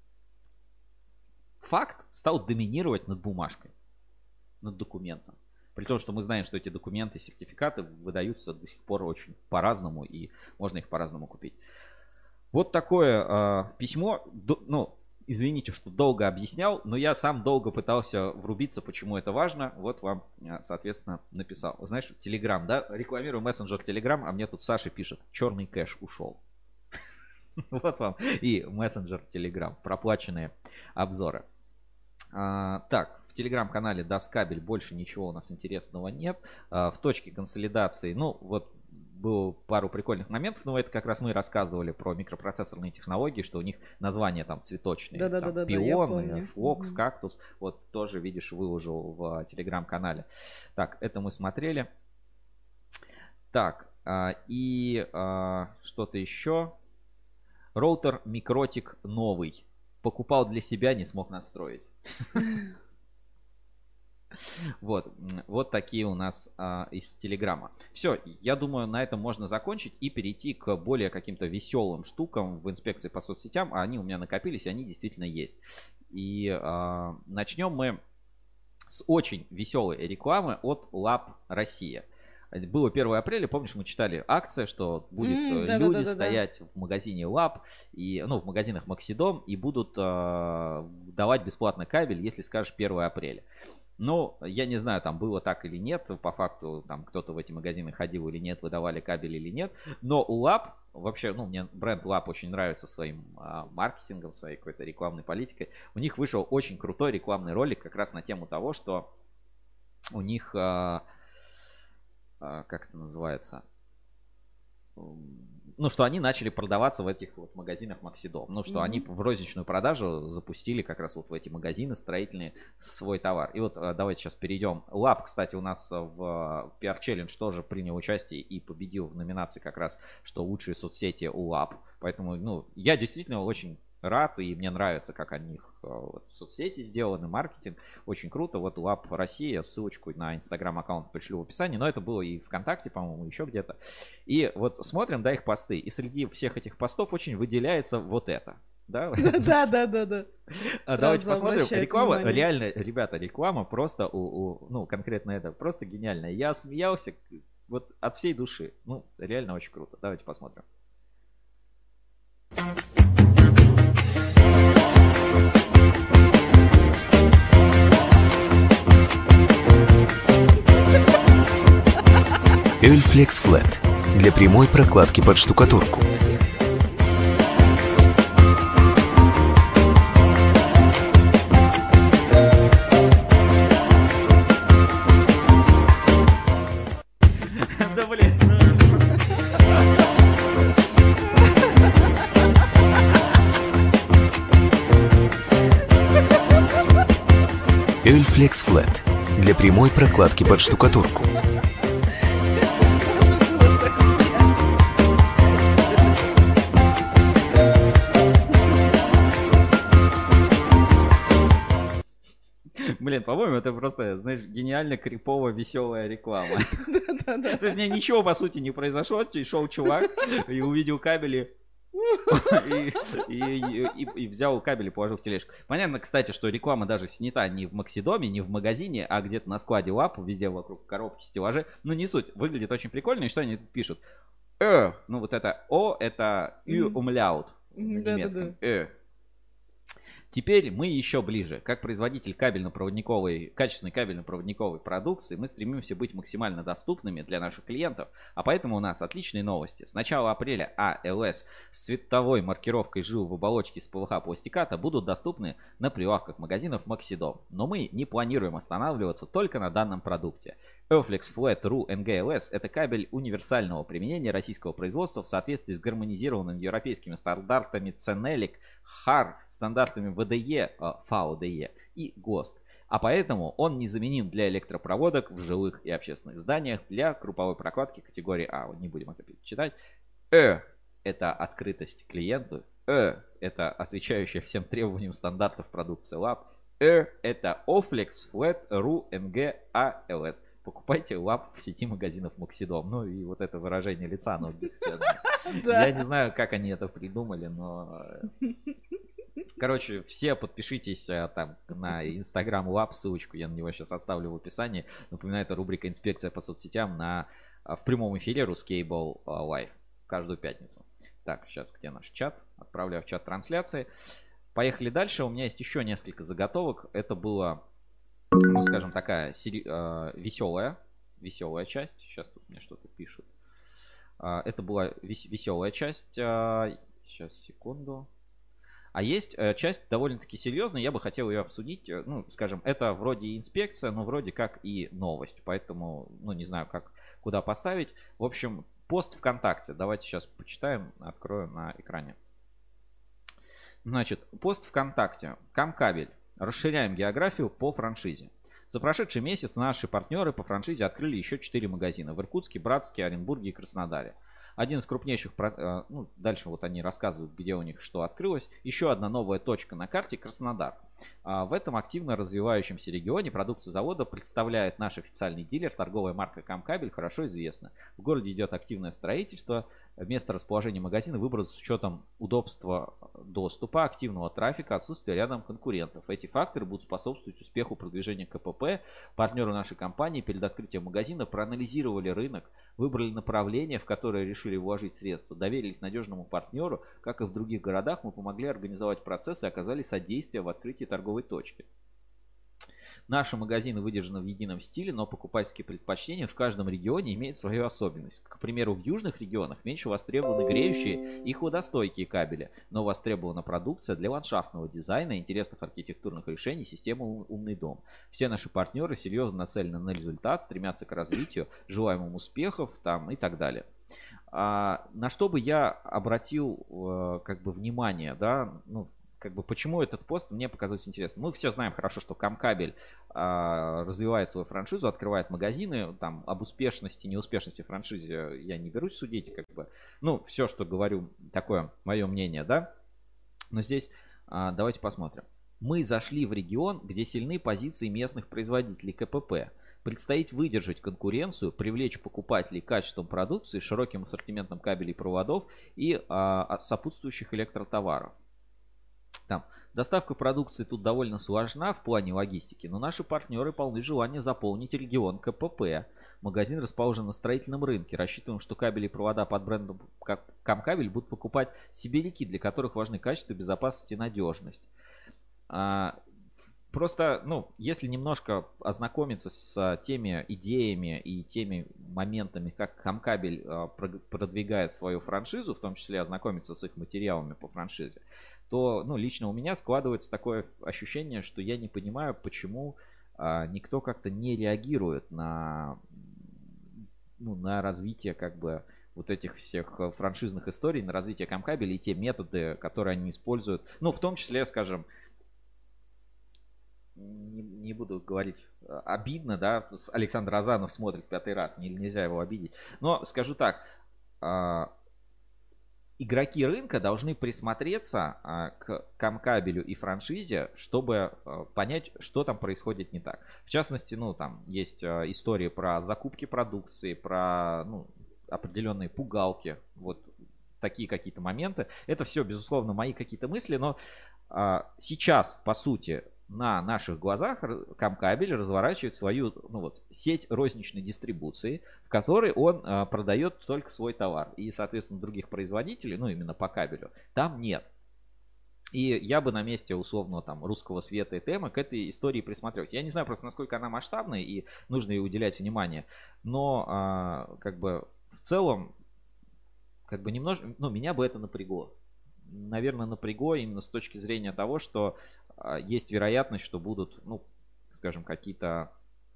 факт стал доминировать над бумажкой, над документом. При том, что мы знаем, что эти документы, сертификаты выдаются до сих пор очень по-разному, и можно их по-разному купить. Вот такое э, письмо. До, ну, извините, что долго объяснял, но я сам долго пытался врубиться, почему это важно. Вот вам, соответственно, написал. Знаешь, Telegram, да? Рекламирую мессенджер Telegram, а мне тут Саша пишет, черный кэш ушел. Вот вам и мессенджер Telegram, проплаченные обзоры. А, так, в телеграм-канале Даскабель больше ничего у нас интересного нет. А, в точке консолидации, ну вот было пару прикольных моментов, но это как раз мы рассказывали про микропроцессорные технологии, что у них названия там цветочные,
да,
там,
да, да,
пионы,
да,
флокс, кактус, вот тоже, видишь, выложил в телеграм-канале. Так, это мы смотрели. Так, а, и а, что-то еще. Роутер Микротик новый. Покупал для себя, не смог настроить. Вот, вот такие у нас а, из Телеграма. Все, я думаю, на этом можно закончить и перейти к более каким-то веселым штукам в инспекции по соцсетям. А они у меня накопились, и они действительно есть. И а, начнем мы с очень веселой рекламы от Lab Россия. Было первое апреля, помнишь, мы читали акция, что будет mm, да, люди да, да, стоять да. в магазине Lab, и, ну, в магазинах Максидом, и будут э, давать бесплатно кабель, если скажешь первое апреля. Ну, я не знаю, там было так или нет, по факту там кто-то в эти магазины ходил или нет, выдавали кабель или нет, но у Lab, вообще, ну, мне бренд Lab очень нравится своим а, маркетингом, своей какой-то рекламной политикой. У них вышел очень крутой рекламный ролик как раз на тему того, что у них... А, как это называется, ну, что они начали продаваться в этих вот магазинах Максидом, ну, что mm-hmm. они в розничную продажу запустили как раз вот в эти магазины строительные свой товар. И вот давайте сейчас перейдем. Lab, кстати, у нас в пи ар-челлендж тоже принял участие и победил в номинации как раз, что лучшие соцсети у Lab. Поэтому, ну, я действительно очень рад, и мне нравится, как они их вот, соцсети сделаны, маркетинг. Очень круто. Вот Lab Россия, ссылочку на инстаграм-аккаунт пришлю в описании, но это было и ВКонтакте, по-моему, еще где-то. И вот смотрим, да, их посты, и среди всех этих постов очень выделяется вот это. Да,
да, да, да, да.
Давайте посмотрим. Реклама, реально, ребята, реклама просто у, у, ну, конкретно это, просто гениальная. Я смеялся вот от всей души. Ну, реально очень круто. Давайте посмотрим.
Эльфлекс Флэт для прямой прокладки под штукатурку.
Да блин.
Эльфлекс Флэт для прямой прокладки под штукатурку.
Блин, по-моему, это просто, знаешь, гениально крипово-веселая реклама. То есть, мне ничего, по сути, не произошло. Шел чувак и увидел кабели. И, и, и, и взял кабель и положил в тележку. Понятно, кстати, что реклама даже снята не в Максидоме, не в магазине, а где-то на складе Lab, везде вокруг коробки, стеллажи. Но не суть. Выглядит очень прикольно. И что они тут пишут? Э, ну вот это О, это Ü umlaut на немецком. Э. Теперь мы еще ближе. Как производитель кабельно-проводниковой, качественной кабельно-проводниковой продукции, мы стремимся быть максимально доступными для наших клиентов, а поэтому у нас отличные новости. С начала апреля а эл эс с цветовой маркировкой жил в оболочке из пэ вэ ха-пластиката будут доступны на прилавках магазинов Максидом. Но мы не планируем останавливаться только на данном продукте. Elflex Flat ru эн джи эл эс – это кабель универсального применения российского производства в соответствии с гармонизированными европейскими стандартами Ценелик, хар, стандартами вэ дэ е, эф дэ е и ГОСТ. А поэтому он незаменим для электропроводок в жилых и общественных зданиях для групповой прокладки категории А. Вот не будем это читать. Э – это открытость клиенту. Э – это отвечающая всем требованиям стандартов продукции Lab. Э – это Elflex Flat ru эн джи эл эс. Покупайте Lab в сети магазинов Максидом. Ну и вот это выражение лица, оно бесценно. Я не знаю, как они это придумали, но... Короче, все подпишитесь там на Instagram Lab, ссылочку я на него сейчас оставлю в описании. Напоминаю, это рубрика «Инспекция по соцсетям» на, в прямом эфире Ruscable Live каждую пятницу. Так, сейчас где наш чат? Отправляю в чат трансляции. Поехали дальше. У меня есть еще несколько заготовок. Это было, ну, скажем, такая сери... э, веселая, веселая часть. Сейчас тут мне что-то пишут. Э, это была вес... веселая часть. Э, сейчас, секунду. А есть э, часть довольно-таки серьезная, я бы хотел ее обсудить. Ну, скажем, это вроде инспекция, но вроде как и новость. Поэтому, ну, не знаю, как, куда поставить. В общем, пост ВКонтакте. Давайте сейчас почитаем, открою на экране. Значит, пост ВКонтакте. Камкабель. Расширяем географию по франшизе. За прошедший месяц наши партнеры по франшизе открыли еще четыре магазина в Иркутске, Братске, Оренбурге и Краснодаре. Один из крупнейших, ну, дальше вот они рассказывают, где у них что открылось. Еще одна новая точка на карте — Краснодар. В этом активно развивающемся регионе продукцию завода представляет наш официальный дилер, торговая марка Камкабель, хорошо известна. В городе идет активное строительство. Место расположения магазина выбрано с учетом удобства доступа, активного трафика, отсутствия рядом конкурентов. Эти факторы будут способствовать успеху продвижения КПП. Партнеры нашей компании перед открытием магазина проанализировали рынок, выбрали направление, в которое решили вложить средства, доверились надежному партнеру. Как и в других городах, мы помогли организовать процесс и оказали содействие в открытии торговой точки. Наши магазины выдержаны в едином стиле, но покупательские предпочтения в каждом регионе имеют свою особенность. К примеру, в южных регионах меньше востребованы греющие и ходостойкие кабели, но востребована продукция для ландшафтного дизайна, интересных архитектурных решений, системы «Умный дом». Все наши партнеры серьезно нацелены на результат, стремятся к развитию, желаемым успехов там, и так далее. А, на что бы я обратил э, как бы внимание, да, ну, как бы почему этот пост мне показался интересным. Мы все знаем хорошо, что Камкабель а, развивает свою франшизу, открывает магазины. Там об успешности, неуспешности франшизы я не берусь судить. Как бы. Ну, все, что говорю, такое мое мнение, да. Но здесь а, давайте посмотрим. Мы зашли в регион, где сильны позиции местных производителей КПП. Предстоит выдержать конкуренцию, привлечь покупателей качеством продукции, широким ассортиментом кабелей и проводов и а, сопутствующих электротоваров. Там. Доставка продукции тут довольно сложна в плане логистики, но наши партнеры полны желания заполнить регион КПП. Магазин расположен на строительном рынке. Рассчитываем, что кабели и провода под брендом Камкабель будут покупать сибиряки, для которых важны качество, безопасность и надежность. А, просто, ну, если немножко ознакомиться с теми идеями и теми моментами, как Камкабель а, продвигает свою франшизу, в том числе ознакомиться с их материалами по франшизе, то, ну, лично у меня складывается такое ощущение, что я не понимаю, почему а, никто как-то не реагирует на, ну, на развитие как бы вот этих всех франшизных историй, на развитие Камкабеля и те методы, которые они используют. Ну, в том числе, скажем, не, не буду говорить обидно, да, Александр Азанов смотрит пятый раз, нельзя его обидеть. Но скажу так, а, игроки рынка должны присмотреться а, к Камкабелю и франшизе, чтобы а, понять, что там происходит не так. В частности, ну, там есть а, истории про закупки продукции, про, ну, определенные пугалки, вот такие какие-то моменты. Это все, безусловно, мои какие-то мысли, но а, сейчас, по сути, на наших глазах Камкабель разворачивает свою, ну, вот, сеть розничной дистрибуции, в которой он а, продает только свой товар. И, соответственно, других производителей, ну, именно по кабелю, там нет. И я бы на месте условного там русского света и темы к этой истории присмотрелся. Я не знаю просто, насколько она масштабная и нужно ей уделять внимание. Но а, как бы в целом, как бы немножко, ну, меня бы это напрягло. Наверное, напрягло именно с точки зрения того, что а, есть вероятность, что будут, ну, скажем, какие-то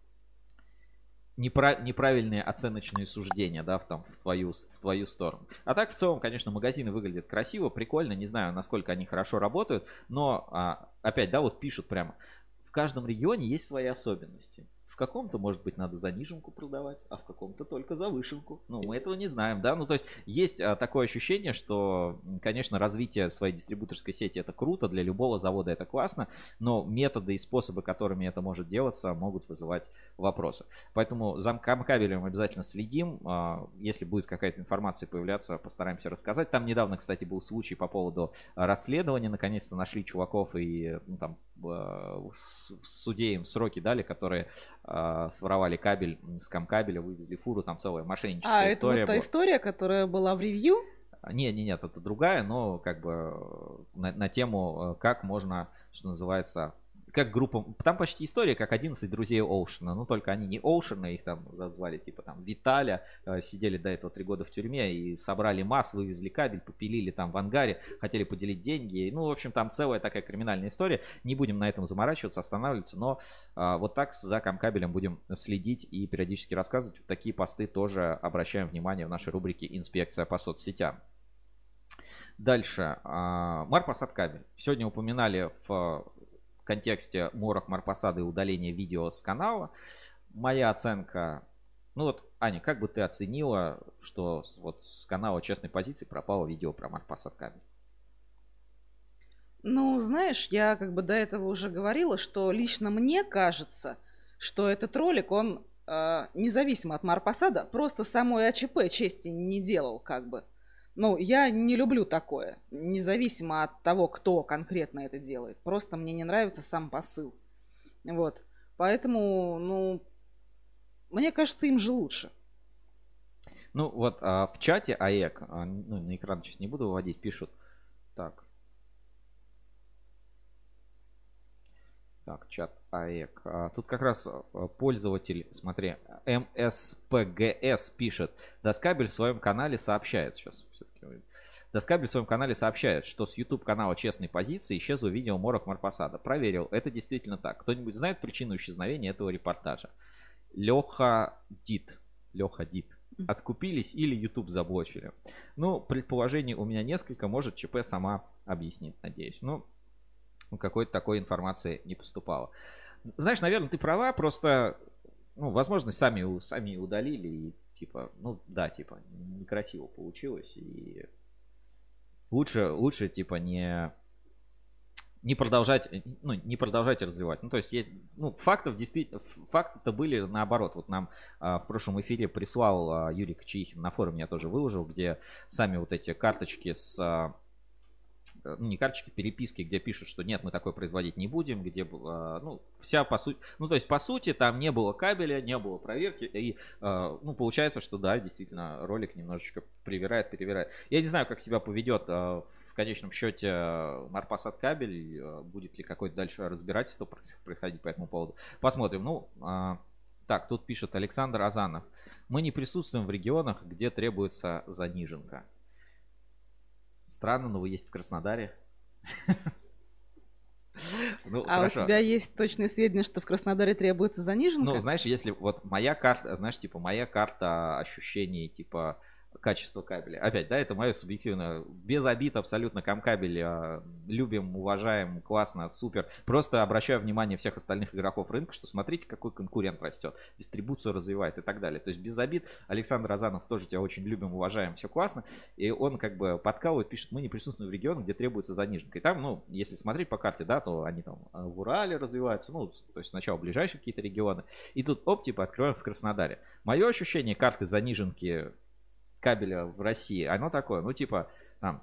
неправ- неправильные оценочные суждения, да, в, там, в, твою, в твою сторону. А так, в целом, конечно, магазины выглядят красиво, прикольно. Не знаю, насколько они хорошо работают, но, а, опять, да, вот пишут прямо, в каждом регионе есть свои особенности. В каком-то, может быть, надо заниженку продавать, а в каком-то только завышенку. Ну, мы этого не знаем, да. Ну, то есть, есть а, такое ощущение, что, конечно, развитие своей дистрибуторской сети это круто, для любого завода это классно, но методы и способы, которыми это может делаться, могут вызывать вопросы. Поэтому за Камкабелем обязательно следим. А, если будет какая-то информация появляться, постараемся рассказать. Там недавно, кстати, был случай по поводу расследования. Наконец-то нашли чуваков и, ну, там, в суде им сроки дали, которые своровали кабель с Камкабеля, вывезли фуру, там целая мошенническая
а,
история. А,
это вот та история, которая была в ревью?
Не, не, нет, это другая, но как бы на, на тему, как можно, что называется, как группа, там почти история, как одиннадцать друзей Оушена, но только они не Оушена, их там зазвали, типа там Виталя, сидели до этого три года в тюрьме и собрали масс, вывезли кабель, попилили там в ангаре, хотели поделить деньги, ну, в общем, там целая такая криминальная история, не будем на этом заморачиваться, останавливаться, но а, вот так за Камкабелем будем следить и периодически рассказывать, в такие посты тоже обращаем внимание в нашей рубрике «Инспекция по соцсетям». Дальше, а, Марпасадкабель. Сегодня упоминали в в контексте морок Марпасада и удаления видео с канала. Моя оценка, ну вот, Аня, как бы ты оценила, что вот с канала «Честной позиции» пропало видео про Марпасадкабель?
Ну, знаешь, я как бы до этого уже говорила, что лично мне кажется, что этот ролик, он э, независимо от Марпасада, просто самой АЧП чести не делал как бы. Ну, я не люблю такое, независимо от того, кто конкретно это делает. Просто мне не нравится сам посыл. Вот. Поэтому, ну, мне кажется, им же лучше.
Ну, вот а, в чате АЭК, а, ну, на экран сейчас не буду выводить, пишут. Так. Так, чат АЭК. А, тут как раз пользователь, смотри, эм эс пи джи эс пишет. Доскабель в своем канале сообщает. Сейчас все-таки... Доскабель в своем канале сообщает, что с YouTube-канала «Честной позиции» исчезло видео морок Марпасада. Проверил, это действительно так. Кто-нибудь знает причину исчезновения этого репортажа? Леха Дит. Леха Дит. Откупились или YouTube заблочили? Ну, предположений у меня несколько. Может, ЧП сама объяснит, надеюсь. Ну, какой-то такой информации не поступало. Знаешь, наверное, ты права. Просто, ну, возможно, сами, сами удалили. И, типа, ну, да, типа, некрасиво получилось. И лучше, лучше типа, не... не продолжать, ну, не продолжать развивать. Ну, то есть, есть, ну, фактов действительно, факты-то были наоборот. Вот нам а, в прошлом эфире прислал а, Юрий Кочеихин, на форуме я тоже выложил, где сами вот эти карточки с, а, ну, не карточки, переписки, где пишут, что нет, мы такое производить не будем, где, а, ну, вся по сути, ну, то есть, по сути, там не было кабеля, не было проверки, и, а, ну, получается, что, да, действительно, ролик немножечко привирает, перевирает. Я не знаю, как себя поведет а, в конечном счете Марпасад кабель, будет ли какое-то дальше разбирательство происходить по этому поводу. Посмотрим. Ну, а, так, тут пишет Александр Азанов. Мы не присутствуем в регионах, где требуется заниженка. Странно, но вы есть в Краснодаре.
Ну, а хорошо. У тебя есть точные сведения, что в Краснодаре требуется заниженка?
Ну, знаешь, если вот моя карта, знаешь, типа моя карта ощущений, типа качество кабеля. Опять, да, это мое субъективное. Без обид абсолютно Камкабель. Любим, уважаем, классно, супер. Просто обращаю внимание всех остальных игроков рынка, что смотрите, какой конкурент растет. Дистрибуцию развивает и так далее. То есть без обид. Александр Азанов тоже тебя очень любим, уважаем, все классно. И он как бы подкалывает, пишет, мы не присутствуем в регионах, где требуется заниженка. И там, ну, если смотреть по карте, да, то они там в Урале развиваются. Ну, то есть сначала ближайшие какие-то регионы. И тут, оп, типа, откроем в Краснодаре. Мое ощущение карты заниженки кабеля в России, оно такое, ну типа там,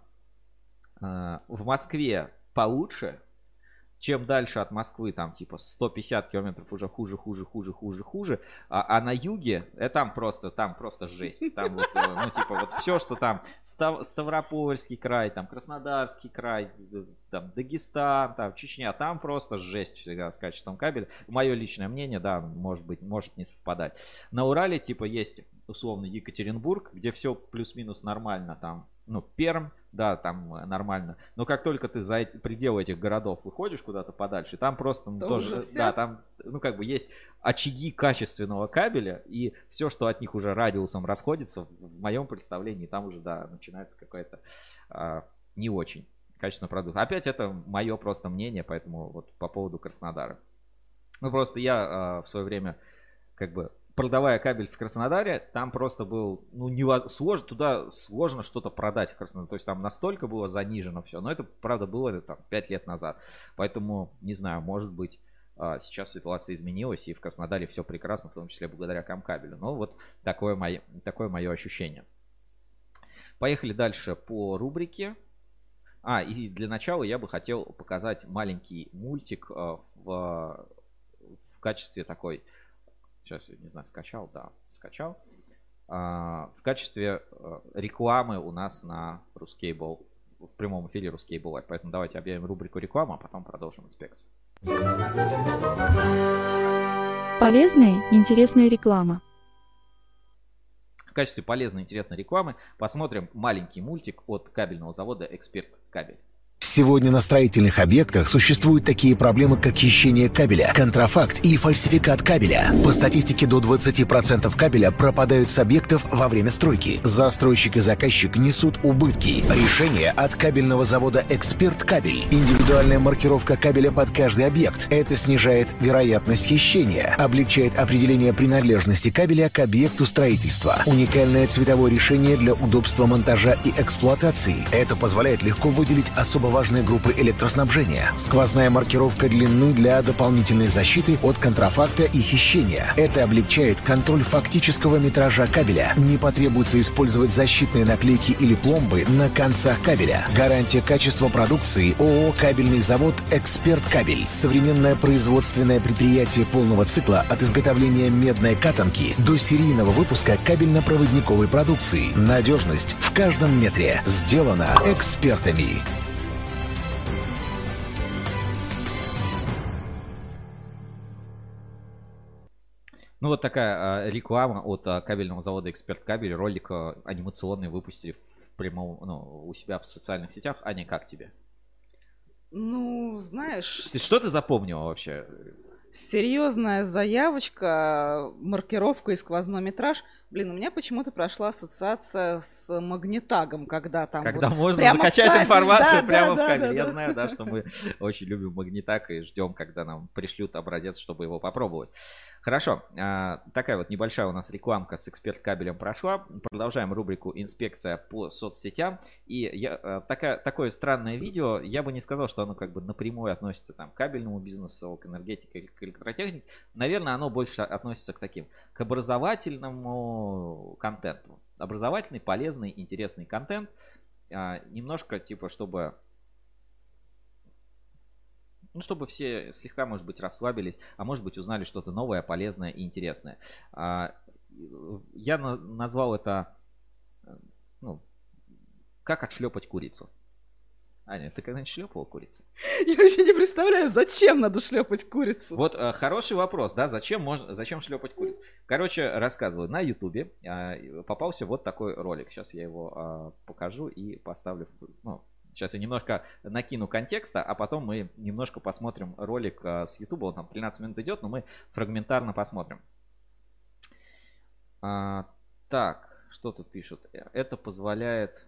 э, в Москве получше, чем дальше от Москвы, там типа сто пятьдесят километров уже хуже, хуже, хуже, хуже, хуже, а, а на юге, э, там просто, там просто жесть, там вот, э, ну типа вот все, что там, Став, Ставропольский край, там Краснодарский край, там Дагестан, там Чечня, там просто жесть всегда с качеством кабеля. Мое личное мнение, да, может быть, может не совпадать. На Урале типа есть условно Екатеринбург, где все плюс-минус нормально, там, ну, Пермь, да, там нормально. Но как только ты за пределы этих городов выходишь куда-то подальше, там просто ну, тоже, да, там, ну, как бы есть очаги качественного кабеля, и все, что от них уже радиусом расходится, в моем представлении, там уже, да, начинается какая-то а, не очень качественный продукт. Опять это мое просто мнение, поэтому вот по поводу Краснодара. Ну, просто я а, в свое время, как бы, продавая кабель в Краснодаре, там просто был, ну, невозможно, сложно, туда сложно что-то продать в Краснодаре. То есть там настолько было занижено все. Но это, правда, было это, там, пять лет назад. Поэтому, не знаю, может быть, сейчас ситуация изменилась, и в Краснодаре все прекрасно, в том числе благодаря Камкабелю. Но вот такое мое, такое мое ощущение. Поехали дальше по рубрике. А, и для начала я бы хотел показать маленький мультик в, в качестве такой... Сейчас, я не знаю, скачал, да, скачал. А, в качестве а, рекламы у нас на Ruscable, в прямом эфире Ruscable Live. Поэтому давайте объявим рубрику реклама, а потом продолжим инспекцию.
Полезная, интересная реклама.
В качестве полезной, интересной рекламы посмотрим маленький мультик от кабельного завода «Эксперт Кабель».
Сегодня на строительных объектах существуют такие проблемы, как хищение кабеля, контрафакт и фальсификат кабеля. По статистике, до двадцати процентов кабеля пропадают с объектов во время стройки. Застройщик и заказчик несут убытки. Решение от кабельного завода «Эксперт Кабель». Индивидуальная маркировка кабеля под каждый объект. Это снижает вероятность хищения, облегчает определение принадлежности кабеля к объекту строительства. Уникальное цветовое решение для удобства монтажа и эксплуатации. Это позволяет легко выделить особо важной группы электроснабжения. Сквозная маркировка длины для дополнительной защиты от контрафакта и хищения. Это облегчает контроль фактического метража кабеля. Не потребуется использовать защитные наклейки или пломбы на концах кабеля. Гарантия качества продукции ООО «Кабельный завод Эксперт Кабель». Современное производственное предприятие полного цикла от изготовления медной катанки до серийного выпуска кабельно-проводниковой продукции. Надежность в каждом метре. Сделано экспертами.
Ну вот такая а, реклама от а, кабельного завода «Эксперт Кабель». Ролик а, анимационный выпустили в прямом, ну, у себя в социальных сетях. Аня, как тебе?
Ну, знаешь...
Ты что ты запомнила вообще?
Серьезная заявочка, маркировка и сквозной метраж. Блин, у меня почему-то прошла ассоциация с магнитагом, когда там...
Когда
вот
можно
прямо
закачать информацию
да,
прямо
да,
в кабель.
да, да,
Я
да.
знаю, да, что мы очень любим магнитаг и ждем, когда нам пришлют образец, чтобы его попробовать. Хорошо, а, такая вот небольшая у нас рекламка с «Эксперт Кабелем» прошла. Продолжаем рубрику «Инспекция по соцсетям». И я, а, такая, такое странное видео, я бы не сказал, что оно как бы напрямую относится там, к кабельному бизнесу, к энергетике, к электротехнике. Наверное, оно больше относится к таким, к образовательному контенту. Образовательный, полезный, интересный контент. А, немножко типа, чтобы... Ну, чтобы все слегка, может быть, расслабились, а может быть, узнали что-то новое, полезное и интересное. Я назвал это, ну, как отшлепать курицу. Аня, ты когда-нибудь шлепала курицу?
Я вообще не представляю, зачем надо шлепать курицу.
Вот э, хороший вопрос, да, зачем можно, зачем шлепать курицу? Короче, рассказываю, на ютубе э, попался вот такой ролик. Сейчас я его э, покажу и поставлю, ну, сейчас я немножко накину контекста, а потом мы немножко посмотрим ролик а, с YouTube. Он там тринадцать минут идет, но мы фрагментарно посмотрим. А, так, что тут пишут? Это позволяет...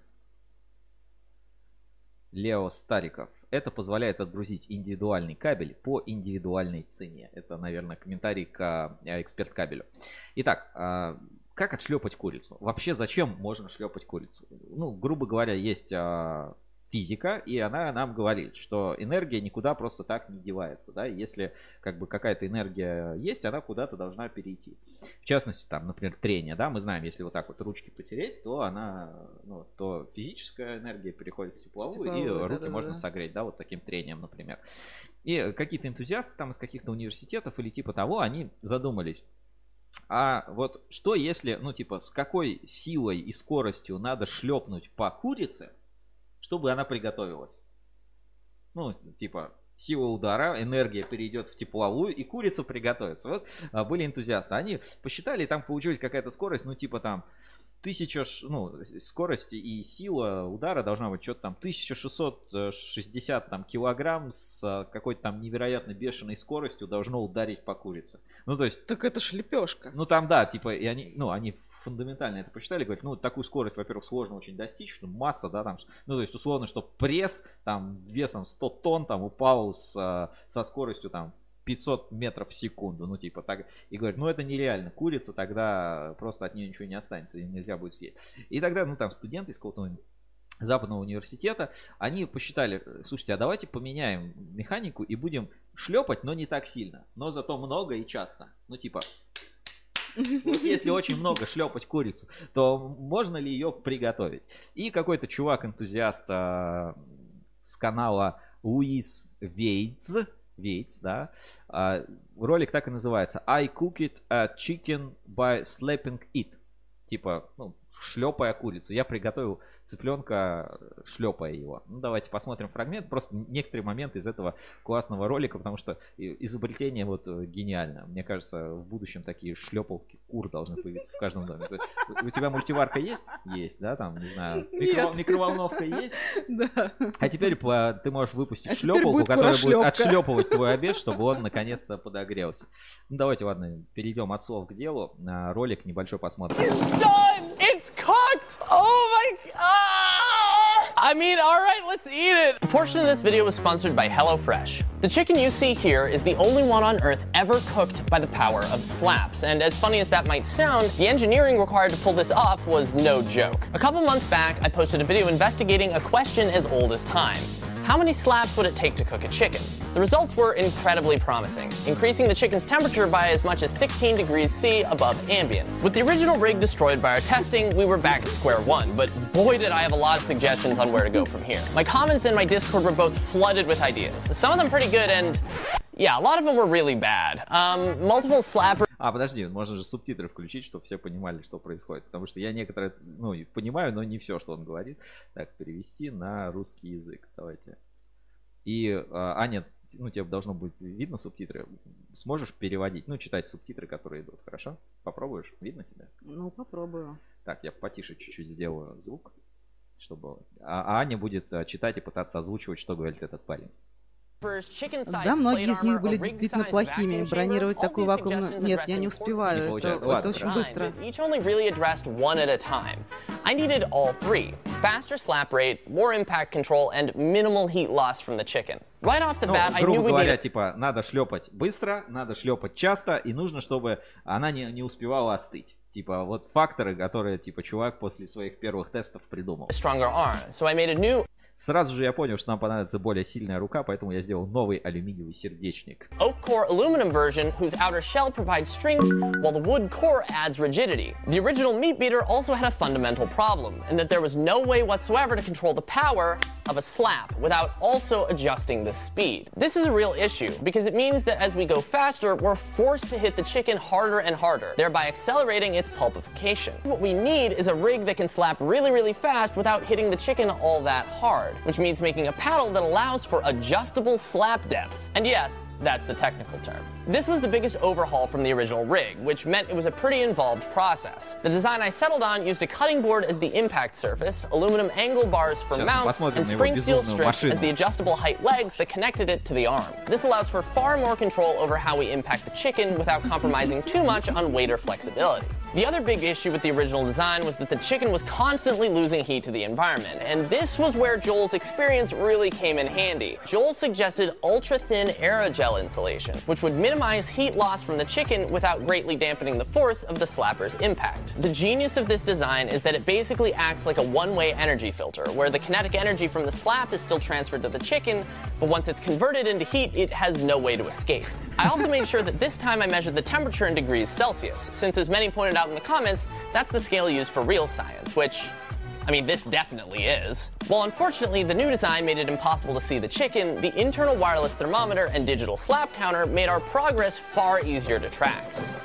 Лео Стариков. Это позволяет отгрузить индивидуальный кабель по индивидуальной цене. Это, наверное, комментарий к а, «Эксперт Кабелю». Итак, а, как отшлепать курицу? Вообще, зачем можно шлепать курицу? Ну, грубо говоря, есть... А, физика, и она нам говорит, что энергия никуда просто так не девается, да, если как бы какая-то энергия есть, она куда-то должна перейти. В частности, там, например, трение, да, мы знаем, если вот так вот ручки потереть, то она, ну, то физическая энергия переходит в тепловую, тепловую и да, руки да, можно да. согреть, да, вот таким трением, например. И какие-то энтузиасты там из каких-то университетов или типа того, они задумались, а вот что если, ну, типа, с какой силой и скоростью надо шлепнуть по курице, чтобы она приготовилась. Ну, типа, сила удара, энергия перейдет в тепловую, и курица приготовится. Вот а, были энтузиасты. Они посчитали, и там получилась какая-то скорость, ну, типа там, тысяча, ну, скорость и сила удара должна быть что-то там тысяча шестьсот шестьдесят там, килограмм с какой-то там невероятно бешеной скоростью должно ударить по курице. Ну, то есть...
Так это ж лепешка.
Ну, там, да, типа, и они, ну, они... фундаментально это посчитали, говорят, ну, такую скорость, во-первых, сложно очень достичь, что масса, да, там, ну, то есть, условно, что пресс, там, весом сто тонн, там, упал с, со скоростью, там, пятьсот метров в секунду, ну, типа, так, и говорят, ну, это нереально, курица, тогда просто от нее ничего не останется, ее нельзя будет съесть. И тогда, ну, там, студенты из какого-то западного университета, они посчитали, слушайте, а давайте поменяем механику и будем шлепать, но не так сильно, но зато много и часто, ну, типа... Вот если очень много шлепать курицу, то можно ли ее приготовить? И какой-то чувак-энтузиаст а, с канала Луис Вейтс, Вейтс, да, а, ролик так и называется I cooked a chicken by slapping it. Типа, ну, шлепая курицу. Я приготовил цыпленка, шлепая его. Ну, давайте посмотрим фрагмент. Просто некоторые моменты из этого классного ролика, потому что изобретение вот гениально. Мне кажется, в будущем такие шлепалки кур должны появиться в каждом доме. У тебя мультиварка есть? Есть, да, там, не знаю. Микро... Микроволновка есть?
Да.
А теперь ты можешь выпустить
а
шлепалку, будет которая будет отшлепывать твой обед, чтобы он наконец-то подогрелся. Ну, давайте, ладно, перейдем от слов к делу. На ролик небольшой посмотрим.
It's cooked! Oh my god! I mean, alright, let's eat it! A portion of this video was sponsored by HelloFresh. The chicken you see here is the only one on Earth ever cooked by the power of slaps. And as funny as that might sound, the engineering required to pull this off was no joke. A couple months back, I posted a video investigating a question as old as time. How many slaps would it take to cook a chicken? The results were incredibly promising, increasing the chicken's temperature by as much as sixteen degrees C above ambient. With the original rig destroyed by our testing, we were back at square one, but boy did I have a lot of suggestions on where to go from here. My comments and my Discord were both flooded with ideas. Some of them pretty good and, yeah, a lot of them were really bad. Um, multiple slappers...
А, подожди, можно же субтитры включить, чтобы все понимали, что происходит. Потому что я некоторые, ну, понимаю, но не все, что он говорит. Так, перевести на русский язык. Давайте. И, а, Аня, ну, тебе должно быть видно субтитры. Сможешь переводить, ну, читать субтитры, которые идут, хорошо? Попробуешь? Видно тебя?
Ну, попробую.
Так, я потише чуть-чуть сделаю звук, чтобы... А Аня будет читать и пытаться озвучивать, что говорит этот парень.
Да, многие из них были действительно плохими. Бронировать такую вакуумную... Нет, я не успеваю.
Не
это, это очень быстро.
Each only really addressed one at a time. I needed all three. Faster slap rate, more impact control, and minimal heat loss from the chicken. Right off the bat, I knew we needed...
Грубо говоря, типа, надо шлепать быстро, надо шлепать часто, и нужно, чтобы она не, не успевала остыть. Типа, вот факторы, которые, типа, чувак после своих первых тестов придумал.
Stronger arm. So I made a new...
Сразу же я понял, что нам понадобится более сильная рука, поэтому я сделал новый алюминиевый сердечник.
Oak core aluminum version, whose outer shell provides strength, while the wood core adds rigidity. The original meat beater also had a fundamental problem, in that there was no way whatsoever to control the power of a slap without also adjusting the speed. This is a real issue, because it means that as we go faster, we're forced to hit the chicken harder and harder, thereby accelerating its pulpification. What we need is a rig that can slap really, really fast without hitting the chicken all that hard, which means making a paddle that allows for adjustable slap depth. And yes, that's the technical term. This was the biggest overhaul from the original rig, which meant it was a pretty involved process. The design I settled on used a cutting board as the impact surface, aluminum angle bars for mounts, and spring steel strips as the adjustable height legs that connected it to the arm. This allows for far more control over how we impact the chicken without compromising too much on weight or flexibility. The other big issue with the original design was that the chicken was constantly losing heat to the environment, and this was where Joel's experience really came in handy. Joel suggested ultra-thin aerogel insulation, which would minimize heat loss from the chicken without greatly dampening the force of the slapper's impact. The genius of this design is that it basically acts like a one-way energy filter, where the kinetic energy from the slap is still transferred to the chicken, but once it's converted into heat, it has no way to escape. I also made sure that this time I measured the temperature in degrees Celsius, since as many pointed out in the comments, that's the scale used for real science, which, I mean, this definitely is. While unfortunately the new design made it impossible to see the chicken, the internal wireless thermometer and digital slap counter made our progress far easier to track.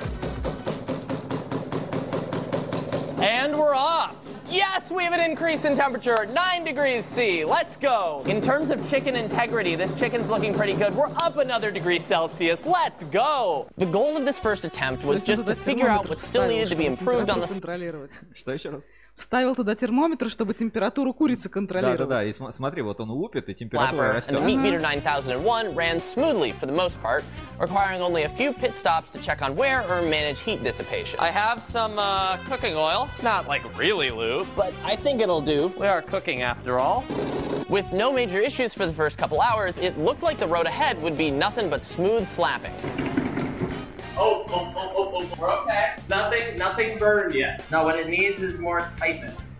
And we're off! Yes, we have an increase in temperature, nine degrees C. Let's go. In terms of chicken integrity, this chicken's looking pretty good. We're up another degree Celsius. Let's go. The goal of this first attempt was just to figure out what still needed to be improved on the...
Что еще раз?
Вставил туда термометр, чтобы температуру курицы контролировать.
Да-да-да, и см- смотри, вот он лупит, и температура растет.
And the Meat Beater nine thousand one ran smoothly for the most part, requiring only a few pit stops to check on wear or manage heat dissipation. I have some uh, cooking oil. It's not like really lube, but I think it'll do. We are cooking after all. With no major issues for the first couple hours, it looked like the road ahead would be nothing but smooth slapping.
Oh, oh, oh, oh, oh, we're okay. Nothing, nothing burned yet. No, what it needs is more tightness.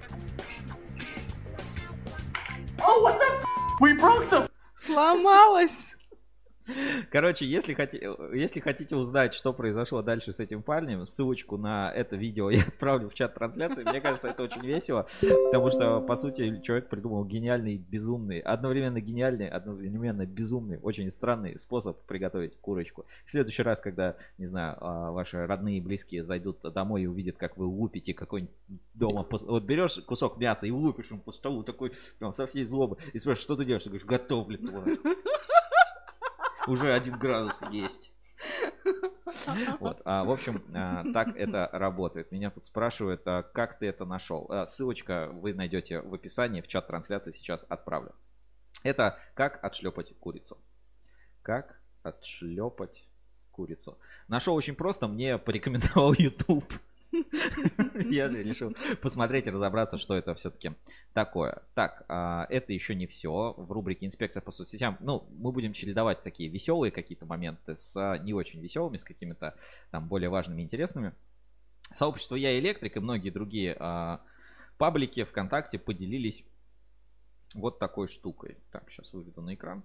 Oh, what the f***? We broke the...
Сломалась!
Короче, если, хоти... если хотите узнать, что произошло дальше с этим парнем, ссылочку на это видео я отправлю в чат трансляции. Мне кажется, это очень весело, потому что, по сути, человек придумал гениальный, безумный, одновременно гениальный, одновременно безумный, очень странный способ приготовить курочку. В следующий раз, когда, не знаю, ваши родные и близкие зайдут домой и увидят, как вы лупите какой-нибудь дома, вот берешь кусок мяса и лупишь им по столу такой, прям со всей злобы, и спрашиваешь, что ты делаешь? Ты говоришь, готовлю твой. Уже один градус есть. Вот. А, в общем, а, так это работает. Меня тут спрашивают, а, как ты это нашел. А, ссылочка вы найдете в описании, в чат трансляции сейчас отправлю. Это как отшлепать курицу. Как отшлепать курицу. Нашел очень просто, мне порекомендовал YouTube. Я же решил посмотреть и разобраться, что это все-таки такое. Так, это еще не все. В рубрике «Инспекция по соцсетям», ну, мы будем чередовать такие веселые какие-то моменты с не очень веселыми, с какими-то там более важными, интересными. Сообщество «Я электрик» и многие другие а, паблики ВКонтакте поделились вот такой штукой. Так, сейчас выведу на экран.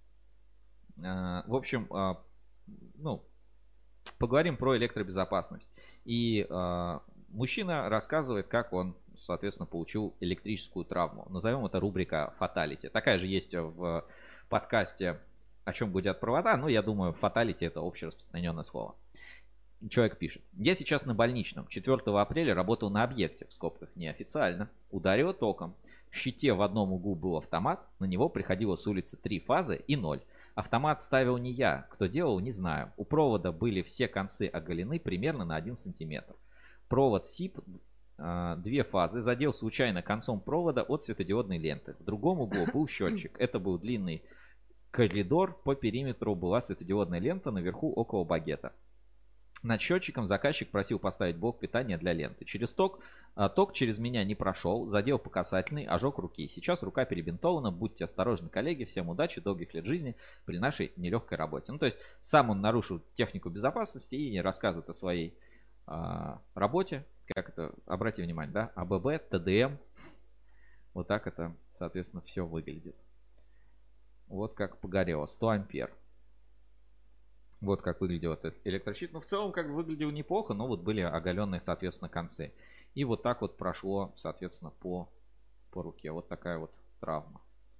В общем, ну, поговорим про электробезопасность. И мужчина рассказывает, как он, соответственно, получил электрическую травму. Назовем это рубрика «Фаталити». Такая же есть в подкасте «О чем гудят провода». Ну, я думаю, «фаталити» — это общераспространенное слово. Человек пишет. Я сейчас на больничном. четвёртого апреля работал на объекте, в скобках неофициально. Ударило током. В щите в одном углу был автомат. На него приходило с улицы три фазы и ноль. Автомат ставил не я. Кто делал, не знаю. У провода были все концы оголены примерно на один сантиметр. Провод СИП, э, две фазы, задел случайно концом провода от светодиодной ленты. В другом углу был счетчик. Это был длинный коридор. По периметру была светодиодная лента, наверху около багета. Над счетчиком заказчик просил поставить блок питания для ленты. Через ток, э, ток через меня не прошел, задел по касательной, ожег руки. Сейчас рука перебинтована. Будьте осторожны, коллеги. Всем удачи, долгих лет жизни при нашей нелегкой работе. Ну, то есть, сам он нарушил технику безопасности и рассказывает о своей работе, как это, обратите внимание, да, АББ, ТДМ, вот так это, соответственно, все выглядит. Вот как погорело, сто ампер. Вот как выглядел этот электрощит. Ну, в целом, как бы выглядел неплохо, но вот были оголенные, соответственно, концы. И вот так вот прошло, соответственно, по, по руке. Вот такая вот травма.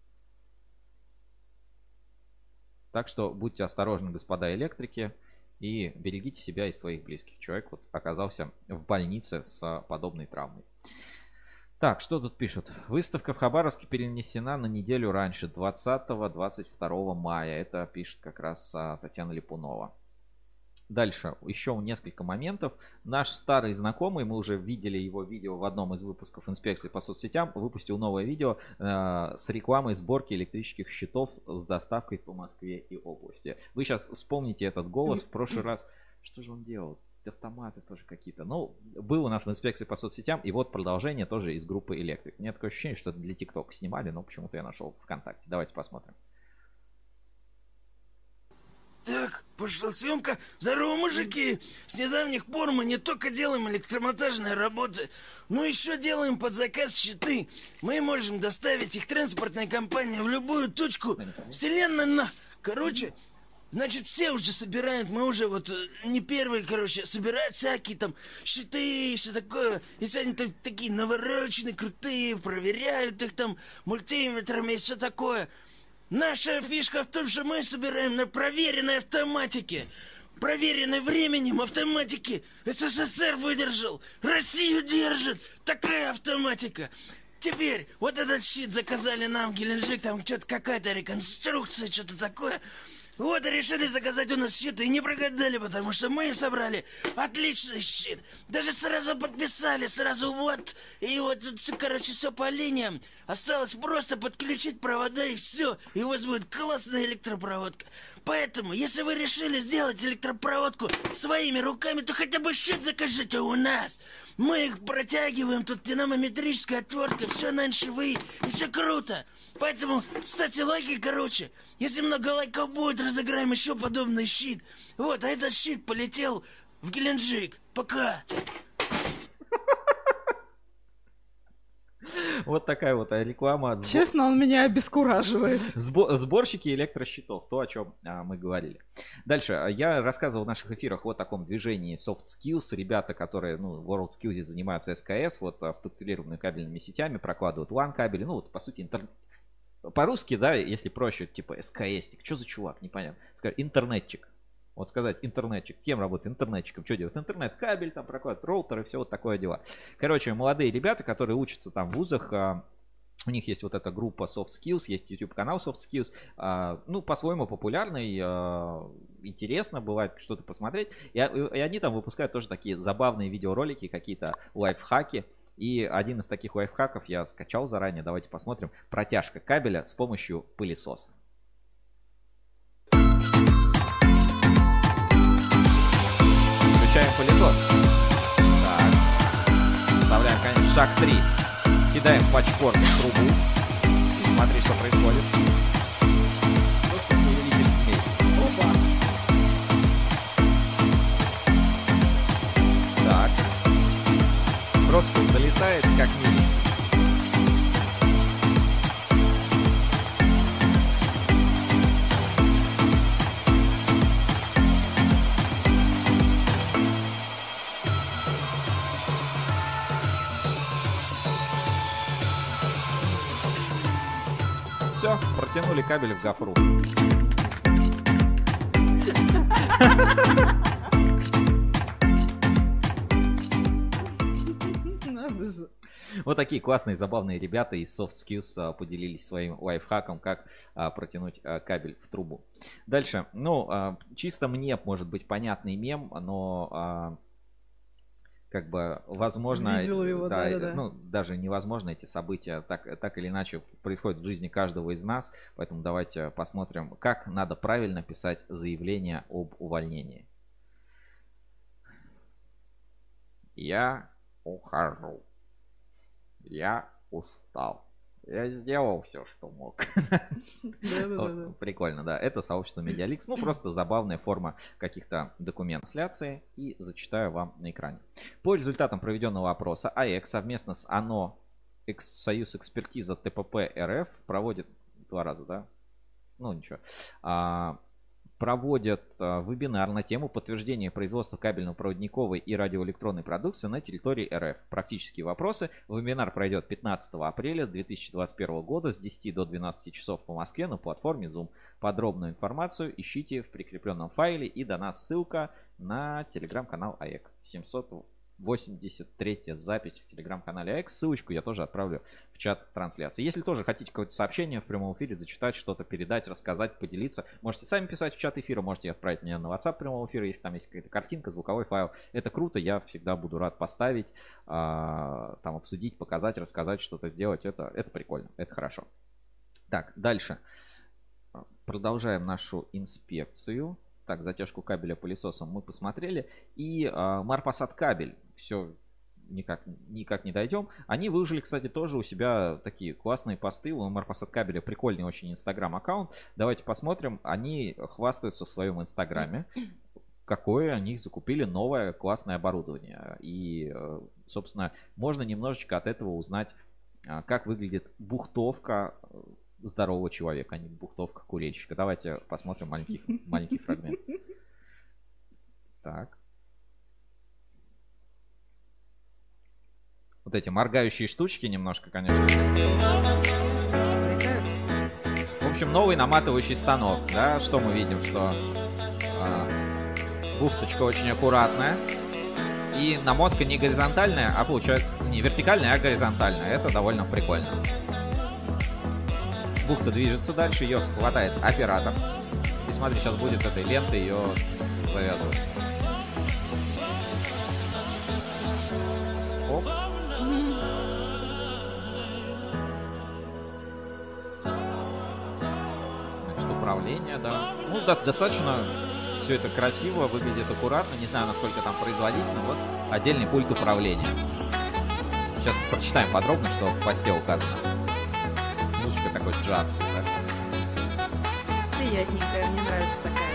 Так что будьте осторожны, господа электрики. И берегите себя и своих близких. Человек вот оказался в больнице с подобной травмой. Так, что тут пишут? Выставка в Хабаровске перенесена на неделю раньше, двадцатого — двадцать второго мая. Это пишет как раз Татьяна Липунова. Дальше еще несколько моментов. Наш старый знакомый, мы уже видели его видео в одном из выпусков инспекции по соцсетям, выпустил новое видео э, с рекламой сборки электрических щитов с доставкой по Москве и области. Вы сейчас вспомните этот голос. В прошлый раз, что же он делал? Автоматы тоже какие-то. Ну, был у нас в инспекции по соцсетям, и вот продолжение тоже из группы Электрик. У меня такое ощущение, что это для ТикТока снимали, но почему-то я нашел ВКонтакте. Давайте посмотрим.
Так, пошла съемка. Здорово, мужики! С недавних пор мы не только делаем электромонтажные работы, но еще делаем под заказ щиты. Мы можем доставить их транспортной компании в любую точку вселенной на... Короче, значит, все уже собирают, мы уже вот не первые, короче, собирают всякие там щиты и все такое. И все они там такие навороченные, крутые, проверяют их там мультиметрами и все такое. Наша фишка в том, что мы собираем на проверенной автоматике. Проверенной временем автоматики. СССР выдержал, Россию держит. Такая автоматика. Теперь вот этот щит заказали нам в Геленджик. Там что-то какая-то реконструкция, что-то такое. Вот и решили заказать у нас щиты. И не прогадали, потому что мы им собрали отличный щит. Даже сразу подписали, сразу вот. И вот тут все, короче, все по линиям. Осталось просто подключить провода и все. И у вас будет классная электропроводка. Поэтому, если вы решили сделать электропроводку своими руками, то хотя бы щит закажите у нас. Мы их протягиваем, тут динамометрическая отвертка, все на эн эйч ви, и все круто. Поэтому ставьте лайки, короче. Если много лайков будет, разыграем еще подобный щит. Вот, а этот щит полетел в Геленджик. Пока.
Вот такая вот реклама.
Честно, он меня обескураживает.
Сбор, сборщики электрощитов, то, о чем а, мы говорили. Дальше, я рассказывал в наших эфирах о таком движении Soft Skills. Ребята, которые, ну, в WorldSkills занимаются эс ка эс, вот, структурированными кабельными сетями, прокладывают лан кабели, ну, вот, по сути, интернет. По-русски, да, если проще, типа эс ка эс-ник, что за чувак, непонятно. Сказать, интернетчик. Вот сказать, интернетчик. Кем работает интернетчиком? Что делать? Интернет-кабель, там прокладывает роутер и все вот такое дело. Короче, молодые ребята, которые учатся там в вузах, а, у них есть вот эта группа Soft Skills, есть YouTube-канал Soft Skills. А, ну, по-своему популярный, а, интересно бывает что-то посмотреть. И, и они там выпускают тоже такие забавные видеоролики, какие-то лайфхаки. И один из таких лайфхаков я скачал заранее. Давайте посмотрим. Протяжка кабеля с помощью пылесоса. Включаем пылесос. Так. Вставляем, конечно, шаг три. Кидаем патчпорт в трубу. И смотри, что происходит. Просто увеличить смесь. Опа. Так. Просто залетает как миленький. Втянули кабель в гофру.
Надо же.
Вот такие классные, забавные ребята из Soft Skills а, поделились своим лайфхаком, как а, протянуть а, кабель в трубу. Дальше, ну, а, чисто мне может быть понятный мем, но а, как бы возможно,
Его,
да,
да, да, да.
ну, даже невозможно, эти события так, так или иначе происходят в жизни каждого из нас, поэтому давайте посмотрим, как надо правильно писать заявление об увольнении. Я ухожу. Я устал. Я сделал все, что мог. Прикольно, да. Это сообщество Медиаликс. Ну, просто забавная форма каких-то документов трансляции. И зачитаю вам на экране. По результатам проведенного опроса АЭК совместно с АНО, Союз экспертиза ТПП РФ, проводит два раза, да? Ну, ничего. Проводят вебинар на тему подтверждения производства кабельно-проводниковой и радиоэлектронной продукции на территории РФ. Практические вопросы. Вебинар пройдет пятнадцатого апреля две тысячи двадцать первого года с десяти до двенадцати часов по Москве на платформе Zoom. Подробную информацию ищите в прикрепленном файле и дана ссылка на телеграм-канал АЭК. семьсот восемьдесят третья запись в телеграм-канале АЭК. Ссылочку я тоже отправлю в чат трансляции. Если тоже хотите какое-то сообщение в прямом эфире, зачитать, что-то передать, рассказать, поделиться, можете сами писать в чат эфира, можете отправить мне на WhatsApp прямого эфира, если там есть какая-то картинка, звуковой файл. Это круто, я всегда буду рад поставить, там обсудить, показать, рассказать, что-то сделать. Это, это прикольно, это хорошо. Так, дальше. Продолжаем нашу инспекцию. Так, затяжку кабеля пылесосом мы посмотрели. И а, Марпасад кабель. Все, никак, никак не дойдем. Они выложили, кстати, тоже у себя такие классные посты. У Марпасад кабеля прикольный очень инстаграм аккаунт. Давайте посмотрим. Они хвастаются в своем инстаграме, какое они закупили новое классное оборудование. И, собственно, можно немножечко от этого узнать, как выглядит бухтовка здорового человека, а не бухтовка курильщика. Давайте посмотрим маленький, маленький фрагмент. Так. Вот эти моргающие штучки немножко, конечно. В общем, новый наматывающий станок. Да, что мы видим, что а, бухточка очень аккуратная. И намотка не горизонтальная, а получается не вертикальная, а горизонтальная. Это довольно прикольно. Бухта движется дальше, ее хватает оператор. И смотри, сейчас будет этой лентой ее завязывать. Оп. Значит, управление, да. Ну, до- достаточно все это красиво, выглядит аккуратно. Не знаю, насколько там производительно. Вот отдельный пульт управления. Сейчас прочитаем подробно, что в посте указано. Такой джаз, да?
Приятненькая, мне нравится такая.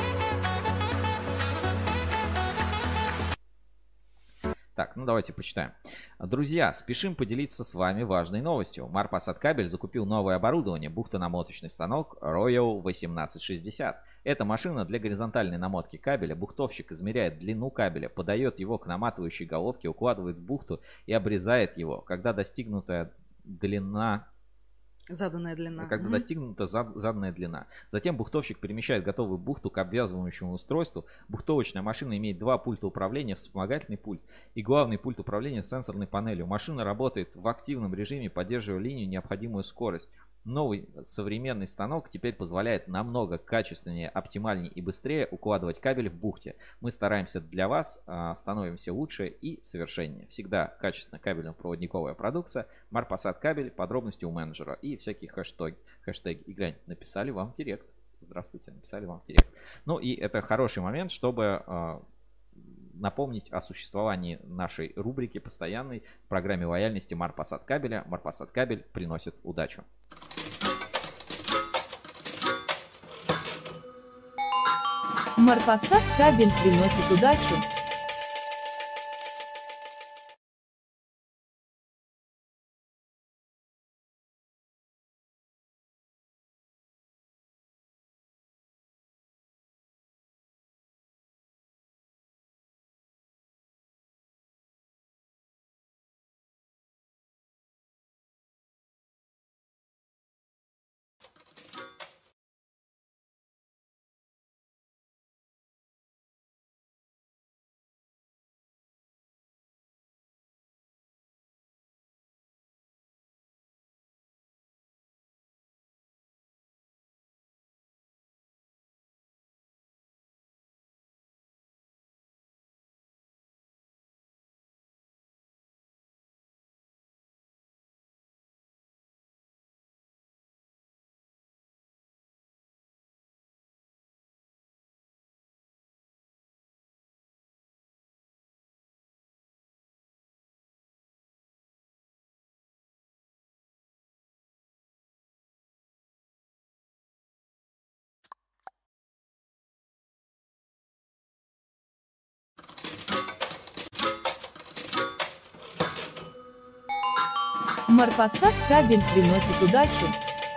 Так, ну давайте почитаем. Друзья, спешим поделиться с вами важной новостью. Марпасад кабель закупил новое оборудование, бухтонамоточный станок Royal восемнадцать шестьдесят. Это машина для горизонтальной намотки кабеля. Бухтовщик измеряет длину кабеля, подает его к наматывающей головке, укладывает в бухту и обрезает его. Когда достигнутая длина...
Заданная длина.
Когда
Mm-hmm.
достигнута заданная длина. Затем бухтовщик перемещает готовую бухту к обвязывающему устройству. Бухтовочная машина имеет два пульта управления, вспомогательный пульт и главный пульт управления с сенсорной панелью. Машина работает в активном режиме, поддерживая линию необходимую скорость. Новый современный станок теперь позволяет намного качественнее, оптимальнее и быстрее укладывать кабель в бухте. Мы стараемся для вас, становимся лучше и совершеннее. Всегда качественная кабельно-проводниковая продукция. Марпасад кабель, подробности у менеджера и всякие хэштеги. хэштеги. И глянь, написали вам в директ. Здравствуйте, написали вам в директ. Ну и это хороший момент, чтобы напомнить о существовании нашей рубрики постоянной в программе лояльности Марпасад кабеля. Марпасад кабель приносит удачу.
Марпасад кабель приносит удачу. Марпасад кабель приносит удачу.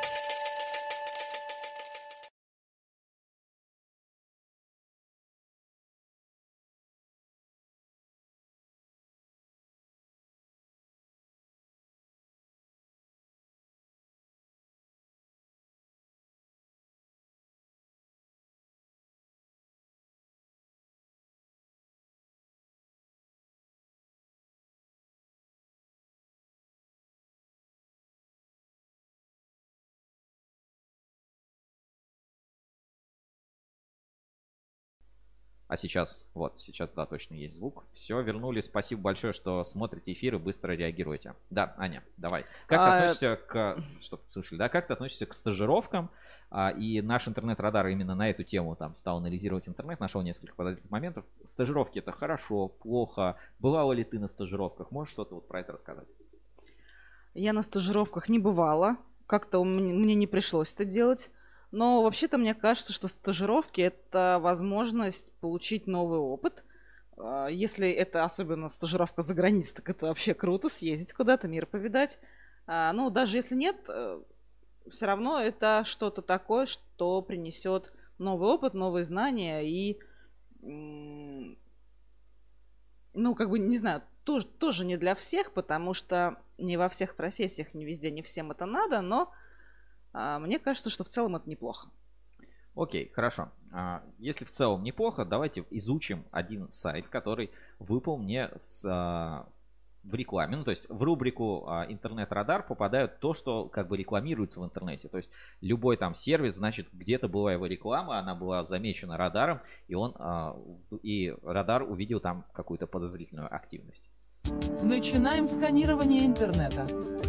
А сейчас, вот, сейчас, да, точно есть звук. Все, вернулись. Спасибо большое, что смотрите эфиры, быстро реагируете. Да, Аня, давай. Как
А,
ты относишься к... Что ты слышали, да? Как ты относишься к стажировкам? А, и наш интернет-радар именно на эту тему там стал анализировать интернет, нашел несколько подозрительных моментов. Стажировки — это хорошо, плохо. Бывала ли ты на стажировках? Можешь что-то вот про это рассказать?
Я на стажировках не бывала. Как-то у меня- мне не пришлось это делать. Но вообще-то мне кажется, что стажировки — это возможность получить новый опыт. А, Если это особенно стажировка за границей, так это вообще круто, съездить куда-то, мир повидать. А, Ну, даже если нет, все равно это что-то такое, что принесет новый опыт, новые знания и, м, ну, как бы, не знаю, тоже, тоже не для всех, потому что не во всех профессиях, не везде, не всем это надо, но а, мне кажется, что в целом это неплохо.
Окей, хорошо. А, Если в целом неплохо, давайте изучим один сайт, который выпал мне с, а, в рекламе. Ну, то есть в рубрику а, интернет-радар попадают то, что как бы рекламируется в интернете. То есть любой там сервис, значит, где-то была его реклама, она была замечена радаром, и он а, в- и радар увидел там какую-то подозрительную активность.
Начинаем сканирование интернета.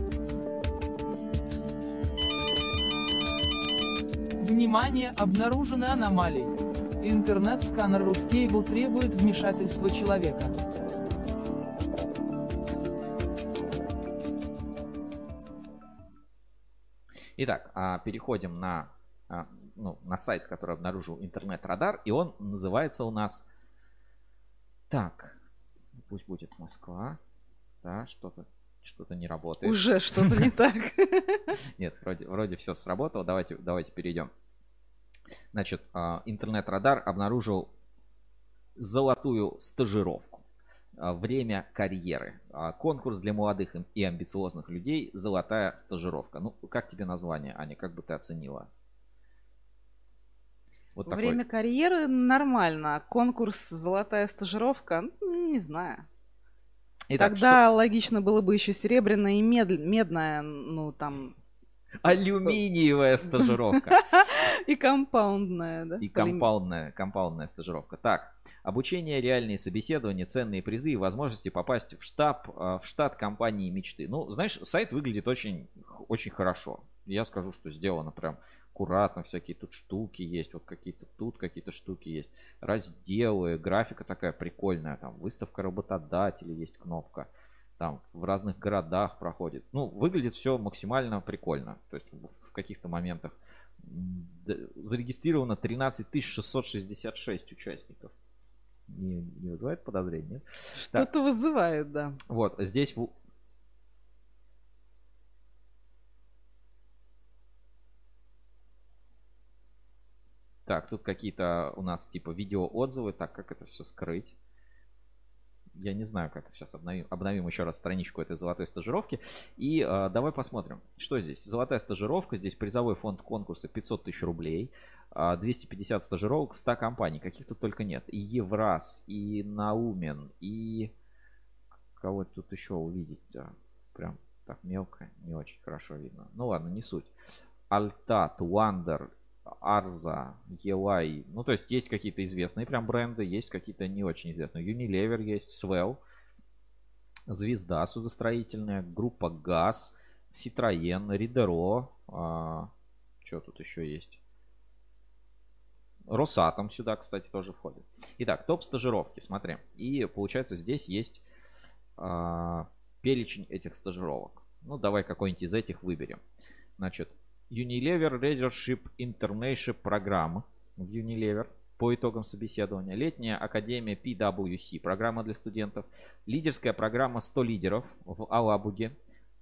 Внимание, обнаружены аномалии. Интернет-сканер Ruscable требует вмешательства человека.
Итак, а, переходим на, а, ну, на сайт, который обнаружил интернет-радар, и он называется у нас... Так, пусть будет Москва. Да, что-то что-то не работает.
Уже что-то не так.
Нет, вроде, вроде все сработало. Давайте, давайте перейдем. Значит, а, интернет-радар обнаружил золотую стажировку. А, Время карьеры. А, Конкурс для молодых и- и амбициозных людей. Золотая стажировка. Ну, как тебе название, Аня? Как бы ты оценила? Вот такой.
Время карьеры нормально. Конкурс «Золотая стажировка», ну, не знаю.
Итак,
Тогда логично было бы еще серебряная и мед- медная, ну там...
Алюминиевая стажировка.
И компаундная, да?
И
Полим-
компаундная, компаундная стажировка. Так, обучение, реальные собеседования, ценные призы и возможности попасть в штаб, а, в штат компании мечты. Ну, знаешь, сайт выглядит очень, очень хорошо. Я скажу, что сделано прям аккуратно, всякие тут штуки есть, вот какие-то тут какие-то штуки есть, разделы, графика такая прикольная, там выставка работодателей, есть кнопка, там в разных городах проходит. Ну, выглядит все максимально прикольно, то есть в, в каких-то моментах. М, д- зарегистрировано тринадцать тысяч шестьсот шестьдесят шесть участников. Не, не вызывает подозрения? Так,
Что-то вызывает, да.
вот здесь в- Так, тут какие-то у нас типа видеоотзывы. Так, как это все скрыть? Я не знаю, как сейчас обновим. Обновим еще раз страничку этой золотой стажировки. И э, давай посмотрим, что здесь. Золотая стажировка. Здесь призовой фонд конкурса пятьсот тысяч рублей. а, двести пятьдесят стажировок, сто компаний. Каких тут только нет. И Евраз, и Наумен, и... Кого тут еще увидеть? Да, прям так мелко, не очень хорошо видно. Ну ладно, не суть. Альтат, Wonder, Арза, Елай. Ну, то есть есть какие-то известные прям бренды, есть какие-то не очень известные. Unilever есть, Swell, Звезда судостроительная, группа ГАЗ, Citroën, Ридеро. А, что тут еще есть? Росатом сюда, кстати, тоже входит. Итак, топ стажировки, смотри. И получается здесь есть а, перечень этих стажировок. Ну, давай какой-нибудь из этих выберем. Значит, Unilever Leadership Internship программа в Unilever по итогам собеседования. Летняя академия пи дабл ю си программа для студентов. Лидерская программа сто лидеров в Алабуге.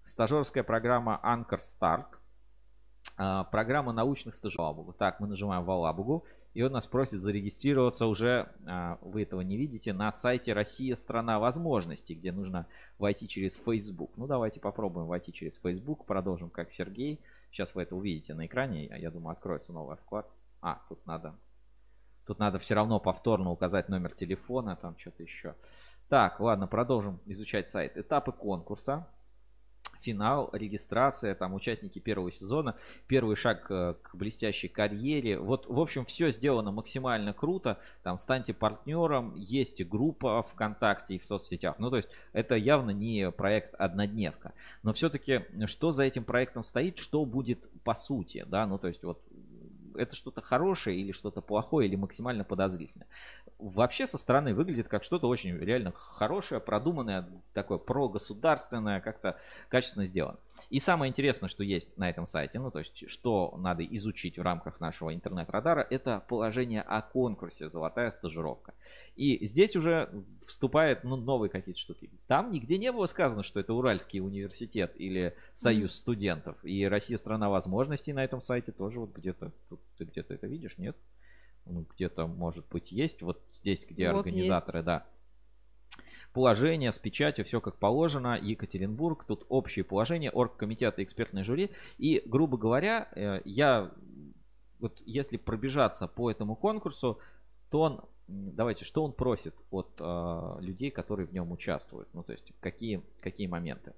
Стажерская программа Anchor Start. А, программа научных стажеров. Так, мы нажимаем в Алабугу. И он нас просит зарегистрироваться уже, а, вы этого не видите, на сайте «Россия. Страна возможностей», где нужно войти через Facebook. Ну, давайте попробуем войти через Facebook. Продолжим как Сергей. Сейчас вы это увидите на экране. Я думаю, откроется новый вклад. А, тут надо... Тут надо все равно повторно указать номер телефона, там что-то еще. Так, ладно, продолжим изучать сайт. Этапы конкурса. Финал, регистрация, там участники первого сезона, первый шаг к блестящей карьере. Вот, в общем, все сделано максимально круто. Там станьте партнером, есть группа ВКонтакте и в соцсетях. Ну, то есть, это явно не проект однодневка. Но все-таки, что за этим проектом стоит, что будет по сути, да, ну, то есть, вот, это что-то хорошее или что-то плохое или максимально подозрительное. Вообще со стороны выглядит как что-то очень реально хорошее, продуманное, такое прогосударственное, как-то качественно сделано. И самое интересное, что есть на этом сайте, ну то есть что надо изучить в рамках нашего интернет-радара, это положение о конкурсе «Золотая стажировка». И здесь уже вступают ну, новые какие-то штуки. Там нигде не было сказано, что это Уральский университет или Союз mm-hmm. студентов. И Россия страна возможностей на этом сайте тоже вот где-то. Тут ты где-то это видишь, нет? Ну, где-то, может быть, есть. Вот здесь, где вот организаторы, есть. Да. Положение с печатью, все как положено. Екатеринбург, тут общее положение, оргкомитет и экспертное жюри. И, грубо говоря, я, вот если пробежаться по этому конкурсу, то он, давайте, что он просит от э, людей, которые в нем участвуют? Ну, то есть, какие, какие моменты?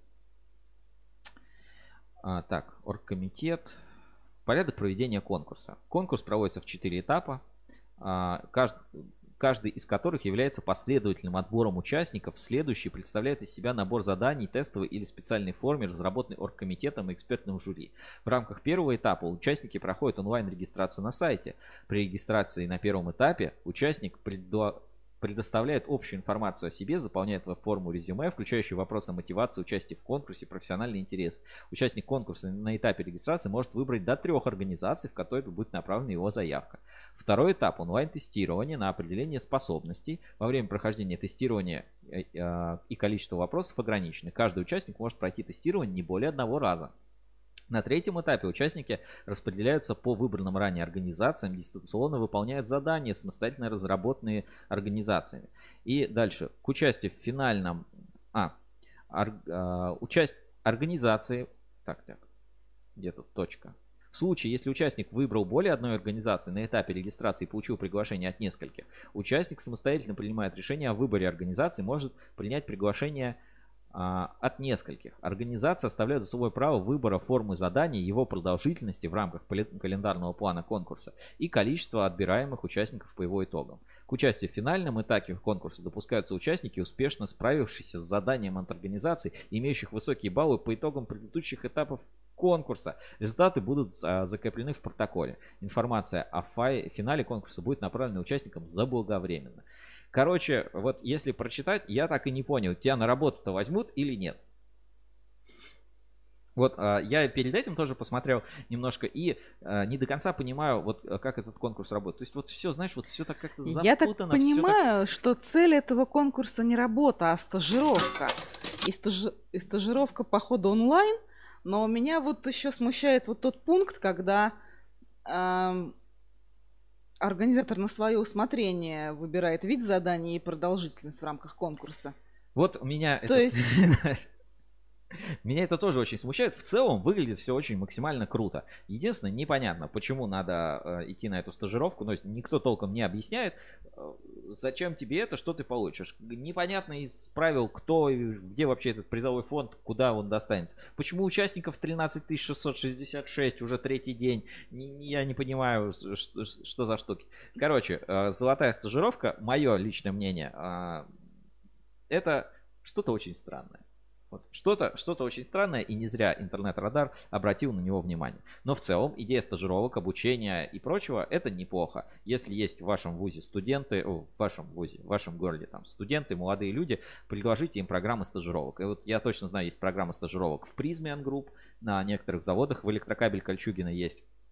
А, так, оргкомитет. Порядок проведения конкурса. Конкурс проводится в четыре этапа. А, каждый... каждый из которых является последовательным отбором участников. Следующий представляет из себя набор заданий, тестовой или специальной форме, разработанной оргкомитетом и экспертным жюри. В рамках первого этапа участники проходят онлайн-регистрацию на сайте. При регистрации на первом этапе участник предо... предоставляет общую информацию о себе, заполняет форму резюме, включающую вопросы мотивации, участия в конкурсе, профессиональный интерес. Участник конкурса на этапе регистрации может выбрать до трех организаций, в которые будет направлена его заявка. Второй этап – онлайн-тестирование на определение способностей. Во время прохождения тестирования и количество вопросов ограничены. Каждый участник может пройти тестирование не более одного раза. На третьем этапе участники распределяются по выбранным ранее организациям, дистанционно выполняют задания, самостоятельно разработанные организациями. И дальше, к участию в финальном... А, ор, а участь, организации... Так, так, где тут точка? В случае, если участник выбрал более одной организации на этапе регистрации и получил приглашение от нескольких, участник самостоятельно принимает решение о выборе организации, может принять приглашение от нескольких. Организация оставляет за собой право выбора формы задания, его продолжительности в рамках календарного плана конкурса и количества отбираемых участников по его итогам. К участию в финальном этапе конкурса допускаются участники, успешно справившиеся с заданием от организаций, имеющих высокие баллы по итогам предыдущих этапов конкурса. Результаты будут а, закреплены в протоколе. Информация о фай- финале конкурса будет направлена участникам заблаговременно. Короче, вот если прочитать, я так и не понял, тебя на работу-то возьмут или нет. Вот а, я перед этим тоже посмотрел немножко и а, не до конца понимаю, вот как этот конкурс работает. То есть вот все, знаешь, вот все так как-то запутано.
Я так понимаю,
так...
что цель этого конкурса не работа, а стажировка. И, стаж... и стажировка, походу, онлайн. Но меня вот еще смущает вот тот пункт, когда... Э... Организатор на свое усмотрение выбирает вид задания и продолжительность в рамках конкурса.
Вот меня
То
это...
есть...
Меня это тоже очень смущает. В целом выглядит все очень максимально круто. Единственное, непонятно, почему надо э, идти на эту стажировку. Но никто толком не объясняет, э, зачем тебе это, что ты получишь. Непонятно из правил, кто, где вообще этот призовой фонд, куда он достанется. Почему участников тринадцать тысяч шестьсот шестьдесят шесть уже третий день? Не, я не понимаю, что, что за штуки. Короче, э, золотая стажировка, мое личное мнение, э, это что-то очень странное. Вот. Что-то, что-то очень странное, и не зря интернет-радар обратил на него внимание. Но в целом идея стажировок, обучения и прочего — это неплохо. Если есть в вашем вузе студенты, о, в вашем вузе, в вашем городе там студенты, молодые люди, предложите им программы стажировок. И вот я точно знаю, есть программа стажировок в Prysmian Group, на некоторых заводах, в Электрокабель Кольчугино есть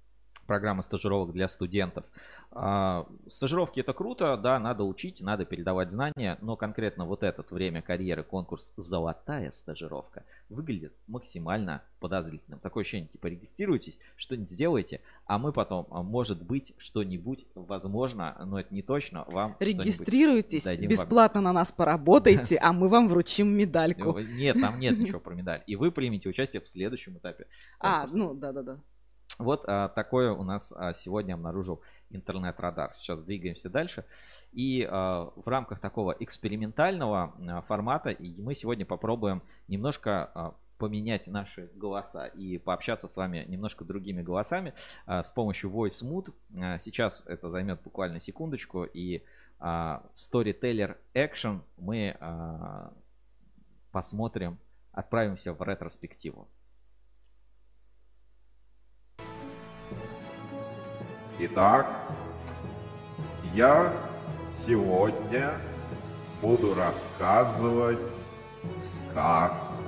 программа стажировок для студентов. Стажировки — это круто, да, надо учить, надо передавать знания, но конкретно вот этот время карьеры конкурс «Золотая стажировка» выглядит максимально подозрительным. Такое ощущение, типа, регистрируйтесь, что-нибудь сделайте, а мы потом, может быть, что-нибудь, возможно, но это не точно, вам
регистрируйтесь, бесплатно на нас поработайте, а мы вам вручим медальку.
Нет, там нет ничего про медаль. И вы примете участие в следующем этапе конкурса.
А, ну, да-да-да.
Вот а, такое у нас а, сегодня обнаружил интернет-радар. Сейчас двигаемся дальше. И а, в рамках такого экспериментального а, формата мы сегодня попробуем немножко а, поменять наши голоса и пообщаться с вами немножко другими голосами а, с помощью VoiceMood. А, сейчас это займет буквально секундочку. И а, Storyteller Action мы а, посмотрим, отправимся в ретроспективу.
Итак, я сегодня буду рассказывать сказку.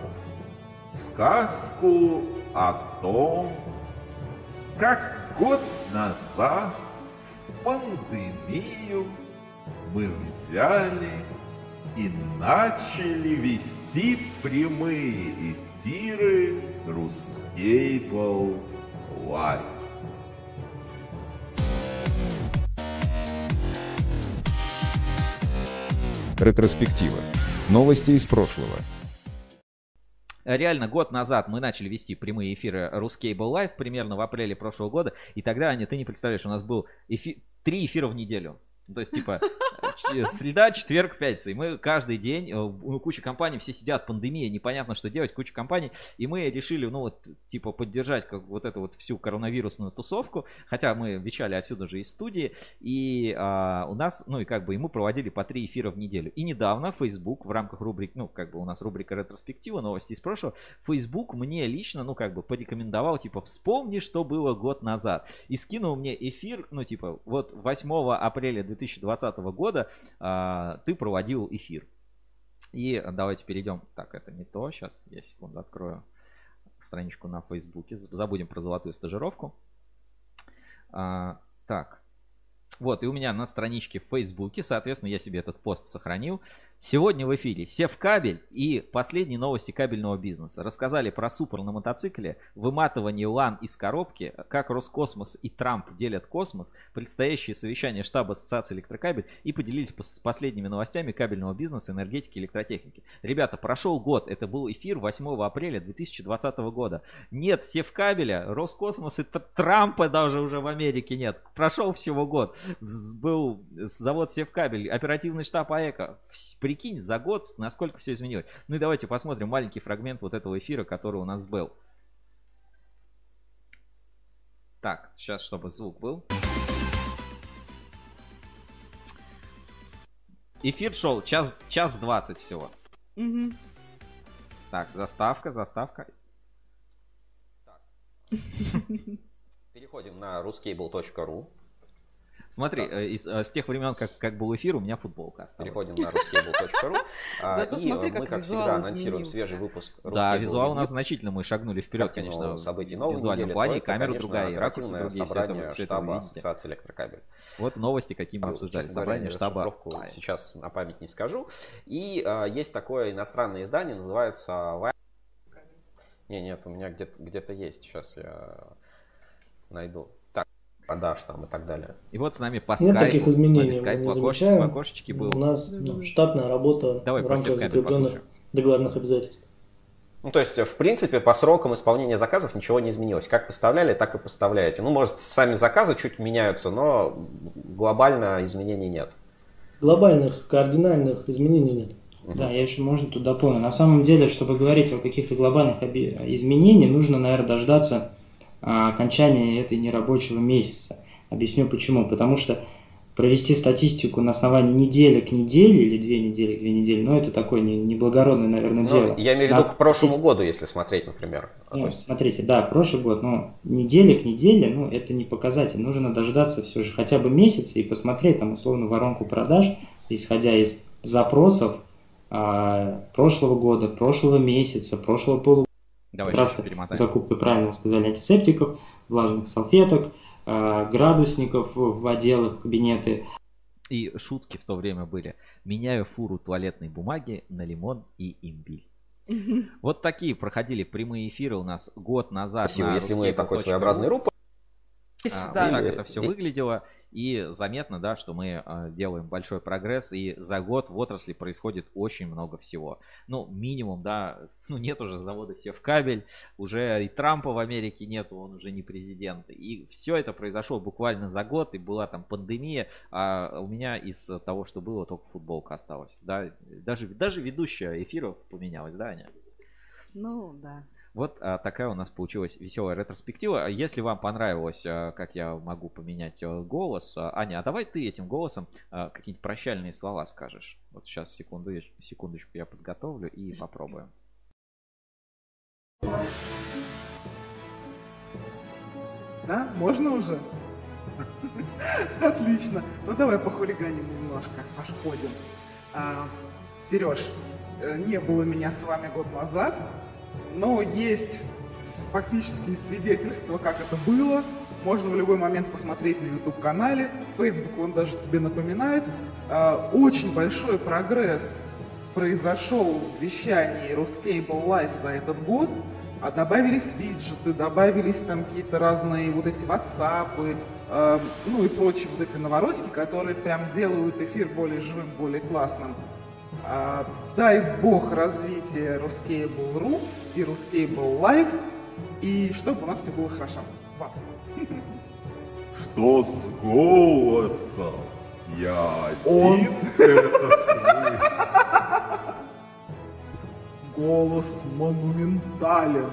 Сказку о том, как год назад в пандемию мы взяли и начали вести прямые эфиры Ruscable Live.
Ретроспектива. Новости из прошлого.
Реально, год назад мы начали вести прямые эфиры Ruscable Live, примерно в апреле прошлого года. И тогда, Аня, ты не представляешь, у нас был эфи... три эфира в неделю. То есть, типа, среда, четверг, пятница. И мы каждый день, ну, куча компаний, все сидят, пандемия, непонятно, что делать, куча компаний. И мы решили, ну, вот, типа, поддержать как вот эту вот всю коронавирусную тусовку. Хотя мы вещали отсюда же из студии. И а, у нас, ну, и как бы, и мы проводили по три эфира в неделю. И недавно Facebook в рамках рубрик, ну, как бы у нас рубрика ретроспектива, новости из прошлого, Facebook мне лично, ну, как бы, порекомендовал, типа, вспомни, что было год назад. И скинул мне эфир, ну, типа, вот восьмого апреля две тысячи двадцатого года а, ты проводил эфир. И давайте перейдем. Так, это не то. Сейчас я секунду открою страничку на Фейсбуке. Забудем про золотую стажировку. А, так. Вот, и у меня на страничке в Фейсбуке, соответственно, я себе этот пост сохранил. Сегодня в эфире Севкабель и последние новости кабельного бизнеса. Рассказали про супер на мотоцикле, выматывание лан из коробки, как Роскосмос и Трамп делят космос, предстоящее совещание штаба Ассоциации Электрокабель и поделились последними новостями кабельного бизнеса, энергетики, электротехники. Ребята, прошел год, это был эфир восьмого апреля две тысячи двадцатого года. Нет Севкабеля, Роскосмос и Трампа даже уже в Америке нет. Прошел всего год. Был завод Севкабель, оперативный штаб АЭКО. Прикинь, за год насколько все изменилось. Ну и давайте посмотрим маленький фрагмент вот этого эфира, который у нас был. Так, сейчас, чтобы звук был. Эфир шел час, час двадцать всего.
Угу.
Так, заставка, заставка.
Переходим на ruscable точка ру.
Смотри, из, с тех времен, как, как был эфир, у меня футболка осталась.
Переходим на ruscable точка ру.
Зато
и
смотри,
мы, как всегда, анонсируем свежий выпуск
Ruscable. Да, визуал у нас значительно, мы шагнули вперед, конечно,
событий
в визуальном плане, и камера другая, и ракурсы другие,
собрание штаба Ассоциации Электрокабель.
Вот новости, какие мы обсуждали, собрание штаба.
Сейчас на память не скажу. И а, есть такое иностранное издание, называется... Не, нет, у меня где-то где-то есть, сейчас я найду. Продаж там и так далее.
И вот с нами по
скайпу. Нет таких изменений,
скайп,
мы не
окош...
замечаем.
окошечке был.
У нас ну, штатная работа
Давай
в рамках закрепленных
послушаем.
договорных обязательств.
Ну, то есть, в принципе, по срокам исполнения заказов ничего не изменилось. Как поставляли, так и поставляете. Ну, может, сами заказы чуть меняются, но глобально изменений нет.
Глобальных, кардинальных изменений нет.
Угу. Да, я еще, можно, тут дополню. На самом деле, чтобы говорить о каких-то глобальных изменениях, нужно, наверное, дождаться окончания этой нерабочего месяца. Объясню почему. Потому что провести статистику на основании недели к неделе или две недели к две недели, ну это такое неблагородное, наверное,
ну,
дело.
Я имею в виду к прошлому году, если смотреть, например.
Ну, есть... Смотрите, да, прошлый год, но неделя к неделе, ну это не показатель. Нужно дождаться все же хотя бы месяца и посмотреть там условно воронку продаж, исходя из запросов а, прошлого года, прошлого месяца, прошлого полугода.
Давай
просто закупка, правильно сказали, антисептиков, влажных салфеток, градусников в отделах, кабинеты.
И шутки в то время были. Меняю фуру туалетной бумаги на лимон и имбирь. Вот такие проходили прямые эфиры у нас год назад.
Спасибо, если мы такой своеобразный рупор.
А, да. Так это все выглядело, и заметно, да, что мы а, делаем большой прогресс, и за год в отрасли происходит очень много всего. Ну, минимум, да, ну нет уже завода Севкабель, уже и Трампа в Америке нету, он уже не президент. И все это произошло буквально за год, и была там пандемия, а у меня из того, что было, только футболка осталась. Да? Даже, даже ведущая эфиров поменялась, да, Аня?
Ну, да.
Вот а, такая у нас получилась веселая ретроспектива. Если вам понравилось, а, как я могу поменять а, голос, а, Аня, а давай ты этим голосом а, какие-нибудь прощальные слова скажешь. Вот сейчас секунду, секундочку я подготовлю и попробуем.
Да? Можно уже? Отлично. Ну давай похулиганим немножко, пошкодим. А, Сереж, не было меня с вами год назад. Но есть фактические свидетельства, как это было. Можно в любой момент посмотреть на YouTube-канале. Facebook, он даже тебе напоминает. Очень большой прогресс произошел в вещании Ruscable Live за этот год. А добавились виджеты, добавились там какие-то разные вот эти WhatsApp, ну и прочие вот эти наворотики, которые прям делают эфир более живым, более классным. А, дай бог развития Ruscable.ru и Ruscable Live, и чтобы у нас все было хорошо. Вот.
Что с голосом? Я один
Он...
это слышу.
Голос монументален.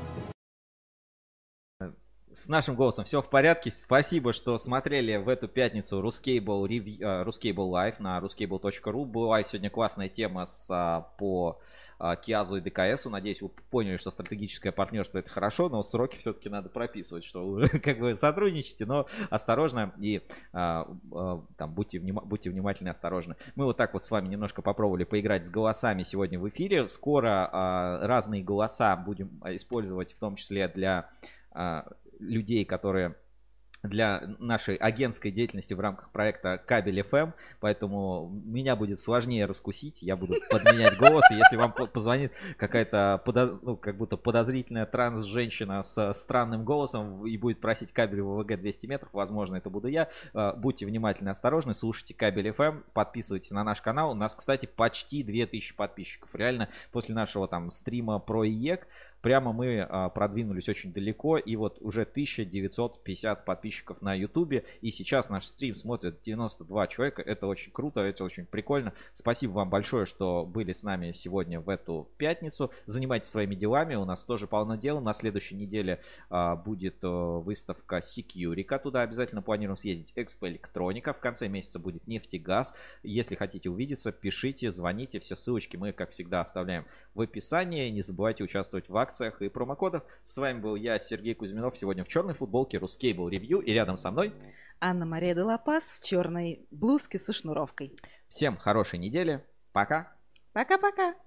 С нашим голосом все в порядке. Спасибо, что смотрели в эту пятницу Ruscable, Ruscable Live на ruscable точка ру. Была сегодня классная тема с, по Киазу и ДКСу. Надеюсь, вы поняли, что стратегическое партнерство — это хорошо, но сроки все-таки надо прописывать, что вы как бы сотрудничаете, но осторожно и а, а, там, будьте, вним... будьте внимательны и осторожны. Мы вот так вот с вами немножко попробовали поиграть с голосами сегодня в эфире. Скоро а, разные голоса будем использовать, в том числе для а, людей, которые для нашей агентской деятельности в рамках проекта Кабель эф эм, поэтому меня будет сложнее раскусить, я буду подменять голос, и если вам позвонит какая-то подоз... ну, как будто подозрительная транс-женщина с странным голосом и будет просить кабель в ВВГ двести метров, возможно, это буду я. Будьте внимательны и осторожны, слушайте Кабель эф эм, подписывайтесь на наш канал, у нас, кстати, почти две тысячи подписчиков, реально, после нашего там стрима про ИЕК прямо мы а, продвинулись очень далеко, и вот уже тысяча девятьсот пятьдесят подписчиков на ютубе, и сейчас наш стрим смотрят девяносто два человека, это очень круто, это очень прикольно. Спасибо вам большое, что были с нами сегодня в эту пятницу. Занимайтесь своими делами, у нас тоже полно дел. На следующей неделе а, будет а, выставка Securica, туда обязательно планируем съездить. Экспо Электроника, в конце месяца будет Нефтегаз. Если хотите увидеться, пишите, звоните, все ссылочки мы, как всегда, оставляем в описании. Не забывайте участвовать в акции и промокодах. С вами был я, Сергей Кузьминов, сегодня в черной футболке Ruscable Review, и рядом со мной
Анна-Мария де ла Паз в черной блузке со шнуровкой.
Всем хорошей недели. Пока.
Пока-пока.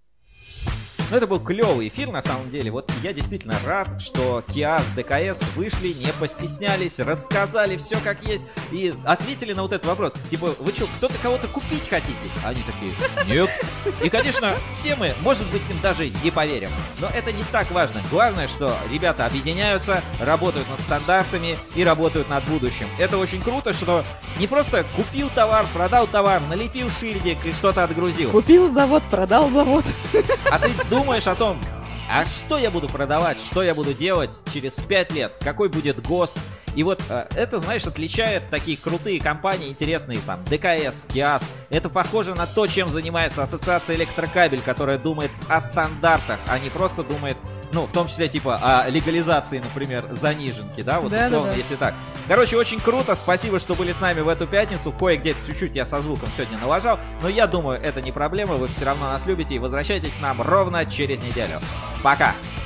Ну, это был клевый эфир, на самом деле. Вот я действительно рад, что Киаз, ДКС вышли, не постеснялись, рассказали все как есть и ответили на вот этот вопрос. Типа, вы что, кто-то кого-то купить хотите? Они такие, нет. И, конечно, все мы, может быть, им даже не поверим. Но это не так важно. Главное, что ребята объединяются, работают над стандартами и работают над будущим. Это очень круто, что не просто купил товар, продал товар, налепил шильдик и что-то отгрузил.
Купил завод, продал завод.
А ты думаешь о том, а что я буду продавать, что я буду делать через пять лет, какой будет ГОСТ. И вот это, знаешь, отличает такие крутые компании, интересные, там, ДКС, Киаз. Это похоже на то, чем занимается Ассоциация Электрокабель, которая думает о стандартах, а не просто думает, ну, в том числе, типа, о легализации, например, заниженки, да, вот, да, условно, да, да. Если так. Короче, очень круто, спасибо, что были с нами в эту пятницу, кое-где чуть-чуть я со звуком сегодня налажал, но я думаю, это не проблема, вы все равно нас любите, и возвращайтесь к нам ровно через неделю. Пока!